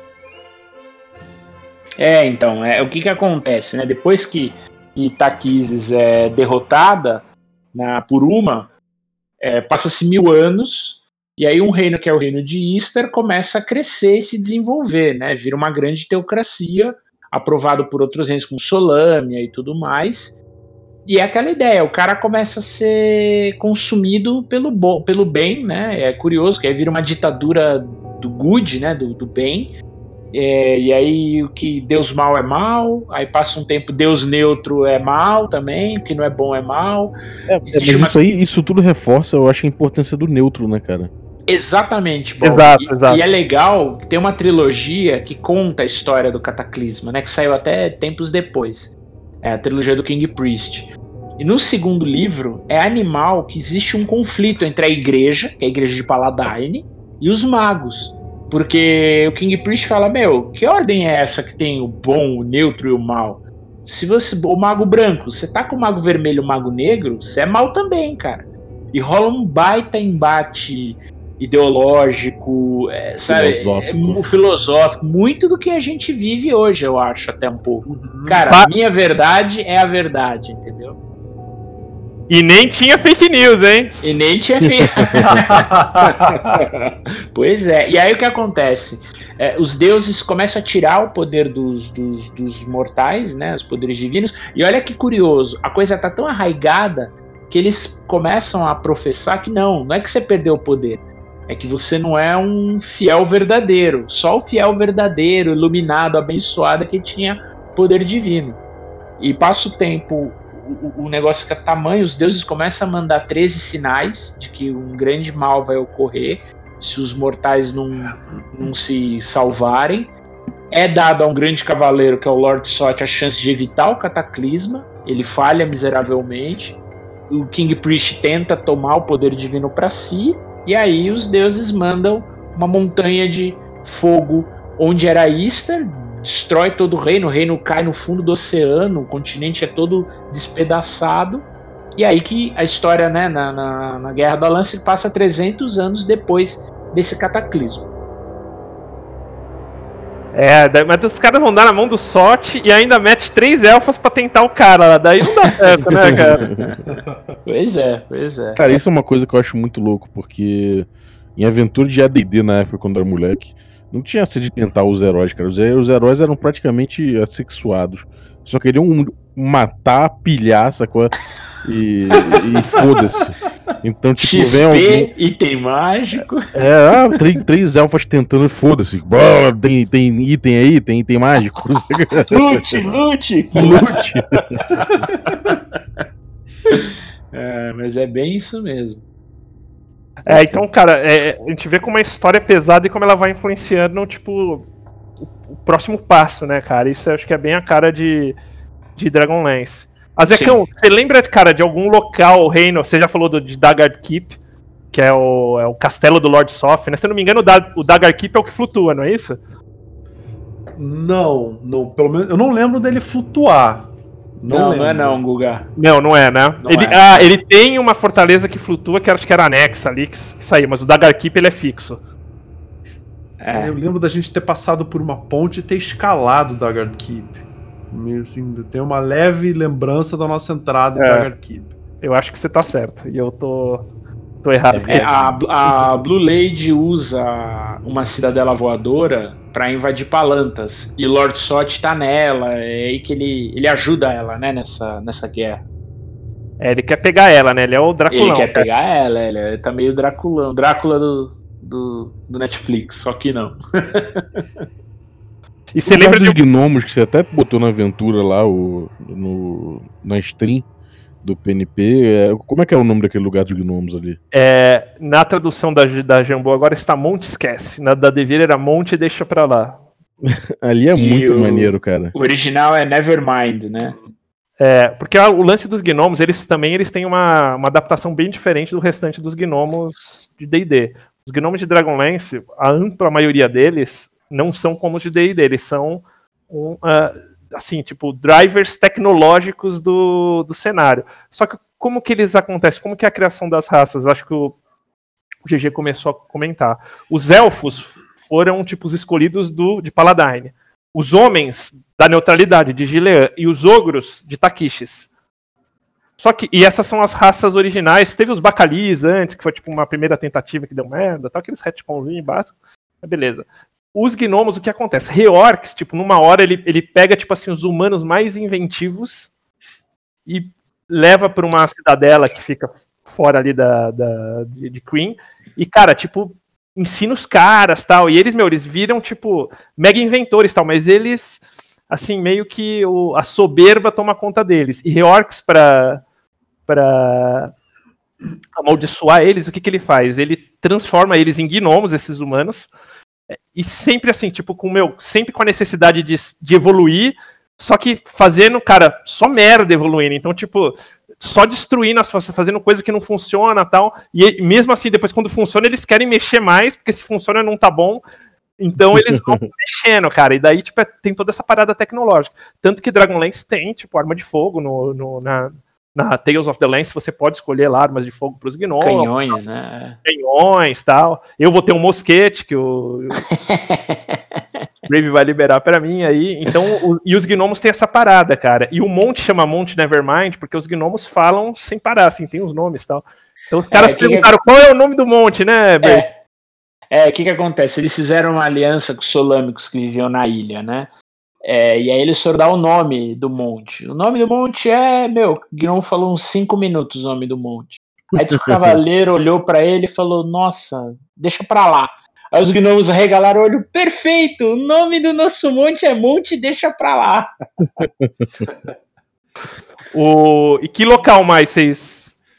Então, o que acontece, né? Depois que Takhisis é derrotada por Uma, passa-se 1000 anos, e aí um reino que é o reino de Istar começa a crescer e se desenvolver, né? Vira uma grande teocracia, aprovado por outros reinos como Solâmia e tudo mais. E é aquela ideia, o cara começa a ser consumido pelo bem, né? É curioso, que aí vira uma ditadura do good, né? Do bem. E aí o que Deus mal é mal, aí passa um tempo Deus neutro é mal também, o que não é bom é mal. Mas isso tudo reforça, eu acho, a importância do neutro, né, cara? Exatamente, Bob. Exato. E é legal que tem uma trilogia que conta a história do Cataclisma, né? Que saiu até tempos depois. É a trilogia do King Priest. E no segundo livro, é animal que existe um conflito entre a igreja, que é a igreja de Paladine, e os magos. Porque o King Priest fala, que ordem é essa que tem o bom, o neutro e o mal? Se o mago branco, você tá com o mago vermelho e o mago negro, você é mal também, cara. E rola um baita embate ideológico, filosófico, muito do que a gente vive hoje, eu acho, até um pouco. Cara, a minha verdade é a verdade, entendeu? E nem tinha fake news, hein? E nem tinha fake Pois é, e aí o que acontece? Os deuses começam a tirar o poder dos mortais, né, os poderes divinos, e olha que curioso, a coisa tá tão arraigada que eles começam a professar que não é que você perdeu o poder, é que você não é um fiel verdadeiro. Só o fiel verdadeiro, iluminado, abençoado, que tinha poder divino. E passa o tempo, o negócio fica tamanho, os deuses começam a mandar 13 sinais de que um grande mal vai ocorrer. se os mortais não se salvarem. É dado a um grande cavaleiro, que é o Lord Sot, a chance de evitar o cataclisma. Ele falha miseravelmente. O King Priest tenta tomar o poder divino para si. E aí os deuses mandam uma montanha de fogo onde era Istar, destrói todo o reino cai no fundo do oceano, o continente é todo despedaçado. E aí que a história, né, na Guerra da Lança passa 300 anos depois desse cataclismo. Mas os caras vão dar na mão do Sot e ainda mete 3 elfos pra tentar o cara. Daí não dá certo, né, cara? Pois é. Cara, isso é uma coisa que eu acho muito louco, porque em aventura de AD&D na época, quando eu era moleque, não tinha essa de tentar os heróis, cara. Os heróis eram praticamente assexuados. Só queriam matar, pilhar, sacou? E foda-se. Então, tipo, XP, vem alguém... item mágico. Três elfas tentando, foda-se. Tem item aí, tem item mágico. Lute. Mas é bem isso mesmo. Então, cara, a gente vê como a história é pesada e como ela vai influenciando, tipo, o próximo passo, né, cara? Isso eu acho que é bem a cara de Dragonlance. Azekão, você lembra, cara, de algum local, o reino, você já falou de Dagard Keep, que é o castelo do Lord Soth, né? Se eu não me engano, o Dagard Keep é o que flutua, não é isso? Não, pelo menos eu não lembro dele flutuar. Não é não, Guga. Não é, né? Ele tem uma fortaleza que flutua, que acho que era anexa ali, que saiu, mas o Dagard Keep ele é fixo. Eu lembro da gente ter passado por uma ponte e ter escalado o Dagard Keep. Assim, tem uma leve lembrança da nossa entrada em Dagard Keep. Eu acho que você tá certo, e eu tô errado. A Blue Lady usa uma cidadela voadora pra invadir Palantas, e Lord Sot tá nela, é aí que ele ajuda ela, né, nessa guerra. Ele quer pegar ela, né, ele é o Draculão. Ele quer pegar ela, ele tá meio Draculão, Drácula do Netflix, só que não. E você lembra dos gnomos que você até botou na aventura lá, na stream do PNP? Como é que é o nome daquele lugar dos gnomos ali? Na tradução da Jambô agora está Monte Esquece. Na da Devir era Monte Deixa pra lá. Ali é muito maneiro, cara. O original é Nevermind, né? Porque o lance dos gnomos, eles têm uma adaptação bem diferente do restante dos gnomos de D&D. Os gnomos de Dragonlance, a ampla maioria deles não são como os de D&D, eles são assim, tipo, drivers tecnológicos do cenário. Só que como que eles acontecem? Como que é a criação das raças? Acho que o GG começou a comentar. Os elfos foram, tipo, os escolhidos de Paladine. Os homens da neutralidade, de Gilead, e os ogros de Takishis. E essas são as raças originais. Teve os Bacalis antes, que foi tipo uma primeira tentativa que deu merda, tal, aqueles retconzinhos básicos. Beleza. Os gnomos, o que acontece? Reorcs, tipo, numa hora ele pega, tipo assim, os humanos mais inventivos e leva pra uma cidadela que fica fora ali de Kryn. E, cara, tipo, ensina os caras, tal. E eles viram, tipo, mega inventores, tal. Mas eles, assim, meio que a soberba toma conta deles. E Reorcs, pra amaldiçoar eles, o que ele faz? Ele transforma eles em gnomos, esses humanos. E sempre assim, tipo, sempre com a necessidade de evoluir, só que fazendo, cara, só merda evoluindo. Então, tipo, só destruindo, fazendo coisa que não funciona e tal. E mesmo assim, depois quando funciona, eles querem mexer mais, porque se funciona não tá bom. Então eles vão mexendo, cara. E daí, tipo, tem toda essa parada tecnológica. Tanto que Dragonlance tem, tipo, arma de fogo na Tales of the Lance, você pode escolher lá armas de fogo pros gnomos. Canhões, né? Canhões e tal. Eu vou ter um mosquete que o Brave vai liberar pra mim aí. Então, e os gnomos têm essa parada, cara. E o monte chama Monte Nevermind porque os gnomos falam sem parar, assim, tem os nomes e tal. Então os caras perguntaram qual é o nome do monte, né, Brave? O que acontece? Eles fizeram uma aliança com os solâmicos que viviam na ilha, né? E aí eles foram dar o nome do monte. O nome do monte o Gnom falou uns 5 minutos o nome do monte. Aí o cavaleiro olhou pra ele e falou, nossa, deixa pra lá. Aí os gnomos regalaram o olho, perfeito, o nome do nosso monte é Monte Deixa Pra Lá. E que local mais vocês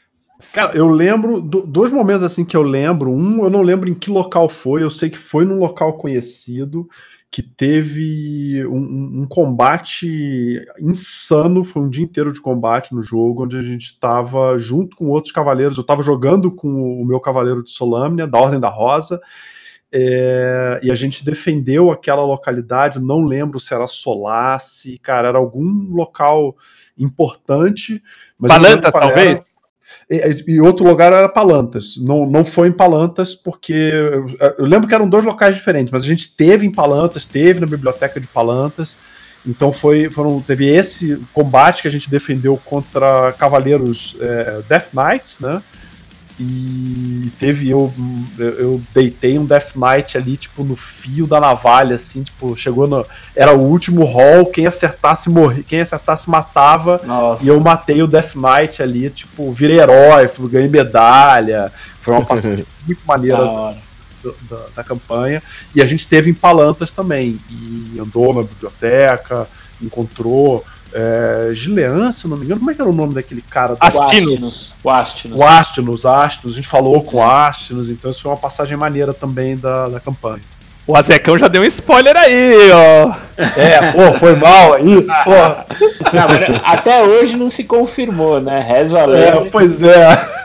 Cara, eu lembro, dois momentos assim que eu lembro. Um, eu não lembro em que local foi, eu sei que foi num local conhecido, que teve um combate insano, foi um dia inteiro de combate no jogo, onde a gente estava junto com outros cavaleiros, eu estava jogando com o meu cavaleiro de Solâmnia, da Ordem da Rosa, e a gente defendeu aquela localidade, não lembro se era Solace, cara, era algum local importante. Mas Palantas, talvez? E outro lugar era Palantas. Não foi em Palantas, porque eu lembro que eram dois locais diferentes, mas a gente teve em Palantas, teve na biblioteca de Palantas. Então teve esse combate que a gente defendeu contra cavaleiros Death Knights, né? E eu deitei um Death Knight ali, tipo, no fio da navalha, assim, tipo, era o último roll, quem acertasse morria, quem acertasse matava. Nossa. E eu matei o Death Knight ali, tipo, virei herói, ganhei medalha, foi uma passagem muito maneira da campanha. E a gente teve em Palantas também, e andou na biblioteca, encontrou Gilean, se eu não me engano, como é que era o nome daquele cara? O Astinos, a gente falou com o Astinos, então isso foi uma passagem maneira também da campanha. O Azecão já deu um spoiler aí, ó. Foi mal aí, Não, até hoje não se confirmou, né? Reza a lenda. Pois é.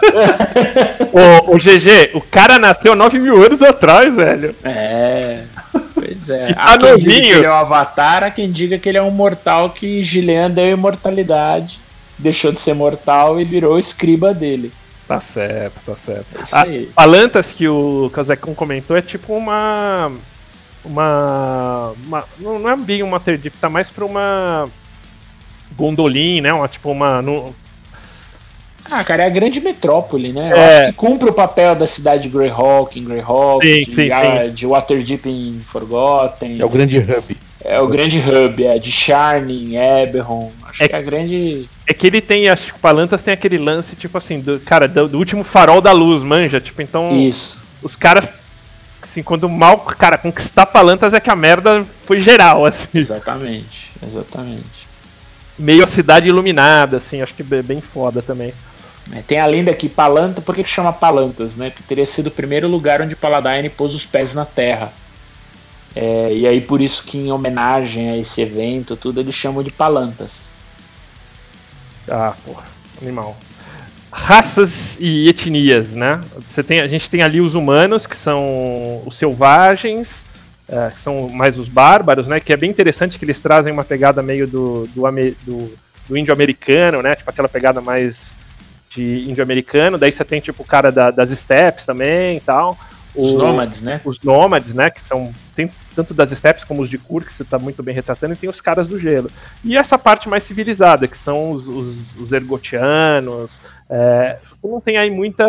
O GG, o cara nasceu 9.000 anos atrás, velho. Pois é. Há quem diga que ele é um avatar, há quem diga que ele é um mortal que Gilean deu imortalidade, deixou de ser mortal e virou escriba dele. Tá certo. Palantas que o Zecão comentou é tipo uma não é bem uma Waterdeep, tá mais pra uma Gondolin, né? Cara, é a grande metrópole, né? Eu acho que cumpre o papel da cidade de Greyhawk, de Waterdeep em Forgotten. É o grande hub. É o grande hub, de Sharn, Eberron. Acho que é a grande... É que ele tem, acho que Palantas tem aquele lance, tipo assim, do último farol da luz, manja? Tipo, então... Isso. Os caras, assim, quando mal, cara, conquistar Palantas é que a merda foi geral, assim. Exatamente. Meio a cidade iluminada, assim, acho que é bem foda também. Tem a lenda que Palantas, por que chama Palantas, né? Porque teria sido o primeiro lugar onde Paladine pôs os pés na terra. E aí por isso que em homenagem a esse evento, tudo, eles chamam de Palantas. Porra, animal. Raças e etnias, né? A gente tem ali os humanos, que são os selvagens, que são mais os bárbaros, né? Que é bem interessante que eles trazem uma pegada meio do índio-americano, né? Tipo aquela pegada mais de índio-americano. Daí você tem tipo o cara das steppes também e tal. Os nômades, né? Os nômades, né? Que são... Tem tanto das steppes como os de Kur, que você tá muito bem retratando, e tem os caras do gelo. E essa parte mais civilizada, que são os ergotianos. Não tem aí muita...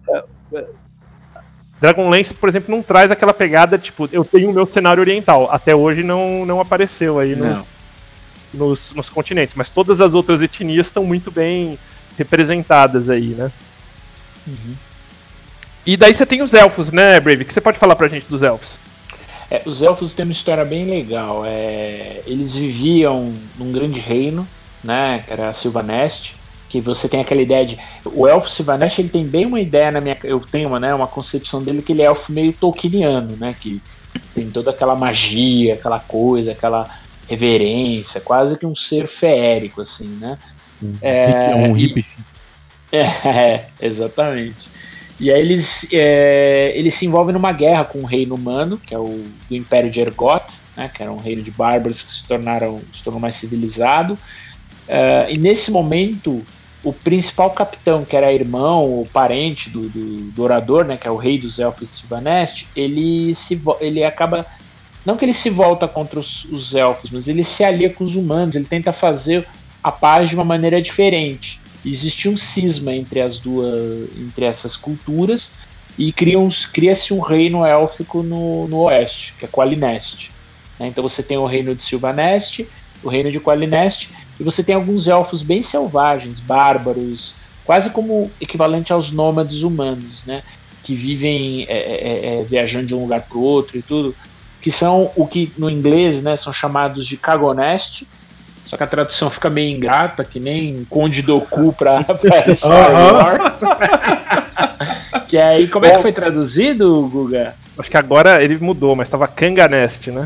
Dragonlance, por exemplo, não traz aquela pegada, tipo, eu tenho o meu cenário oriental. Até hoje não apareceu aí nos continentes. Mas todas as outras etnias estão muito bem representadas aí, né? Uhum. E daí você tem os elfos, né, Brave? O que você pode falar pra gente dos elfos? Os elfos têm uma história bem legal. Eles viviam num grande reino, né, que era a Sylvanest, que você tem aquela ideia de... O elfo Sylvanest, ele tem bem uma ideia eu tenho uma concepção dele que ele é elfo meio tolkieniano, né, que tem toda aquela magia, aquela coisa, aquela reverência, quase que um ser feérico, assim, né? Um hippie. Exatamente. E aí eles se envolvem numa guerra com o reino humano, que é o do Império de Ergot, né, que era um reino de bárbaros que se tornou mais civilizado. E nesse momento, o principal capitão, que era irmão ou parente do orador, né, que é o rei dos elfos de Sylvanest, ele acaba... Não que ele se volta contra os elfos, mas ele se alia com os humanos, ele tenta fazer a paz de uma maneira diferente. Existe um cisma entre essas culturas e cria-se um reino élfico no oeste, que é Qualinest. Então você tem o reino de Sylvanest, o reino de Qualinest, e você tem alguns elfos bem selvagens, bárbaros, quase como equivalente aos nômades humanos, né? Que vivem viajando de um lugar para o outro e tudo, que são o que no inglês, né, são chamados de Cagonest, Só que a tradução fica meio ingrata, que nem Conde Dooku pra Star Wars. Que aí, como é que foi traduzido, Guga? Acho que agora ele mudou, mas tava Kanganest, né?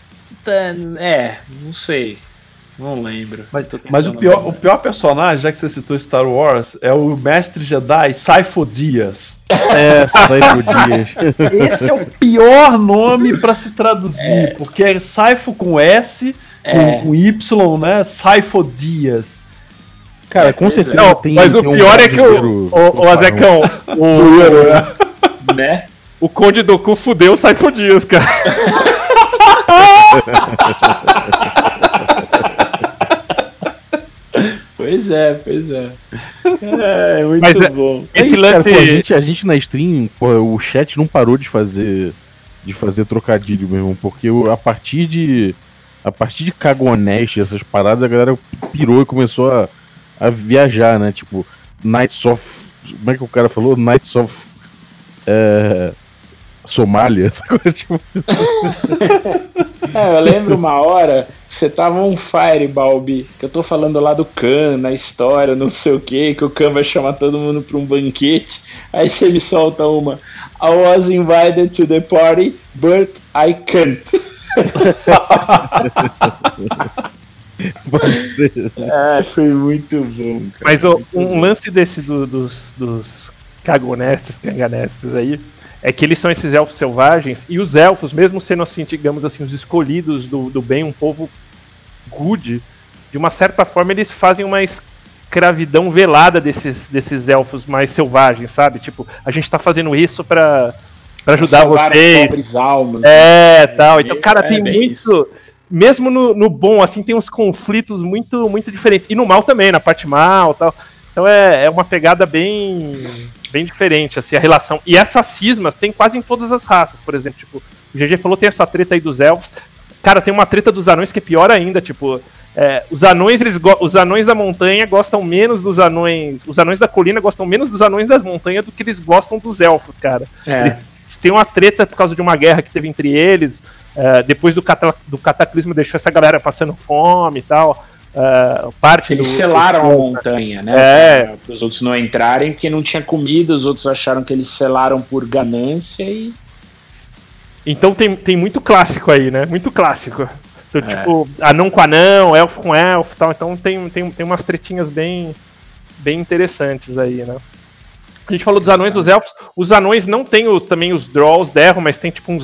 Não sei. Não lembro. Mas o pior personagem, já que você citou Star Wars, é o Mestre Jedi Saifo Dyas. Saifo Dyas. Esse é o pior nome pra se traduzir, porque é Saifo com S, com Y, né? Saifo Dyas. Cara, com certeza não, tem. Mas o pior é que o Azecão, né? O Conde Dooku fudeu o Saifo Dyas, cara. Pois é. É muito bom. Esse lance, cara, a gente na stream, o chat não parou de fazer trocadilho mesmo, porque a partir de Cagonest, essas paradas, a galera pirou e começou a viajar, né? Tipo, Knights of... Como é que o cara falou? Knights of... Somália, tipo... Eu lembro uma hora que você tava on fire, Balbi, que eu tô falando lá do Khan, na história, não sei o que o Khan vai chamar todo mundo pra um banquete, aí você me solta uma: I was invited to the party, but I can't. Foi muito bom, cara. Mas um lance desse dos Cagonestes, Kanganestes aí, é que eles são esses elfos selvagens, e os elfos, mesmo sendo assim, digamos assim, os escolhidos do bem, um povo good, de uma certa forma eles fazem uma escravidão velada desses elfos mais selvagens, sabe? Tipo, a gente tá fazendo isso pra ajudar vocês. Pobres almas, tal. Então, cara, tem muito... Isso. Mesmo no bom, assim, tem uns conflitos muito, muito diferentes. E no mal também, na parte mal, tal. Então é uma pegada bem diferente, assim, a relação. E essas cismas tem quase em todas as raças, por exemplo. Tipo, o GG falou, tem essa treta aí dos elfos. Cara, tem uma treta dos anões que é pior ainda, tipo... os anões da montanha gostam menos dos anões... Os anões da colina gostam menos dos anões das montanhas do que eles gostam dos elfos, cara. Eles têm uma treta por causa de uma guerra que teve entre eles. Depois do cataclismo deixou essa galera passando fome e tal. Eles selaram a montanha, né? Para os outros não entrarem, porque não tinha comida, os outros acharam que eles selaram por ganância e... Então tem muito clássico aí, né? Muito clássico. Então, tipo, anão com anão, elfo com elfo e tal. Então tem umas tretinhas bem interessantes aí, né? A gente falou dos anões e dos elfos. Os anões não tem também os Drolls, Derro, mas tem tipo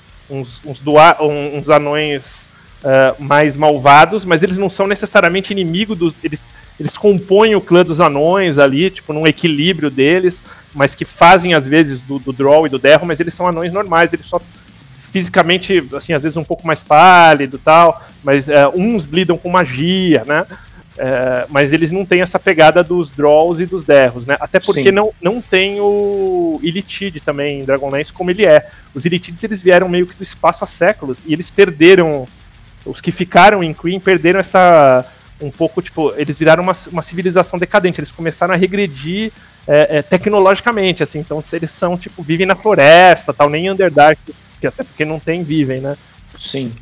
uns anões mais malvados, mas eles não são necessariamente inimigos dos... Eles compõem o clã dos anões ali, tipo, num equilíbrio deles, mas que fazem, às vezes, do Droll e do Derro, mas eles são anões normais, eles só fisicamente, assim, às vezes um pouco mais pálido e tal, mas uns lidam com magia, né? Mas eles não têm essa pegada dos Drolls e dos Derros, né? Até porque não tem o Illithid também em Dragonlance como ele é. Os Illithids, eles vieram meio que do espaço há séculos, e eles perderam... Os que ficaram em Krynn perderam essa... Um pouco, tipo, eles viraram uma civilização decadente, eles começaram a regredir tecnologicamente, assim, então eles são, tipo, vivem na floresta, tal, nem em Underdark, até porque não vivem, né? Sim.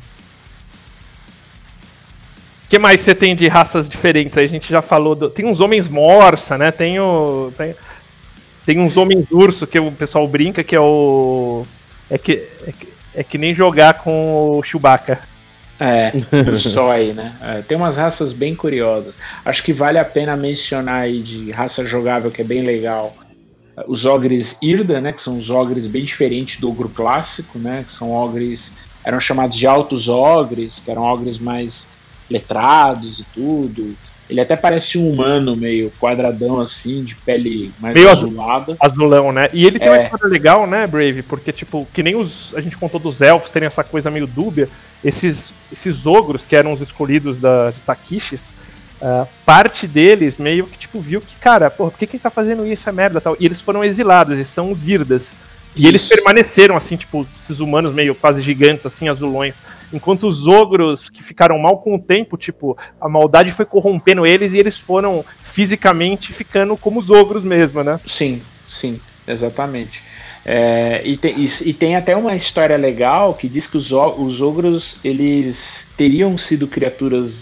O que mais você tem de raças diferentes? Aí a gente já falou, tem uns homens morsa, né, tem uns homens urso, que o pessoal brinca, que é o... É que nem jogar com o Chewbacca. Só aí, né? Tem umas raças bem curiosas. Acho que vale a pena mencionar aí de raça jogável que é bem legal. Os ogres Irda, né? Que são os ogres bem diferentes do ogro clássico, né? Que são ogres... Eram chamados de altos ogres, que eram ogres mais letrados e tudo. Ele até parece um humano meio quadradão assim, de pele mais meio azulada. Azulão, né? E ele tem uma história legal, né, Brave? Porque, tipo, que nem a gente contou dos elfos terem essa coisa meio dúbia, esses ogros, que eram os escolhidos de Takishis, parte deles meio que, tipo, viu que, cara, porra, por que quem tá fazendo isso é merda tal? E eles foram exilados, e são os Irdas. E eles permaneceram, assim, tipo, esses humanos meio quase gigantes, assim, azulões. Enquanto os ogros que ficaram mal com o tempo, tipo, a maldade foi corrompendo eles e eles foram fisicamente ficando como os ogros mesmo, né? Sim, exatamente. E tem até uma história legal que diz que os ogros, eles teriam sido criaturas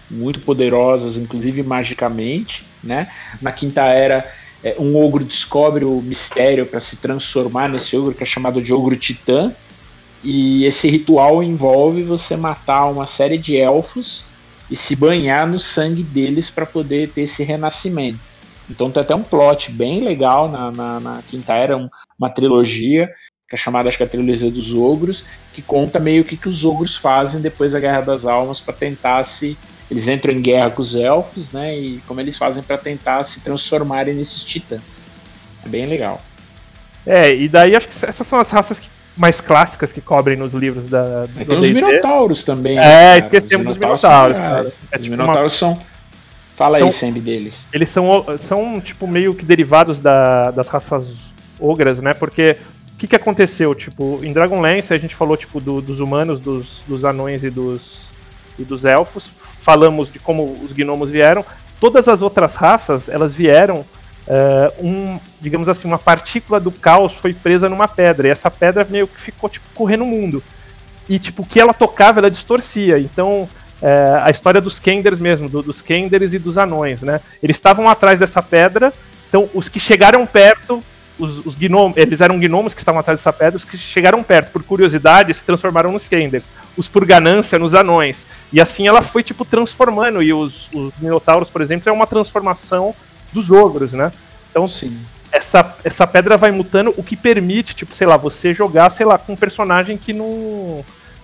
muito poderosas, inclusive magicamente, né? Na Quinta Era, um ogro descobre o mistério para se transformar nesse ogro, que é chamado de ogro titã, e esse ritual envolve você matar uma série de elfos e se banhar no sangue deles para poder ter esse renascimento. Então tem até um plot bem legal na Quinta Era, uma trilogia, que é chamada, acho que é a Trilogia dos Ogros, que conta meio o que os ogros fazem depois da Guerra das Almas para tentar se... Eles entram em guerra com os elfos, né? E como eles fazem para tentar se transformarem nesses titãs. É bem legal. E daí acho que essas são as raças mais clássicas que cobrem nos livros da tem os Minotauros também. Porque temos os Minotauros. Os Minotauros são... Fala aí, Sambi, deles. Eles são tipo, meio que derivados das raças ogras, né? Porque o que aconteceu? Tipo, em Dragonlance a gente falou tipo, dos humanos, dos anões e dos elfos. Falamos de como os gnomos vieram. Todas as outras raças, elas vieram... digamos assim, uma partícula do caos foi presa numa pedra. E essa pedra meio que ficou tipo, correndo o mundo. E tipo, o que ela tocava, ela distorcia. Então... a história dos Kenders mesmo, dos Kenders e dos anões, né? Eles estavam atrás dessa pedra, então os que chegaram perto, os gnomos, eles eram gnomos que estavam atrás dessa pedra, os que chegaram perto por curiosidade se transformaram nos Kenders, os por ganância nos anões, e assim ela foi tipo transformando, e os Minotauros, por exemplo, é uma transformação dos ogros, né? Então, sim, essa pedra vai mutando, o que permite, tipo, sei lá, você jogar, sei lá, com um personagem que não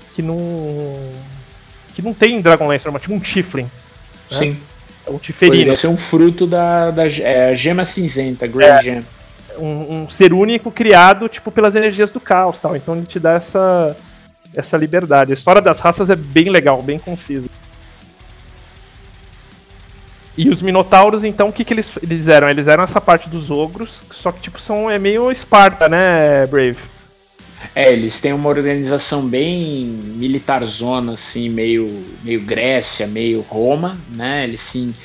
tem Dragonlance normal, tipo um Tiflin. Né? Sim. O Tiferino. Poderia ser um fruto da gema cinzenta, Grey Gem. Um ser único criado tipo, pelas energias do caos. Tal. Então ele te dá essa liberdade. A história das raças é bem legal, bem concisa. E os Minotauros, então, o que eles eram? Eles eram essa parte dos ogros, só que tipo, é meio Esparta, né, Brave? Eles têm uma organização bem militarzona, assim, meio Grécia, meio Roma, né? Eles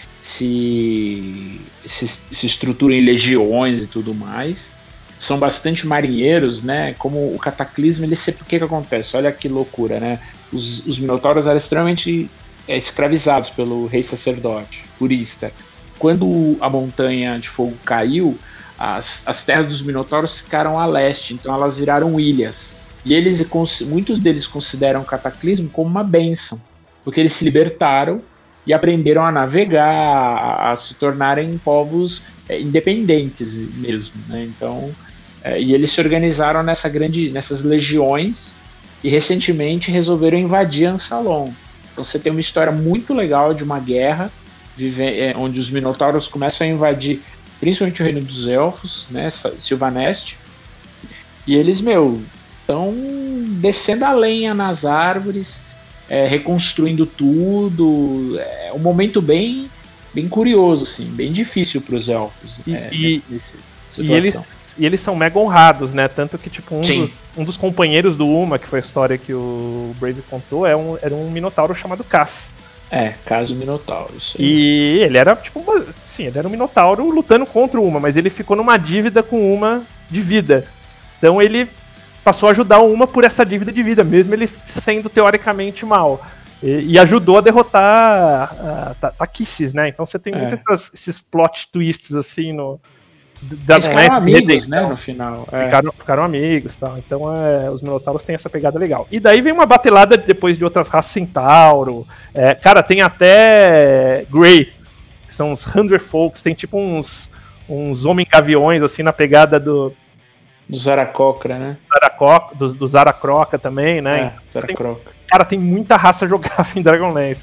se estruturam em legiões e tudo mais. São bastante marinheiros, né? Como o Cataclisma, o que acontece? Olha que loucura, né? Os Minotauros eram extremamente escravizados pelo rei sacerdote, Purista. Quando a Montanha de Fogo caiu, as terras dos Minotauros ficaram a leste, então elas viraram ilhas. E muitos deles consideram o Cataclismo como uma bênção, porque eles se libertaram e aprenderam a navegar, a se tornarem povos independentes mesmo, né? Então, e eles se organizaram nessas legiões e recentemente resolveram invadir Ansalon. Então você tem uma história muito legal de uma guerra onde os Minotauros começam a invadir principalmente o reino dos elfos, né, Sylvanest, e eles, estão descendo a lenha nas árvores, reconstruindo tudo, é um momento bem curioso, assim, bem difícil para os elfos, nessa situação. E eles são mega honrados, né, tanto que tipo, um dos companheiros do Uma, que foi a história que o Brave contou, era um Minotauro chamado Cass. Caso Minotauro. E ele era tipo ele era um Minotauro lutando contra o Uma, mas ele ficou numa dívida com o Uma de vida. Então ele passou a ajudar o Uma por essa dívida de vida, mesmo ele sendo teoricamente mal. E ajudou a derrotar a Takissis, né? Então você tem muitos esses plot twists assim no. Eles ficaram amigos, né, no final. Ficaram amigos e tal. Então os Minotauros têm essa pegada legal. E daí vem uma batelada depois de outras raças, Centauro. Cara, tem até Grey, que são os Hunderfolks. Tem tipo uns homem-gaviões, assim, na pegada do Zaracocra, né? Do Zaracroca também, né? Zaracroca. Cara, tem muita raça jogável em Dragonlance.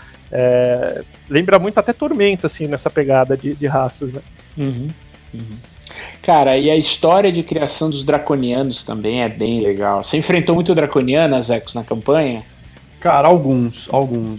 Lembra muito até Tormenta, assim, nessa pegada de raças, né? Uhum. Cara, e a história de criação dos draconianos também é bem legal. Você enfrentou muito draconianas, Ecos, na campanha? Cara, alguns.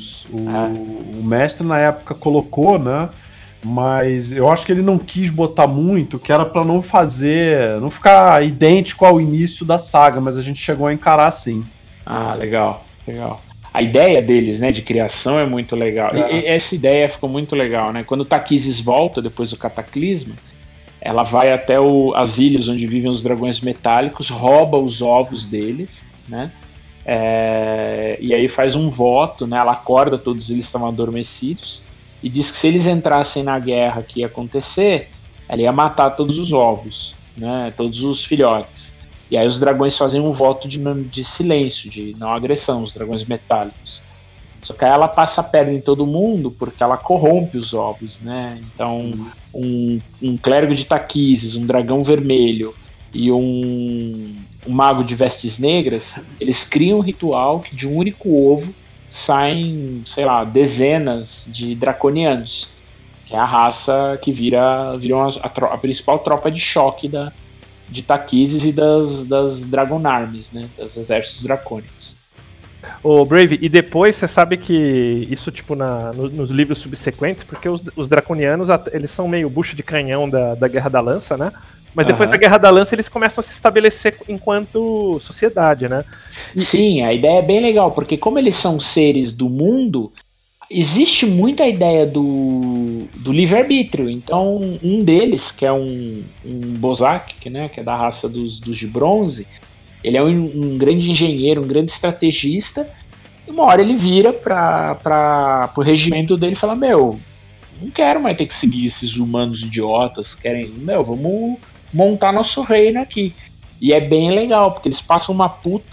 O mestre na época colocou, né? Mas eu acho que ele não quis botar muito, que era pra não ficar idêntico ao início da saga, mas a gente chegou a encarar sim. Ah, legal. A ideia deles, né, de criação é muito legal. E essa ideia ficou muito legal, né? Quando Takissis volta depois do Cataclisma, ela vai até as ilhas onde vivem os dragões metálicos, rouba os ovos deles, né? E aí faz um voto, né? Ela acorda, todos eles estão adormecidos, e diz que se eles entrassem na guerra que ia acontecer, ela ia matar todos os ovos, né? Todos os filhotes. E aí os dragões fazem um voto de silêncio, de não agressão, os dragões metálicos. Só que aí ela passa a perna em todo mundo porque ela corrompe os ovos, né? Então, um clérigo de Taquises, um dragão vermelho e um mago de vestes negras, eles criam um ritual que de um único ovo saem, sei lá, dezenas de draconianos, que é a raça que viram a principal tropa de choque de Taquises e das Dragon Armies, né? Dos exércitos dracônicos. Ô, Brave, e depois você sabe que isso, tipo, nos livros subsequentes, porque os draconianos, eles são meio bucho de canhão da Guerra da Lança, né? Mas depois da Guerra da Lança eles começam a se estabelecer enquanto sociedade, né? Sim, a ideia é bem legal, porque como eles são seres do mundo, existe muita ideia do livre-arbítrio. Então, um deles, que é um Bozak, né, que é da raça dos de bronze, ele é um grande engenheiro, um grande estrategista, e uma hora ele vira pro regimento dele e fala, não quero mais ter que seguir esses humanos idiotas, vamos montar nosso reino aqui. E é bem legal, porque eles passam um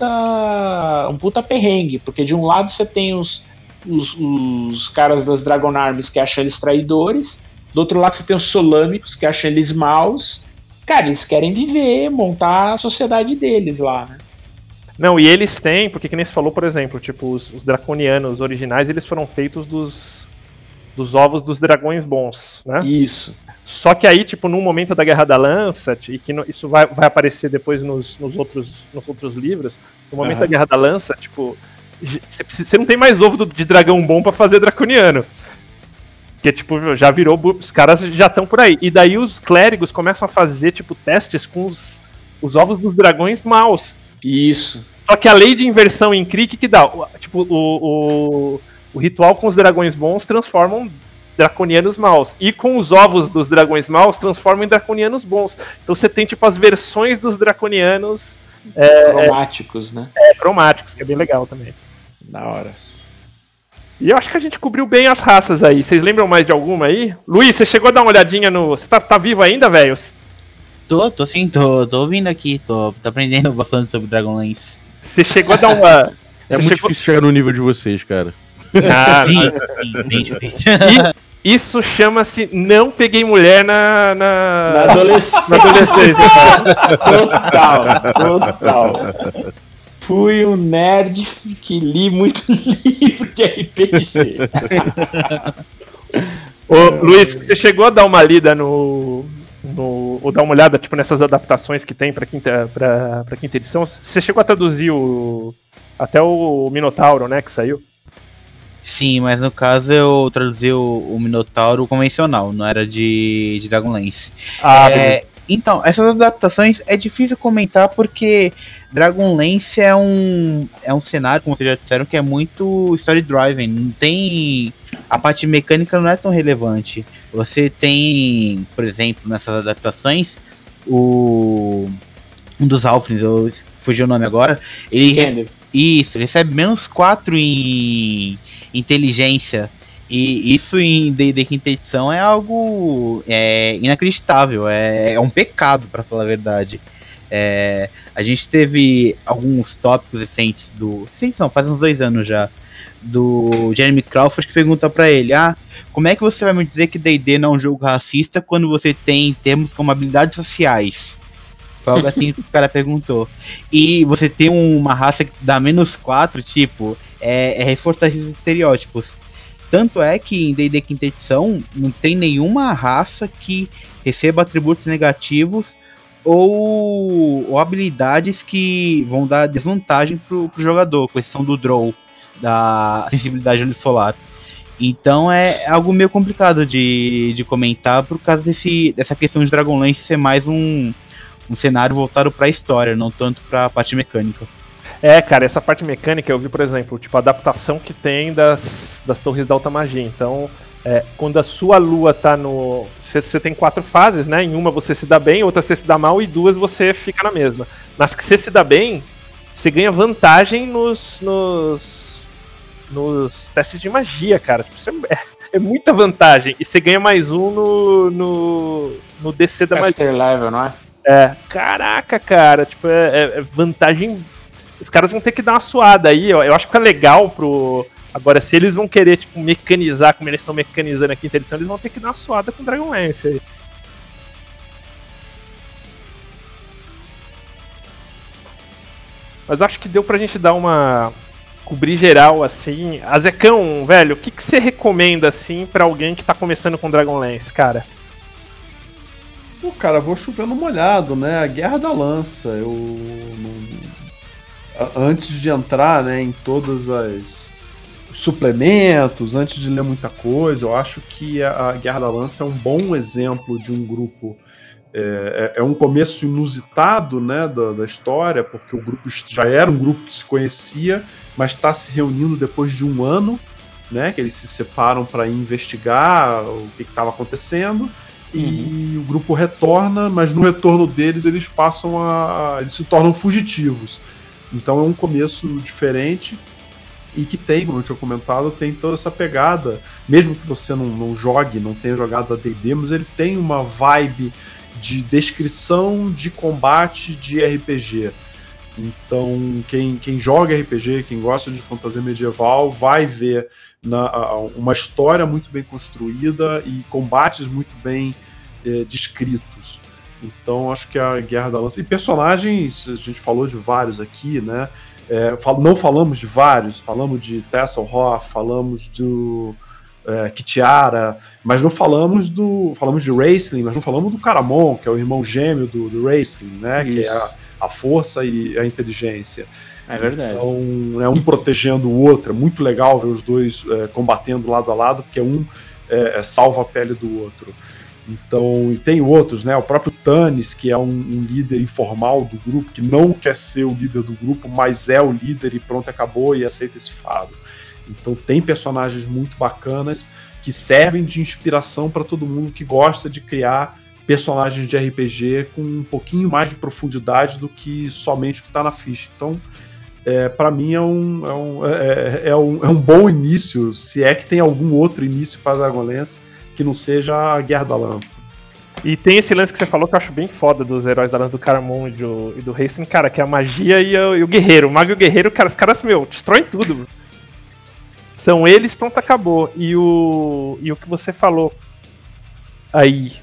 puta perrengue, porque de um lado você tem os caras das Dragon Armies que acham eles traidores, do outro lado você tem os Solâmicos que acham eles maus. Cara, eles querem viver, montar a sociedade deles lá, né? Não, e eles têm, porque que nem você falou, por exemplo, tipo, os draconianos originais, eles foram feitos dos ovos dos dragões bons, né? Isso. Só que aí, tipo, num momento da Guerra da Lança, e que isso vai aparecer depois nos outros livros, no momento da Guerra da Lança, tipo, você não tem mais ovo de dragão bom pra fazer draconiano. Porque, tipo, já virou, os caras já estão por aí. E daí os clérigos começam a fazer, tipo, testes com os ovos dos dragões maus. Isso. Só que a lei de inversão em Kree, que dá? Tipo, o ritual com os dragões bons transformam draconianos maus. E com os ovos dos dragões maus, transformam em draconianos bons. Então você tem, tipo, as versões dos draconianos... cromáticos, né? Cromáticos, que é bem legal também. Da hora. E eu acho que a gente cobriu bem as raças aí. Vocês lembram mais de alguma aí? Luiz, você chegou a dar uma olhadinha no... Você tá vivo ainda, velho? Tô sim, tô ouvindo aqui, tô aprendendo bastante sobre Dragonlance. Você chegou a dar uma... É muito difícil chegar no nível de vocês, cara. Sim, bem difícil. Isso chama-se Não Peguei Mulher na adolescência. Total. Fui um nerd que li muito livro de RPG. Ô, Luiz, você chegou a dar uma lida ou dar uma olhada, tipo, nessas adaptações que tem pra quinta edição? Você chegou a traduzir até o Minotauro, né, que saiu? Sim, mas no caso eu traduzi o Minotauro convencional, não era de Dragonlance. Então, essas adaptações é difícil comentar porque Dragonlance é um cenário, como vocês já disseram, que é muito story-driven. Não tem... A parte mecânica não é tão relevante. Você tem, por exemplo, nessas adaptações, um dos Alfrins, eu fugi o nome agora, ele recebe -4 em inteligência. E isso em D&D quinta edição é algo inacreditável, é um pecado, pra falar a verdade. A gente teve alguns tópicos recentes faz uns 2 anos já, do Jeremy Crawford, que pergunta pra ele, como é que você vai me dizer que D&D não é um jogo racista quando você tem termos como habilidades sociais? Foi algo assim que o cara perguntou. E você tem uma raça que dá -4, tipo, reforçar esses estereótipos. Tanto é que em D&D quinta edição não tem nenhuma raça que receba atributos negativos ou habilidades que vão dar desvantagem pro jogador, com exceção do Drow, da sensibilidade solar. Então é algo meio complicado de comentar por causa dessa questão de Dragonlance ser mais um cenário voltado pra história, não tanto pra parte mecânica. Cara, essa parte mecânica eu vi, por exemplo, tipo, a adaptação que tem das torres da alta magia. Então, quando a sua lua tá no... Você tem 4 fases, né? Em uma você se dá bem, outra você se dá mal e 2 você fica na mesma. Nas que você se dá bem, você ganha vantagem nos testes de magia, cara. Tipo, isso é muita vantagem. E você ganha mais um no DC da magia. Level, não é? Caraca, cara. Tipo, é vantagem. Os caras vão ter que dar uma suada aí. Eu acho que fica legal pro... Agora, se eles vão querer, tipo, mecanizar como eles estão mecanizando aqui a quinta edição, eles vão ter que dar uma suada com Dragonlance aí. Mas acho que deu pra gente dar uma... cobrir geral, assim. Azecão, velho, o que você recomenda, assim, pra alguém que tá começando com Dragonlance, cara? Pô, cara, vou chovendo molhado, né? A Guerra da Lança. Antes de entrar, né, em todas as suplementos, antes de ler muita coisa, eu acho que a Guerra da Lança é um bom exemplo de um grupo. É um começo inusitado, né, da história, porque o grupo já era um grupo que se conhecia, mas está se reunindo depois de um ano, né, que eles se separam para investigar o que estava acontecendo, e o grupo retorna, mas no retorno deles eles eles se tornam fugitivos. Então é um começo diferente e que tem, como eu tinha comentado, tem toda essa pegada, mesmo que você não jogue, não tenha jogado a D&D, mas ele tem uma vibe de descrição de combate de RPG. Então quem joga RPG, quem gosta de fantasia medieval, vai ver uma história muito bem construída e combates muito bem descritos. Então acho que a Guerra da Lança... E personagens, a gente falou de vários aqui, né? Não falamos de vários, falamos de Tasselhoff, falamos do Kitiara, mas não falamos de Raistlin, mas não falamos do Caramon, que é o irmão gêmeo do Raistlin, né? Isso. Que é a força e a inteligência. É verdade. Então, um protegendo o outro, é muito legal ver os dois combatendo lado a lado, porque um salva a pele do outro. Então, e tem outros, né? O próprio Tannis, que é um líder informal do grupo, que não quer ser o líder do grupo, mas é o líder e pronto, acabou e aceita esse fardo. Então tem personagens muito bacanas que servem de inspiração para todo mundo que gosta de criar personagens de RPG com um pouquinho mais de profundidade do que somente o que está na ficha. Então, para mim é um bom início, se é que tem algum outro início para Dragonlance que não seja a Guerra da Lança. E tem esse lance que você falou que eu acho bem foda dos heróis da Lança, do Caramon e do Raistlin, cara, que é a magia e o guerreiro. O mago e o guerreiro, cara, os caras, destroem tudo. São eles, pronto, acabou. E o que você falou aí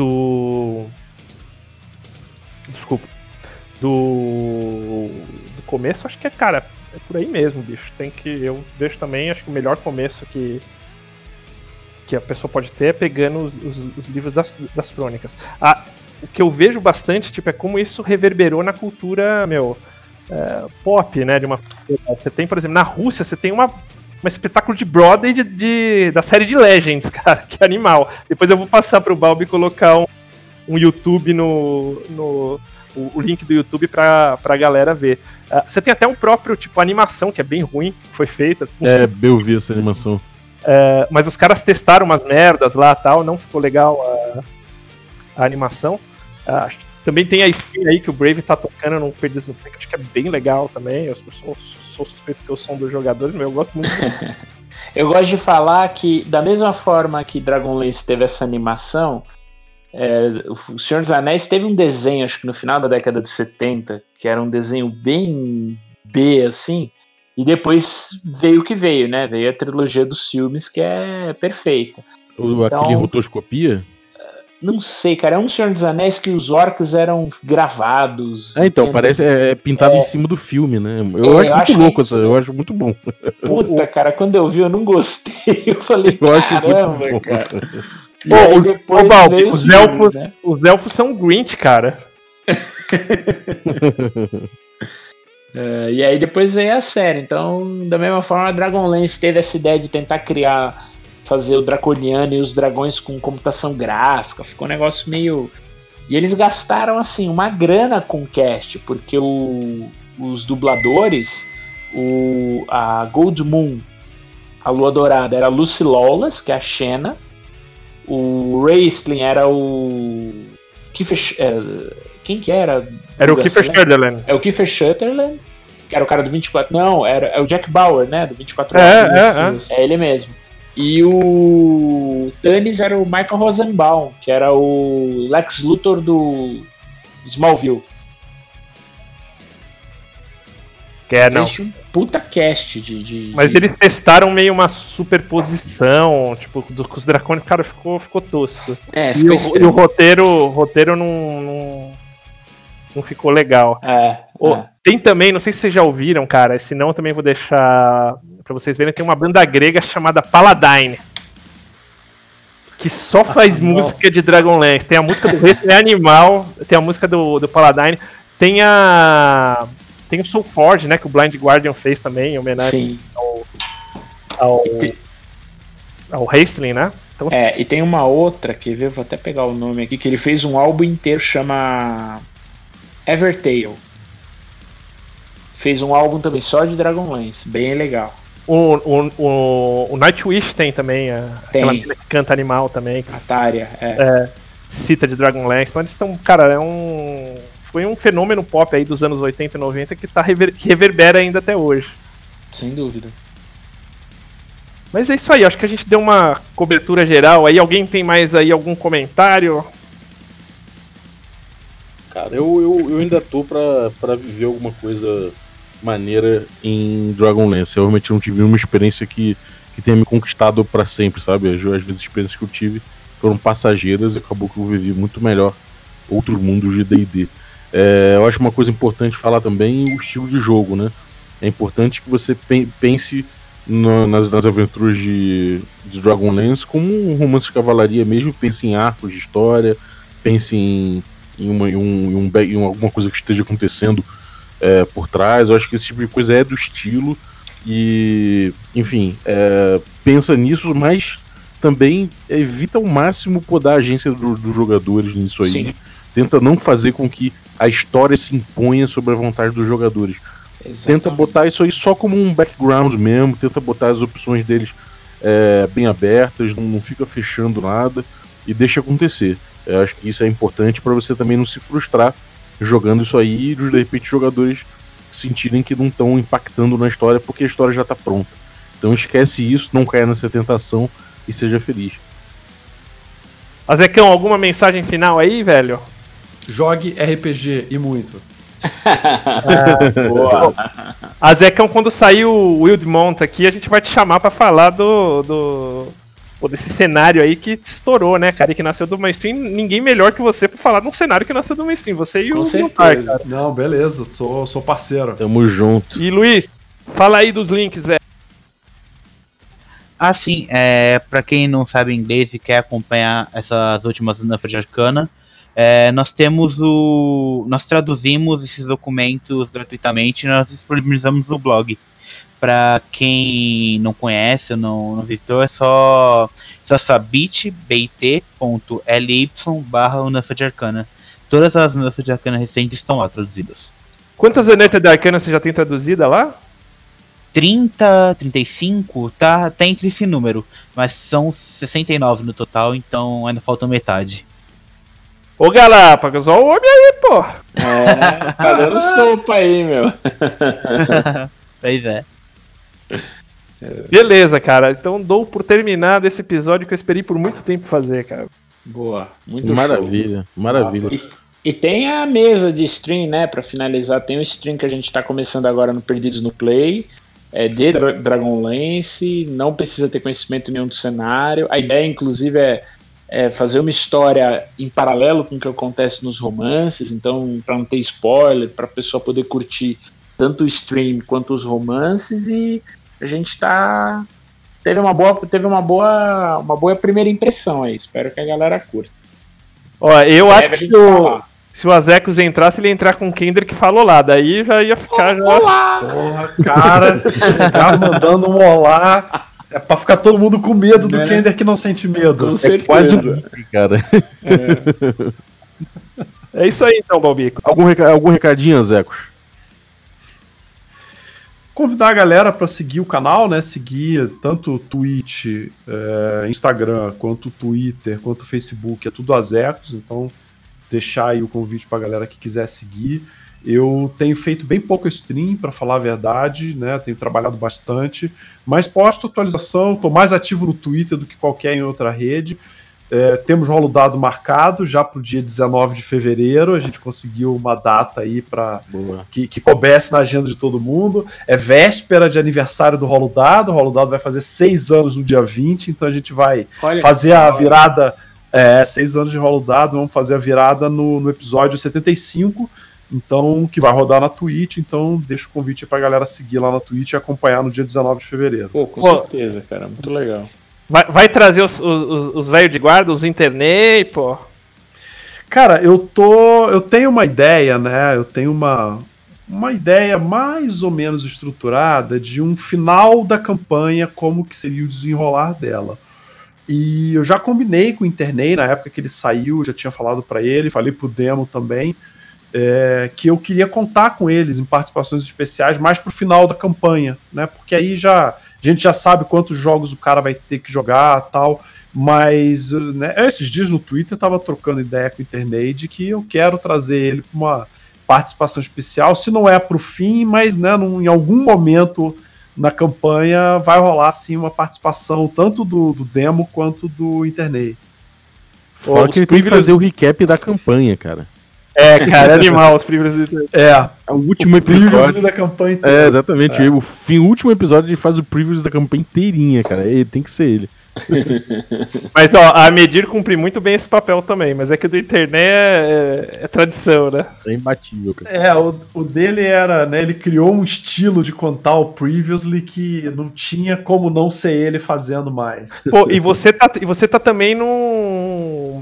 do começo, acho que cara, é por aí mesmo, bicho. Eu vejo também, acho que o melhor começo que a pessoa pode ter é pegando os livros das crônicas. O que eu vejo bastante, tipo, é como isso reverberou na cultura, pop, né? Você tem, por exemplo, na Rússia, você tem um espetáculo de Broadway da série de Legends, cara, que animal. Depois eu vou passar pro Balbi colocar um YouTube o link do YouTube pra galera ver. Você tem até um próprio, tipo, animação, que é bem ruim, foi feita. Eu vi essa animação. Mas os caras testaram umas merdas lá e tal, não ficou legal a animação. Também tem a skin aí que o Brave tá tocando, eu não perdi isso no clique, acho que é bem legal também. Eu sou suspeito pelo som dos jogadores, mas eu gosto muito. Eu gosto de falar que, da mesma forma que Dragonlance teve essa animação, o Senhor dos Anéis teve um desenho, acho que no final da década de 70, que era um desenho bem B, assim, e depois veio o que veio, né? Veio a trilogia dos filmes, que é perfeita. Aquele rotoscopia? Não sei, cara, é um Senhor dos Anéis que os orcs eram gravados. Então, parece pintado em cima do filme, né? Eu acho muito louco, eu acho muito bom. Puta, cara, quando eu vi eu não gostei. Eu falei, caramba, cara. Os elfos são Grinch, cara. E aí depois veio a série. Então, da mesma forma, a Dragonlance teve essa ideia de tentar fazer o Draconiano e os dragões com computação gráfica. Ficou um negócio meio... E eles gastaram, assim, uma grana com o cast, porque os dubladores, a Gold Moon, a Lua Dourada, era a Lucy Lawless, que é a Xena. O Raistlin era o... quem que era? Era o Kiefer Sutherland. É o Kiefer Sutherland. que era o cara do 24. Não, é o Jack Bauer, né? Do 24 horas. É ele mesmo. E o Tannis era o Michael Rosenbaum, que era o Lex Luthor do Smallville. Não. Um puta cast Mas eles testaram meio uma superposição, tipo, com os dracônicos, cara, ficou tosco. E o roteiro não ficou legal. Tem também, não sei se vocês já ouviram, cara, senão eu também vou deixar pra vocês verem, tem uma banda grega chamada Paladine, que só faz música de Dragonlance. Tem a música do Rei Animal, tem a música do Paladine, tem o Soulforge, né, que o Blind Guardian fez também, em homenagem ao Hastling, né? Então... e tem uma outra, que eu vou até pegar o nome aqui, que ele fez um álbum inteiro, chama Evertale. Fez um álbum também só de Dragonlance, bem legal. O Nightwish tem também, aquela que canta animal também. Ataria, cita de Dragonlance. Então eles estão, cara, foi um fenômeno pop aí dos anos 80 e 90 que que reverbera ainda até hoje. Sem dúvida. Mas é isso aí, acho que a gente deu uma cobertura geral. Aí alguém tem mais aí algum comentário? Cara, eu ainda tô pra viver alguma coisa maneira em Dragonlance. Eu realmente não tive uma experiência que tenha me conquistado pra sempre, sabe? Às vezes as experiências que eu tive foram passageiras e acabou que eu vivi muito melhor outros mundos de D&D. Eu acho uma coisa importante falar também o estilo de jogo, né? É importante que você pense nas aventuras de Dragonlance como um romance de cavalaria mesmo, pense em arcos de história, pense em alguma coisa que esteja acontecendo por trás. Eu acho que esse tipo de coisa é do estilo e, enfim, pensa nisso, mas também evita ao máximo podar a agência dos jogadores nisso aí. Sim. Tenta não fazer com que a história se imponha sobre a vontade dos jogadores. Exatamente. Tenta botar isso aí só como um background mesmo, tenta botar as opções deles bem abertas, não fica fechando nada e deixa acontecer. Eu acho que isso é importante para você também não se frustrar jogando isso aí e de repente os jogadores sentirem que não estão impactando na história porque a história já está pronta. Então esquece isso, não caia nessa tentação e seja feliz. Azecão, alguma mensagem final aí, velho? Jogue RPG e muito. Boa. Azecão, quando sair o Wildmont aqui, a gente vai te chamar pra falar desse cenário aí que estourou, né, cara? E que nasceu do mainstream. Ninguém melhor que você pra falar de um cenário que nasceu do mainstream. Você e o Montar, cara. Não, beleza. Sou parceiro. Tamo junto. E Luiz, fala aí dos links, velho. Sim, pra quem não sabe inglês e quer acompanhar essas últimas nerfs de Arcana, nós traduzimos esses documentos gratuitamente e nós disponibilizamos no blog. Pra quem não conhece ou não visitou, é só bit.ly/nerf de Arcana. Todas as nerfs de Arcana recentes estão lá traduzidas. Quantas nerfs de Arcana você já tem traduzida lá? 30, 35, tá entre esse número, mas são 69 no total, então ainda falta metade. Ô Galápagos, ó o homem aí, pô! Tá dando sopa aí, meu. Pois é. Beleza, cara, então dou por terminado esse episódio que eu esperei por muito tempo fazer, cara. Boa, muito maravilha, show. Maravilha. E tem a mesa de stream, né, pra finalizar, tem o stream que a gente tá começando agora no Perdidos no Play, de Dragonlance, não precisa ter conhecimento nenhum do cenário, a ideia inclusive é fazer uma história em paralelo com o que acontece nos romances, então pra não ter spoiler, pra pessoa poder curtir tanto o stream quanto os romances, e a gente teve uma boa primeira impressão aí, espero que a galera curta. Ó, eu acho que se o Azecos entrasse, ele ia entrar com o Kendrick que falou lá, daí já ia ficar... Olá! Porra, cara, chegar mandando um olá, é pra ficar todo mundo com medo do Kendrick que não sente medo. É quase cara. É isso aí então, Balbico. Algum recadinho, Zecos? Convidar a galera para seguir o canal, né? Seguir tanto o Twitch, Instagram, quanto o Twitter, quanto o Facebook, é tudo Azecos, então deixar aí o convite pra galera que quiser seguir. Eu tenho feito bem pouco stream, para falar a verdade, né? Tenho trabalhado bastante, mas posto atualização, estou mais ativo no Twitter do que qualquer em outra rede. Temos rolo dado marcado já para o dia 19 de fevereiro. A gente conseguiu uma data aí para que coubesse na agenda de todo mundo. É véspera de aniversário do rolo dado. O rolo dado vai fazer 6 anos no dia 20, então a gente vai fazer a virada. 6 anos de rolo dado, vamos fazer a virada no episódio 75. Então, que vai rodar na Twitch, então deixa o convite pra galera seguir lá na Twitch e acompanhar no dia 19 de fevereiro. Pô, com certeza, cara, muito legal. Vai trazer os velhos de guarda, os internet, pô? Cara, eu tenho uma ideia, né, eu tenho uma ideia mais ou menos estruturada de um final da campanha, como que seria o desenrolar dela. E eu já combinei com o Internet, na época que ele saiu, já tinha falado pra ele, falei pro Demo também, que eu queria contar com eles em participações especiais mais pro final da campanha, né? Porque aí a gente já sabe quantos jogos o cara vai ter que jogar e tal, mas né, esses dias no Twitter eu tava trocando ideia com o Internet de que eu quero trazer ele pra uma participação especial, se não é pro fim, mas né, em algum momento na campanha vai rolar sim uma participação tanto do Demo quanto do Internet. Fora que ele tem que fazer o recap da campanha, cara. Cara, é animal os previews. O último episódio da campanha inteira. Exatamente. O último episódio ele faz o previews da campanha inteirinha, cara. Ele tem que ser ele. Mas ó, a Medir cumpre muito bem esse papel também, mas é que o do Internet é tradição, né? É imbatível, cara. O dele era, né? Ele criou um estilo de contar o Previously que não tinha como não ser ele fazendo mais. Pô, e você tá também num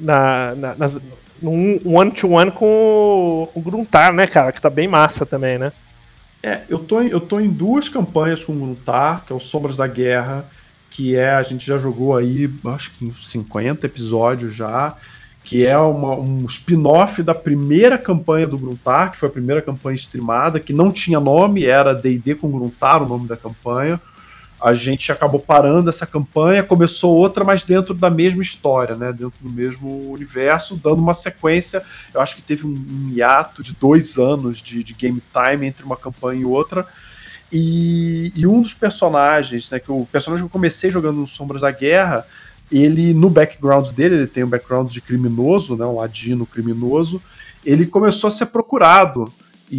one-to-one com o Gruntar, né, cara? Que tá bem massa também, né? Eu tô em 2 campanhas com o Gruntar, que é o Sombras da Guerra, que a gente já jogou aí, acho que uns 50 episódios já, que é um spin-off da primeira campanha do Gruntar, que foi a primeira campanha streamada, que não tinha nome, era D&D com Gruntar, o nome da campanha. A gente acabou parando essa campanha, começou outra, mas dentro da mesma história, né? Dentro do mesmo universo, dando uma sequência. Eu acho que teve um hiato de 2 anos de game time entre uma campanha e outra. E um dos personagens, né? O personagem que eu comecei jogando no Sombras da Guerra, ele, no background dele, ele tem um background de criminoso, né? Um ladino criminoso. Ele começou a ser procurado.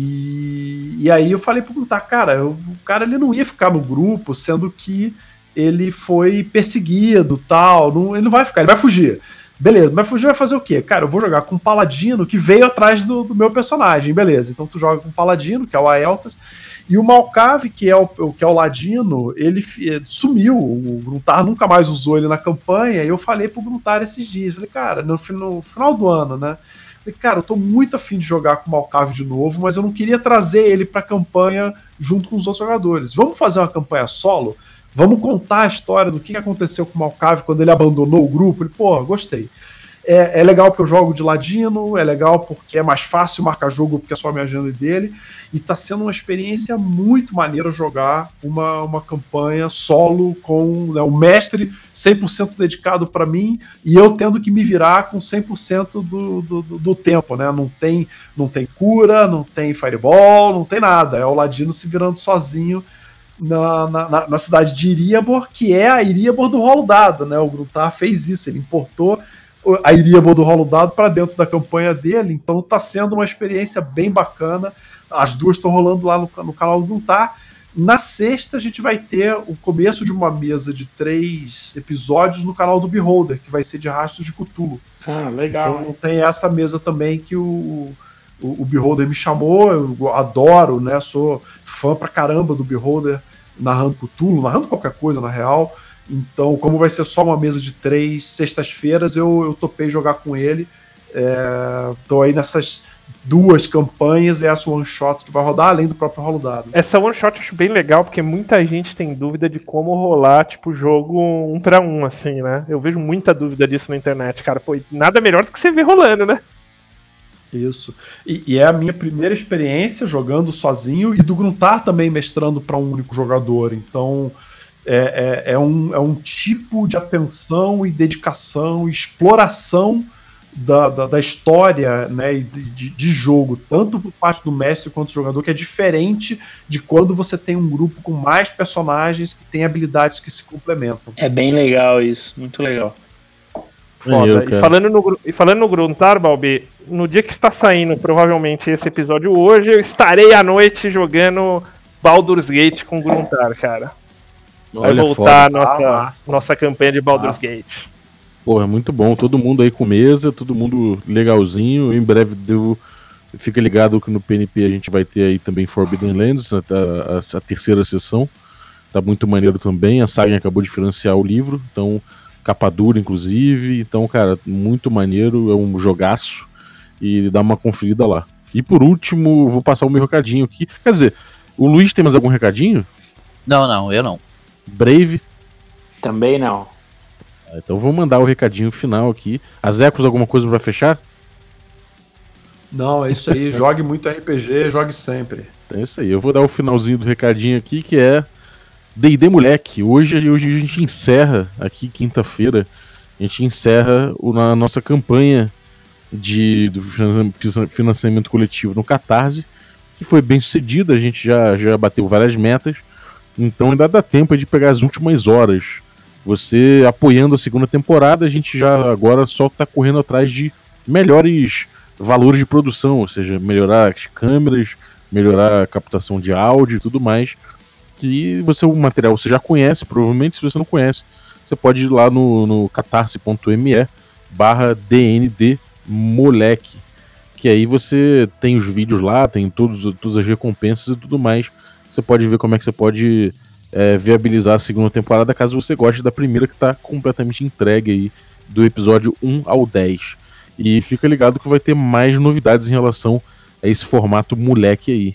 E aí eu falei pro Gruntar, cara, o cara ele não ia ficar no grupo, sendo que ele foi perseguido, tal, ele não vai ficar, ele vai fugir. Beleza, mas fugir vai fazer o quê? Cara, eu vou jogar com um paladino que veio atrás do meu personagem, beleza. Então tu joga com um paladino, que é o Aeltas, e o Malcave, que é o ladino, ele sumiu, o Gruntar nunca mais usou ele na campanha, e eu falei pro Gruntar esses dias, falei, cara, no final do ano, né? Falei, cara, eu tô muito afim de jogar com o Malcave de novo, mas eu não queria trazer ele pra campanha junto com os outros jogadores. Vamos fazer uma campanha solo? Vamos contar a história do que aconteceu com o Malcave quando ele abandonou o grupo? Ele, pô, gostei. É legal porque eu jogo de ladino, é legal porque é mais fácil marcar jogo porque é só a minha agenda dele, e tá sendo uma experiência muito maneira jogar uma campanha solo com, né, o mestre 100% dedicado para mim e eu tendo que me virar com 100% do tempo, né? Não tem cura, não tem fireball, não tem nada, é o ladino se virando sozinho na cidade de Iriabor, que é a Iriabor do rolo dado, né? O Gruntar fez isso, ele importou a Iriabor do rolo dado para dentro da campanha dele, então tá sendo uma experiência bem bacana. As 2 estão rolando lá no canal do Gruntar. Na sexta a gente vai ter o começo de uma mesa de 3 episódios no canal do Beholder, que vai ser de Rastros de Cthulhu. Legal. Então tem essa mesa também que o Beholder me chamou, eu adoro, né? Sou fã pra caramba do Beholder narrando Cthulhu, narrando qualquer coisa na real. Então, como vai ser só uma mesa de 3 sextas-feiras, eu topei jogar com ele. Tô aí nessas 2 campanhas, essa one shot que vai rodar, além do próprio rolo dado. Essa one shot eu acho bem legal, porque muita gente tem dúvida de como rolar, tipo, jogo 1 pra 1, assim, né? Eu vejo muita dúvida disso na internet, cara. Pô, nada melhor do que você ver rolando, né? Isso. E é a minha primeira experiência jogando sozinho e do Gruntar também mestrando para um único jogador. Então é um tipo de atenção e dedicação e exploração da história, né, e de jogo, tanto por parte do mestre quanto do jogador, que é diferente de quando você tem um grupo com mais personagens que tem habilidades que se complementam. É bem legal isso, muito legal. Foda. E falando no Gruntar, Balbi, no dia que está saindo provavelmente esse episódio hoje, eu estarei à noite jogando Baldur's Gate com Gruntar, cara. Vai Olha, voltar foda. nossa campanha de Baldur's Gate. Porra, muito bom. Todo mundo aí com mesa, todo mundo legalzinho. Em breve fica ligado que no PNP a gente vai ter aí também Forbidden Lands, a terceira sessão. Tá muito maneiro também. A Saga acabou de financiar o livro, então capa dura, inclusive. Então, cara, muito maneiro. É um jogaço. E dá uma conferida lá. E por último, vou passar o meu recadinho aqui. Quer dizer, o Luiz tem mais algum recadinho? Não, eu não. Brave? Também não. Então vou mandar o recadinho final aqui. Azecos, alguma coisa pra fechar? Não, é isso aí. Jogue muito RPG, jogue sempre. Então é isso aí. Eu vou dar o finalzinho do recadinho aqui, que é D&D Moleque. Hoje a gente encerra, aqui quinta-feira, a gente encerra a nossa campanha do financiamento coletivo no Catarse, que foi bem sucedida. A gente já bateu várias metas. Então ainda dá tempo de pegar as últimas horas. Você apoiando a segunda temporada, a gente já agora só está correndo atrás de melhores valores de produção, ou seja, melhorar as câmeras, melhorar a captação de áudio e tudo mais. Que o material você já conhece, provavelmente. Se você não conhece, você pode ir lá no catarse.me/DND Moleque, que aí você tem os vídeos lá, tem todas as recompensas e tudo mais. Você pode ver como é que você pode viabilizar a segunda temporada, caso você goste da primeira, que está completamente entregue aí, do episódio 1 ao 10. E fica ligado que vai ter mais novidades em relação a esse formato moleque aí.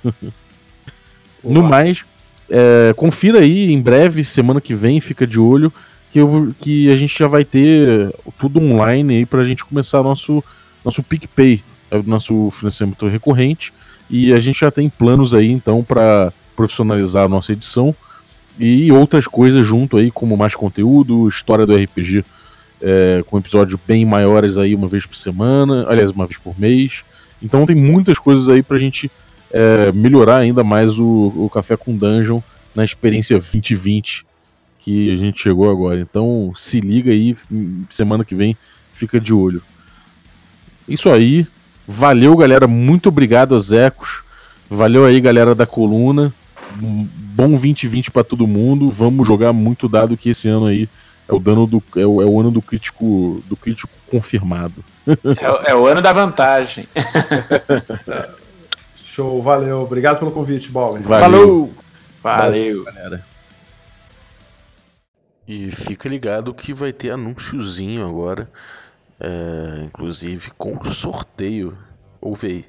No mais, confira aí, em breve, semana que vem, fica de olho, que a gente já vai ter tudo online aí pra gente começar nosso PicPay, nosso financiamento recorrente, e a gente já tem planos aí, então, para profissionalizar a nossa edição e outras coisas junto aí, como mais conteúdo, história do RPG, com episódios bem maiores aí, uma vez por semana, aliás, uma vez por mês. Então tem muitas coisas aí pra gente melhorar ainda mais o Café com Dungeon na experiência 2020 que a gente chegou agora. Então se liga aí, semana que vem fica de olho. Isso aí, valeu galera, muito obrigado aos Ecos, valeu aí galera da coluna, bom 2020 pra todo mundo, vamos jogar muito dado, que esse ano aí é o ano do crítico confirmado. É o ano da vantagem. Show, valeu. Obrigado pelo convite, Balvin. Valeu, galera. E fica ligado que vai ter anúnciozinho agora, inclusive com sorteio. Ouve aí.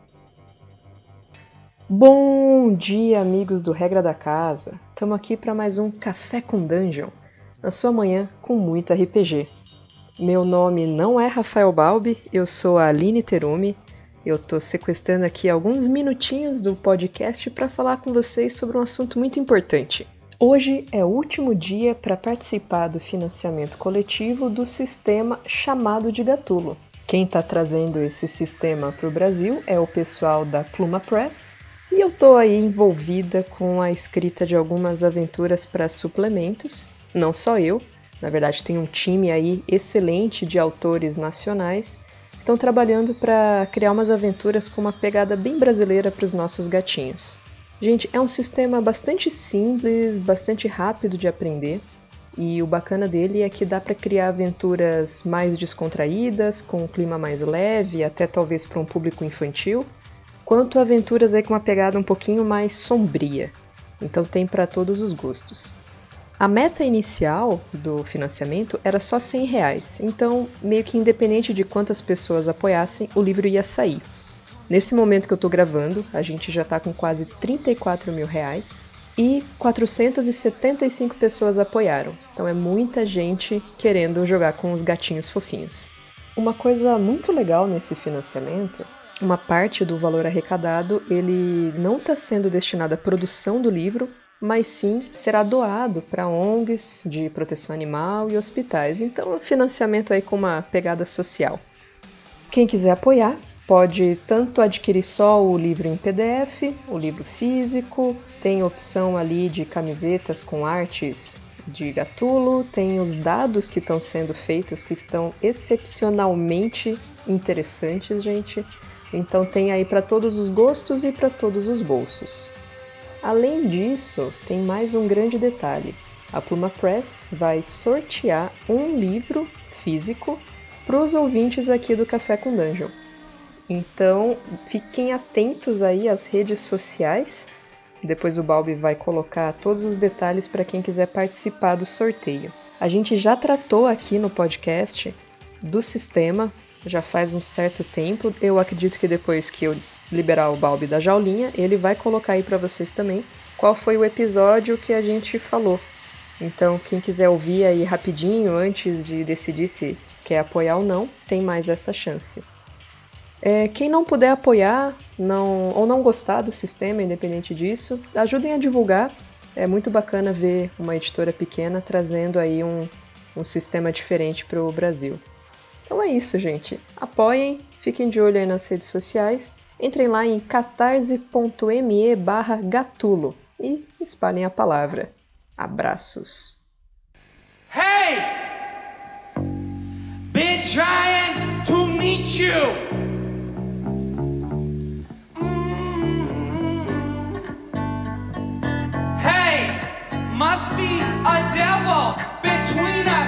Bom dia, amigos do Regra da Casa. Estamos aqui para mais um Café com Dungeon, na sua manhã com muito RPG. Meu nome não é Rafael Balbi, eu sou a Aline Terumi. Eu tô sequestrando aqui alguns minutinhos do podcast para falar com vocês sobre um assunto muito importante. Hoje é o último dia para participar do financiamento coletivo do sistema chamado de Gatulo. Quem está trazendo esse sistema para o Brasil é o pessoal da Pluma Press, e eu tô aí envolvida com a escrita de algumas aventuras para suplementos. Não só eu, na verdade tem um time aí excelente de autores nacionais que estão trabalhando para criar umas aventuras com uma pegada bem brasileira para os nossos gatinhos. Gente, é um sistema bastante simples, bastante rápido de aprender, e o bacana dele é que dá para criar aventuras mais descontraídas, com um clima mais leve, até talvez para um público infantil, quanto aventuras aí com uma pegada um pouquinho mais sombria. Então tem para todos os gostos. A meta inicial do financiamento era só R$100, então meio que independente de quantas pessoas apoiassem, o livro ia sair. Nesse momento que eu estou gravando, a gente já está com quase R$34 mil e 475 pessoas apoiaram, então é muita gente querendo jogar com os gatinhos fofinhos. Uma coisa muito legal nesse financiamento, uma parte do valor arrecadado ele não está sendo destinado à produção do livro, mas sim será doado para ONGs de proteção animal e hospitais. Então é um financiamento aí com uma pegada social. Quem quiser apoiar, pode tanto adquirir só o livro em PDF, o livro físico, tem opção ali de camisetas com artes de Gatulo, tem os dados que estão sendo feitos, que estão excepcionalmente interessantes, gente. Então tem aí para todos os gostos e para todos os bolsos. Além disso, tem mais um grande detalhe. A Pluma Press vai sortear um livro físico para os ouvintes aqui do Café com Dungeon. Então, fiquem atentos aí às redes sociais. Depois o Balbi vai colocar todos os detalhes para quem quiser participar do sorteio. A gente já tratou aqui no podcast do sistema, já faz um certo tempo. Eu acredito que depois que eu liberar o Balbi da jaulinha, ele vai colocar aí para vocês também qual foi o episódio que a gente falou. Então, quem quiser ouvir aí rapidinho, antes de decidir se quer apoiar ou não, tem mais essa chance. Quem não puder apoiar ou não gostar do sistema, independente disso, ajudem a divulgar. É muito bacana ver uma editora pequena trazendo aí um sistema diferente para o Brasil. Então é isso, gente. Apoiem, fiquem de olho aí nas redes sociais, entrem lá em catarse.me/gatulo e espalhem a palavra. Abraços! Hey! Been trying to meet you! Hey, must be a devil between us.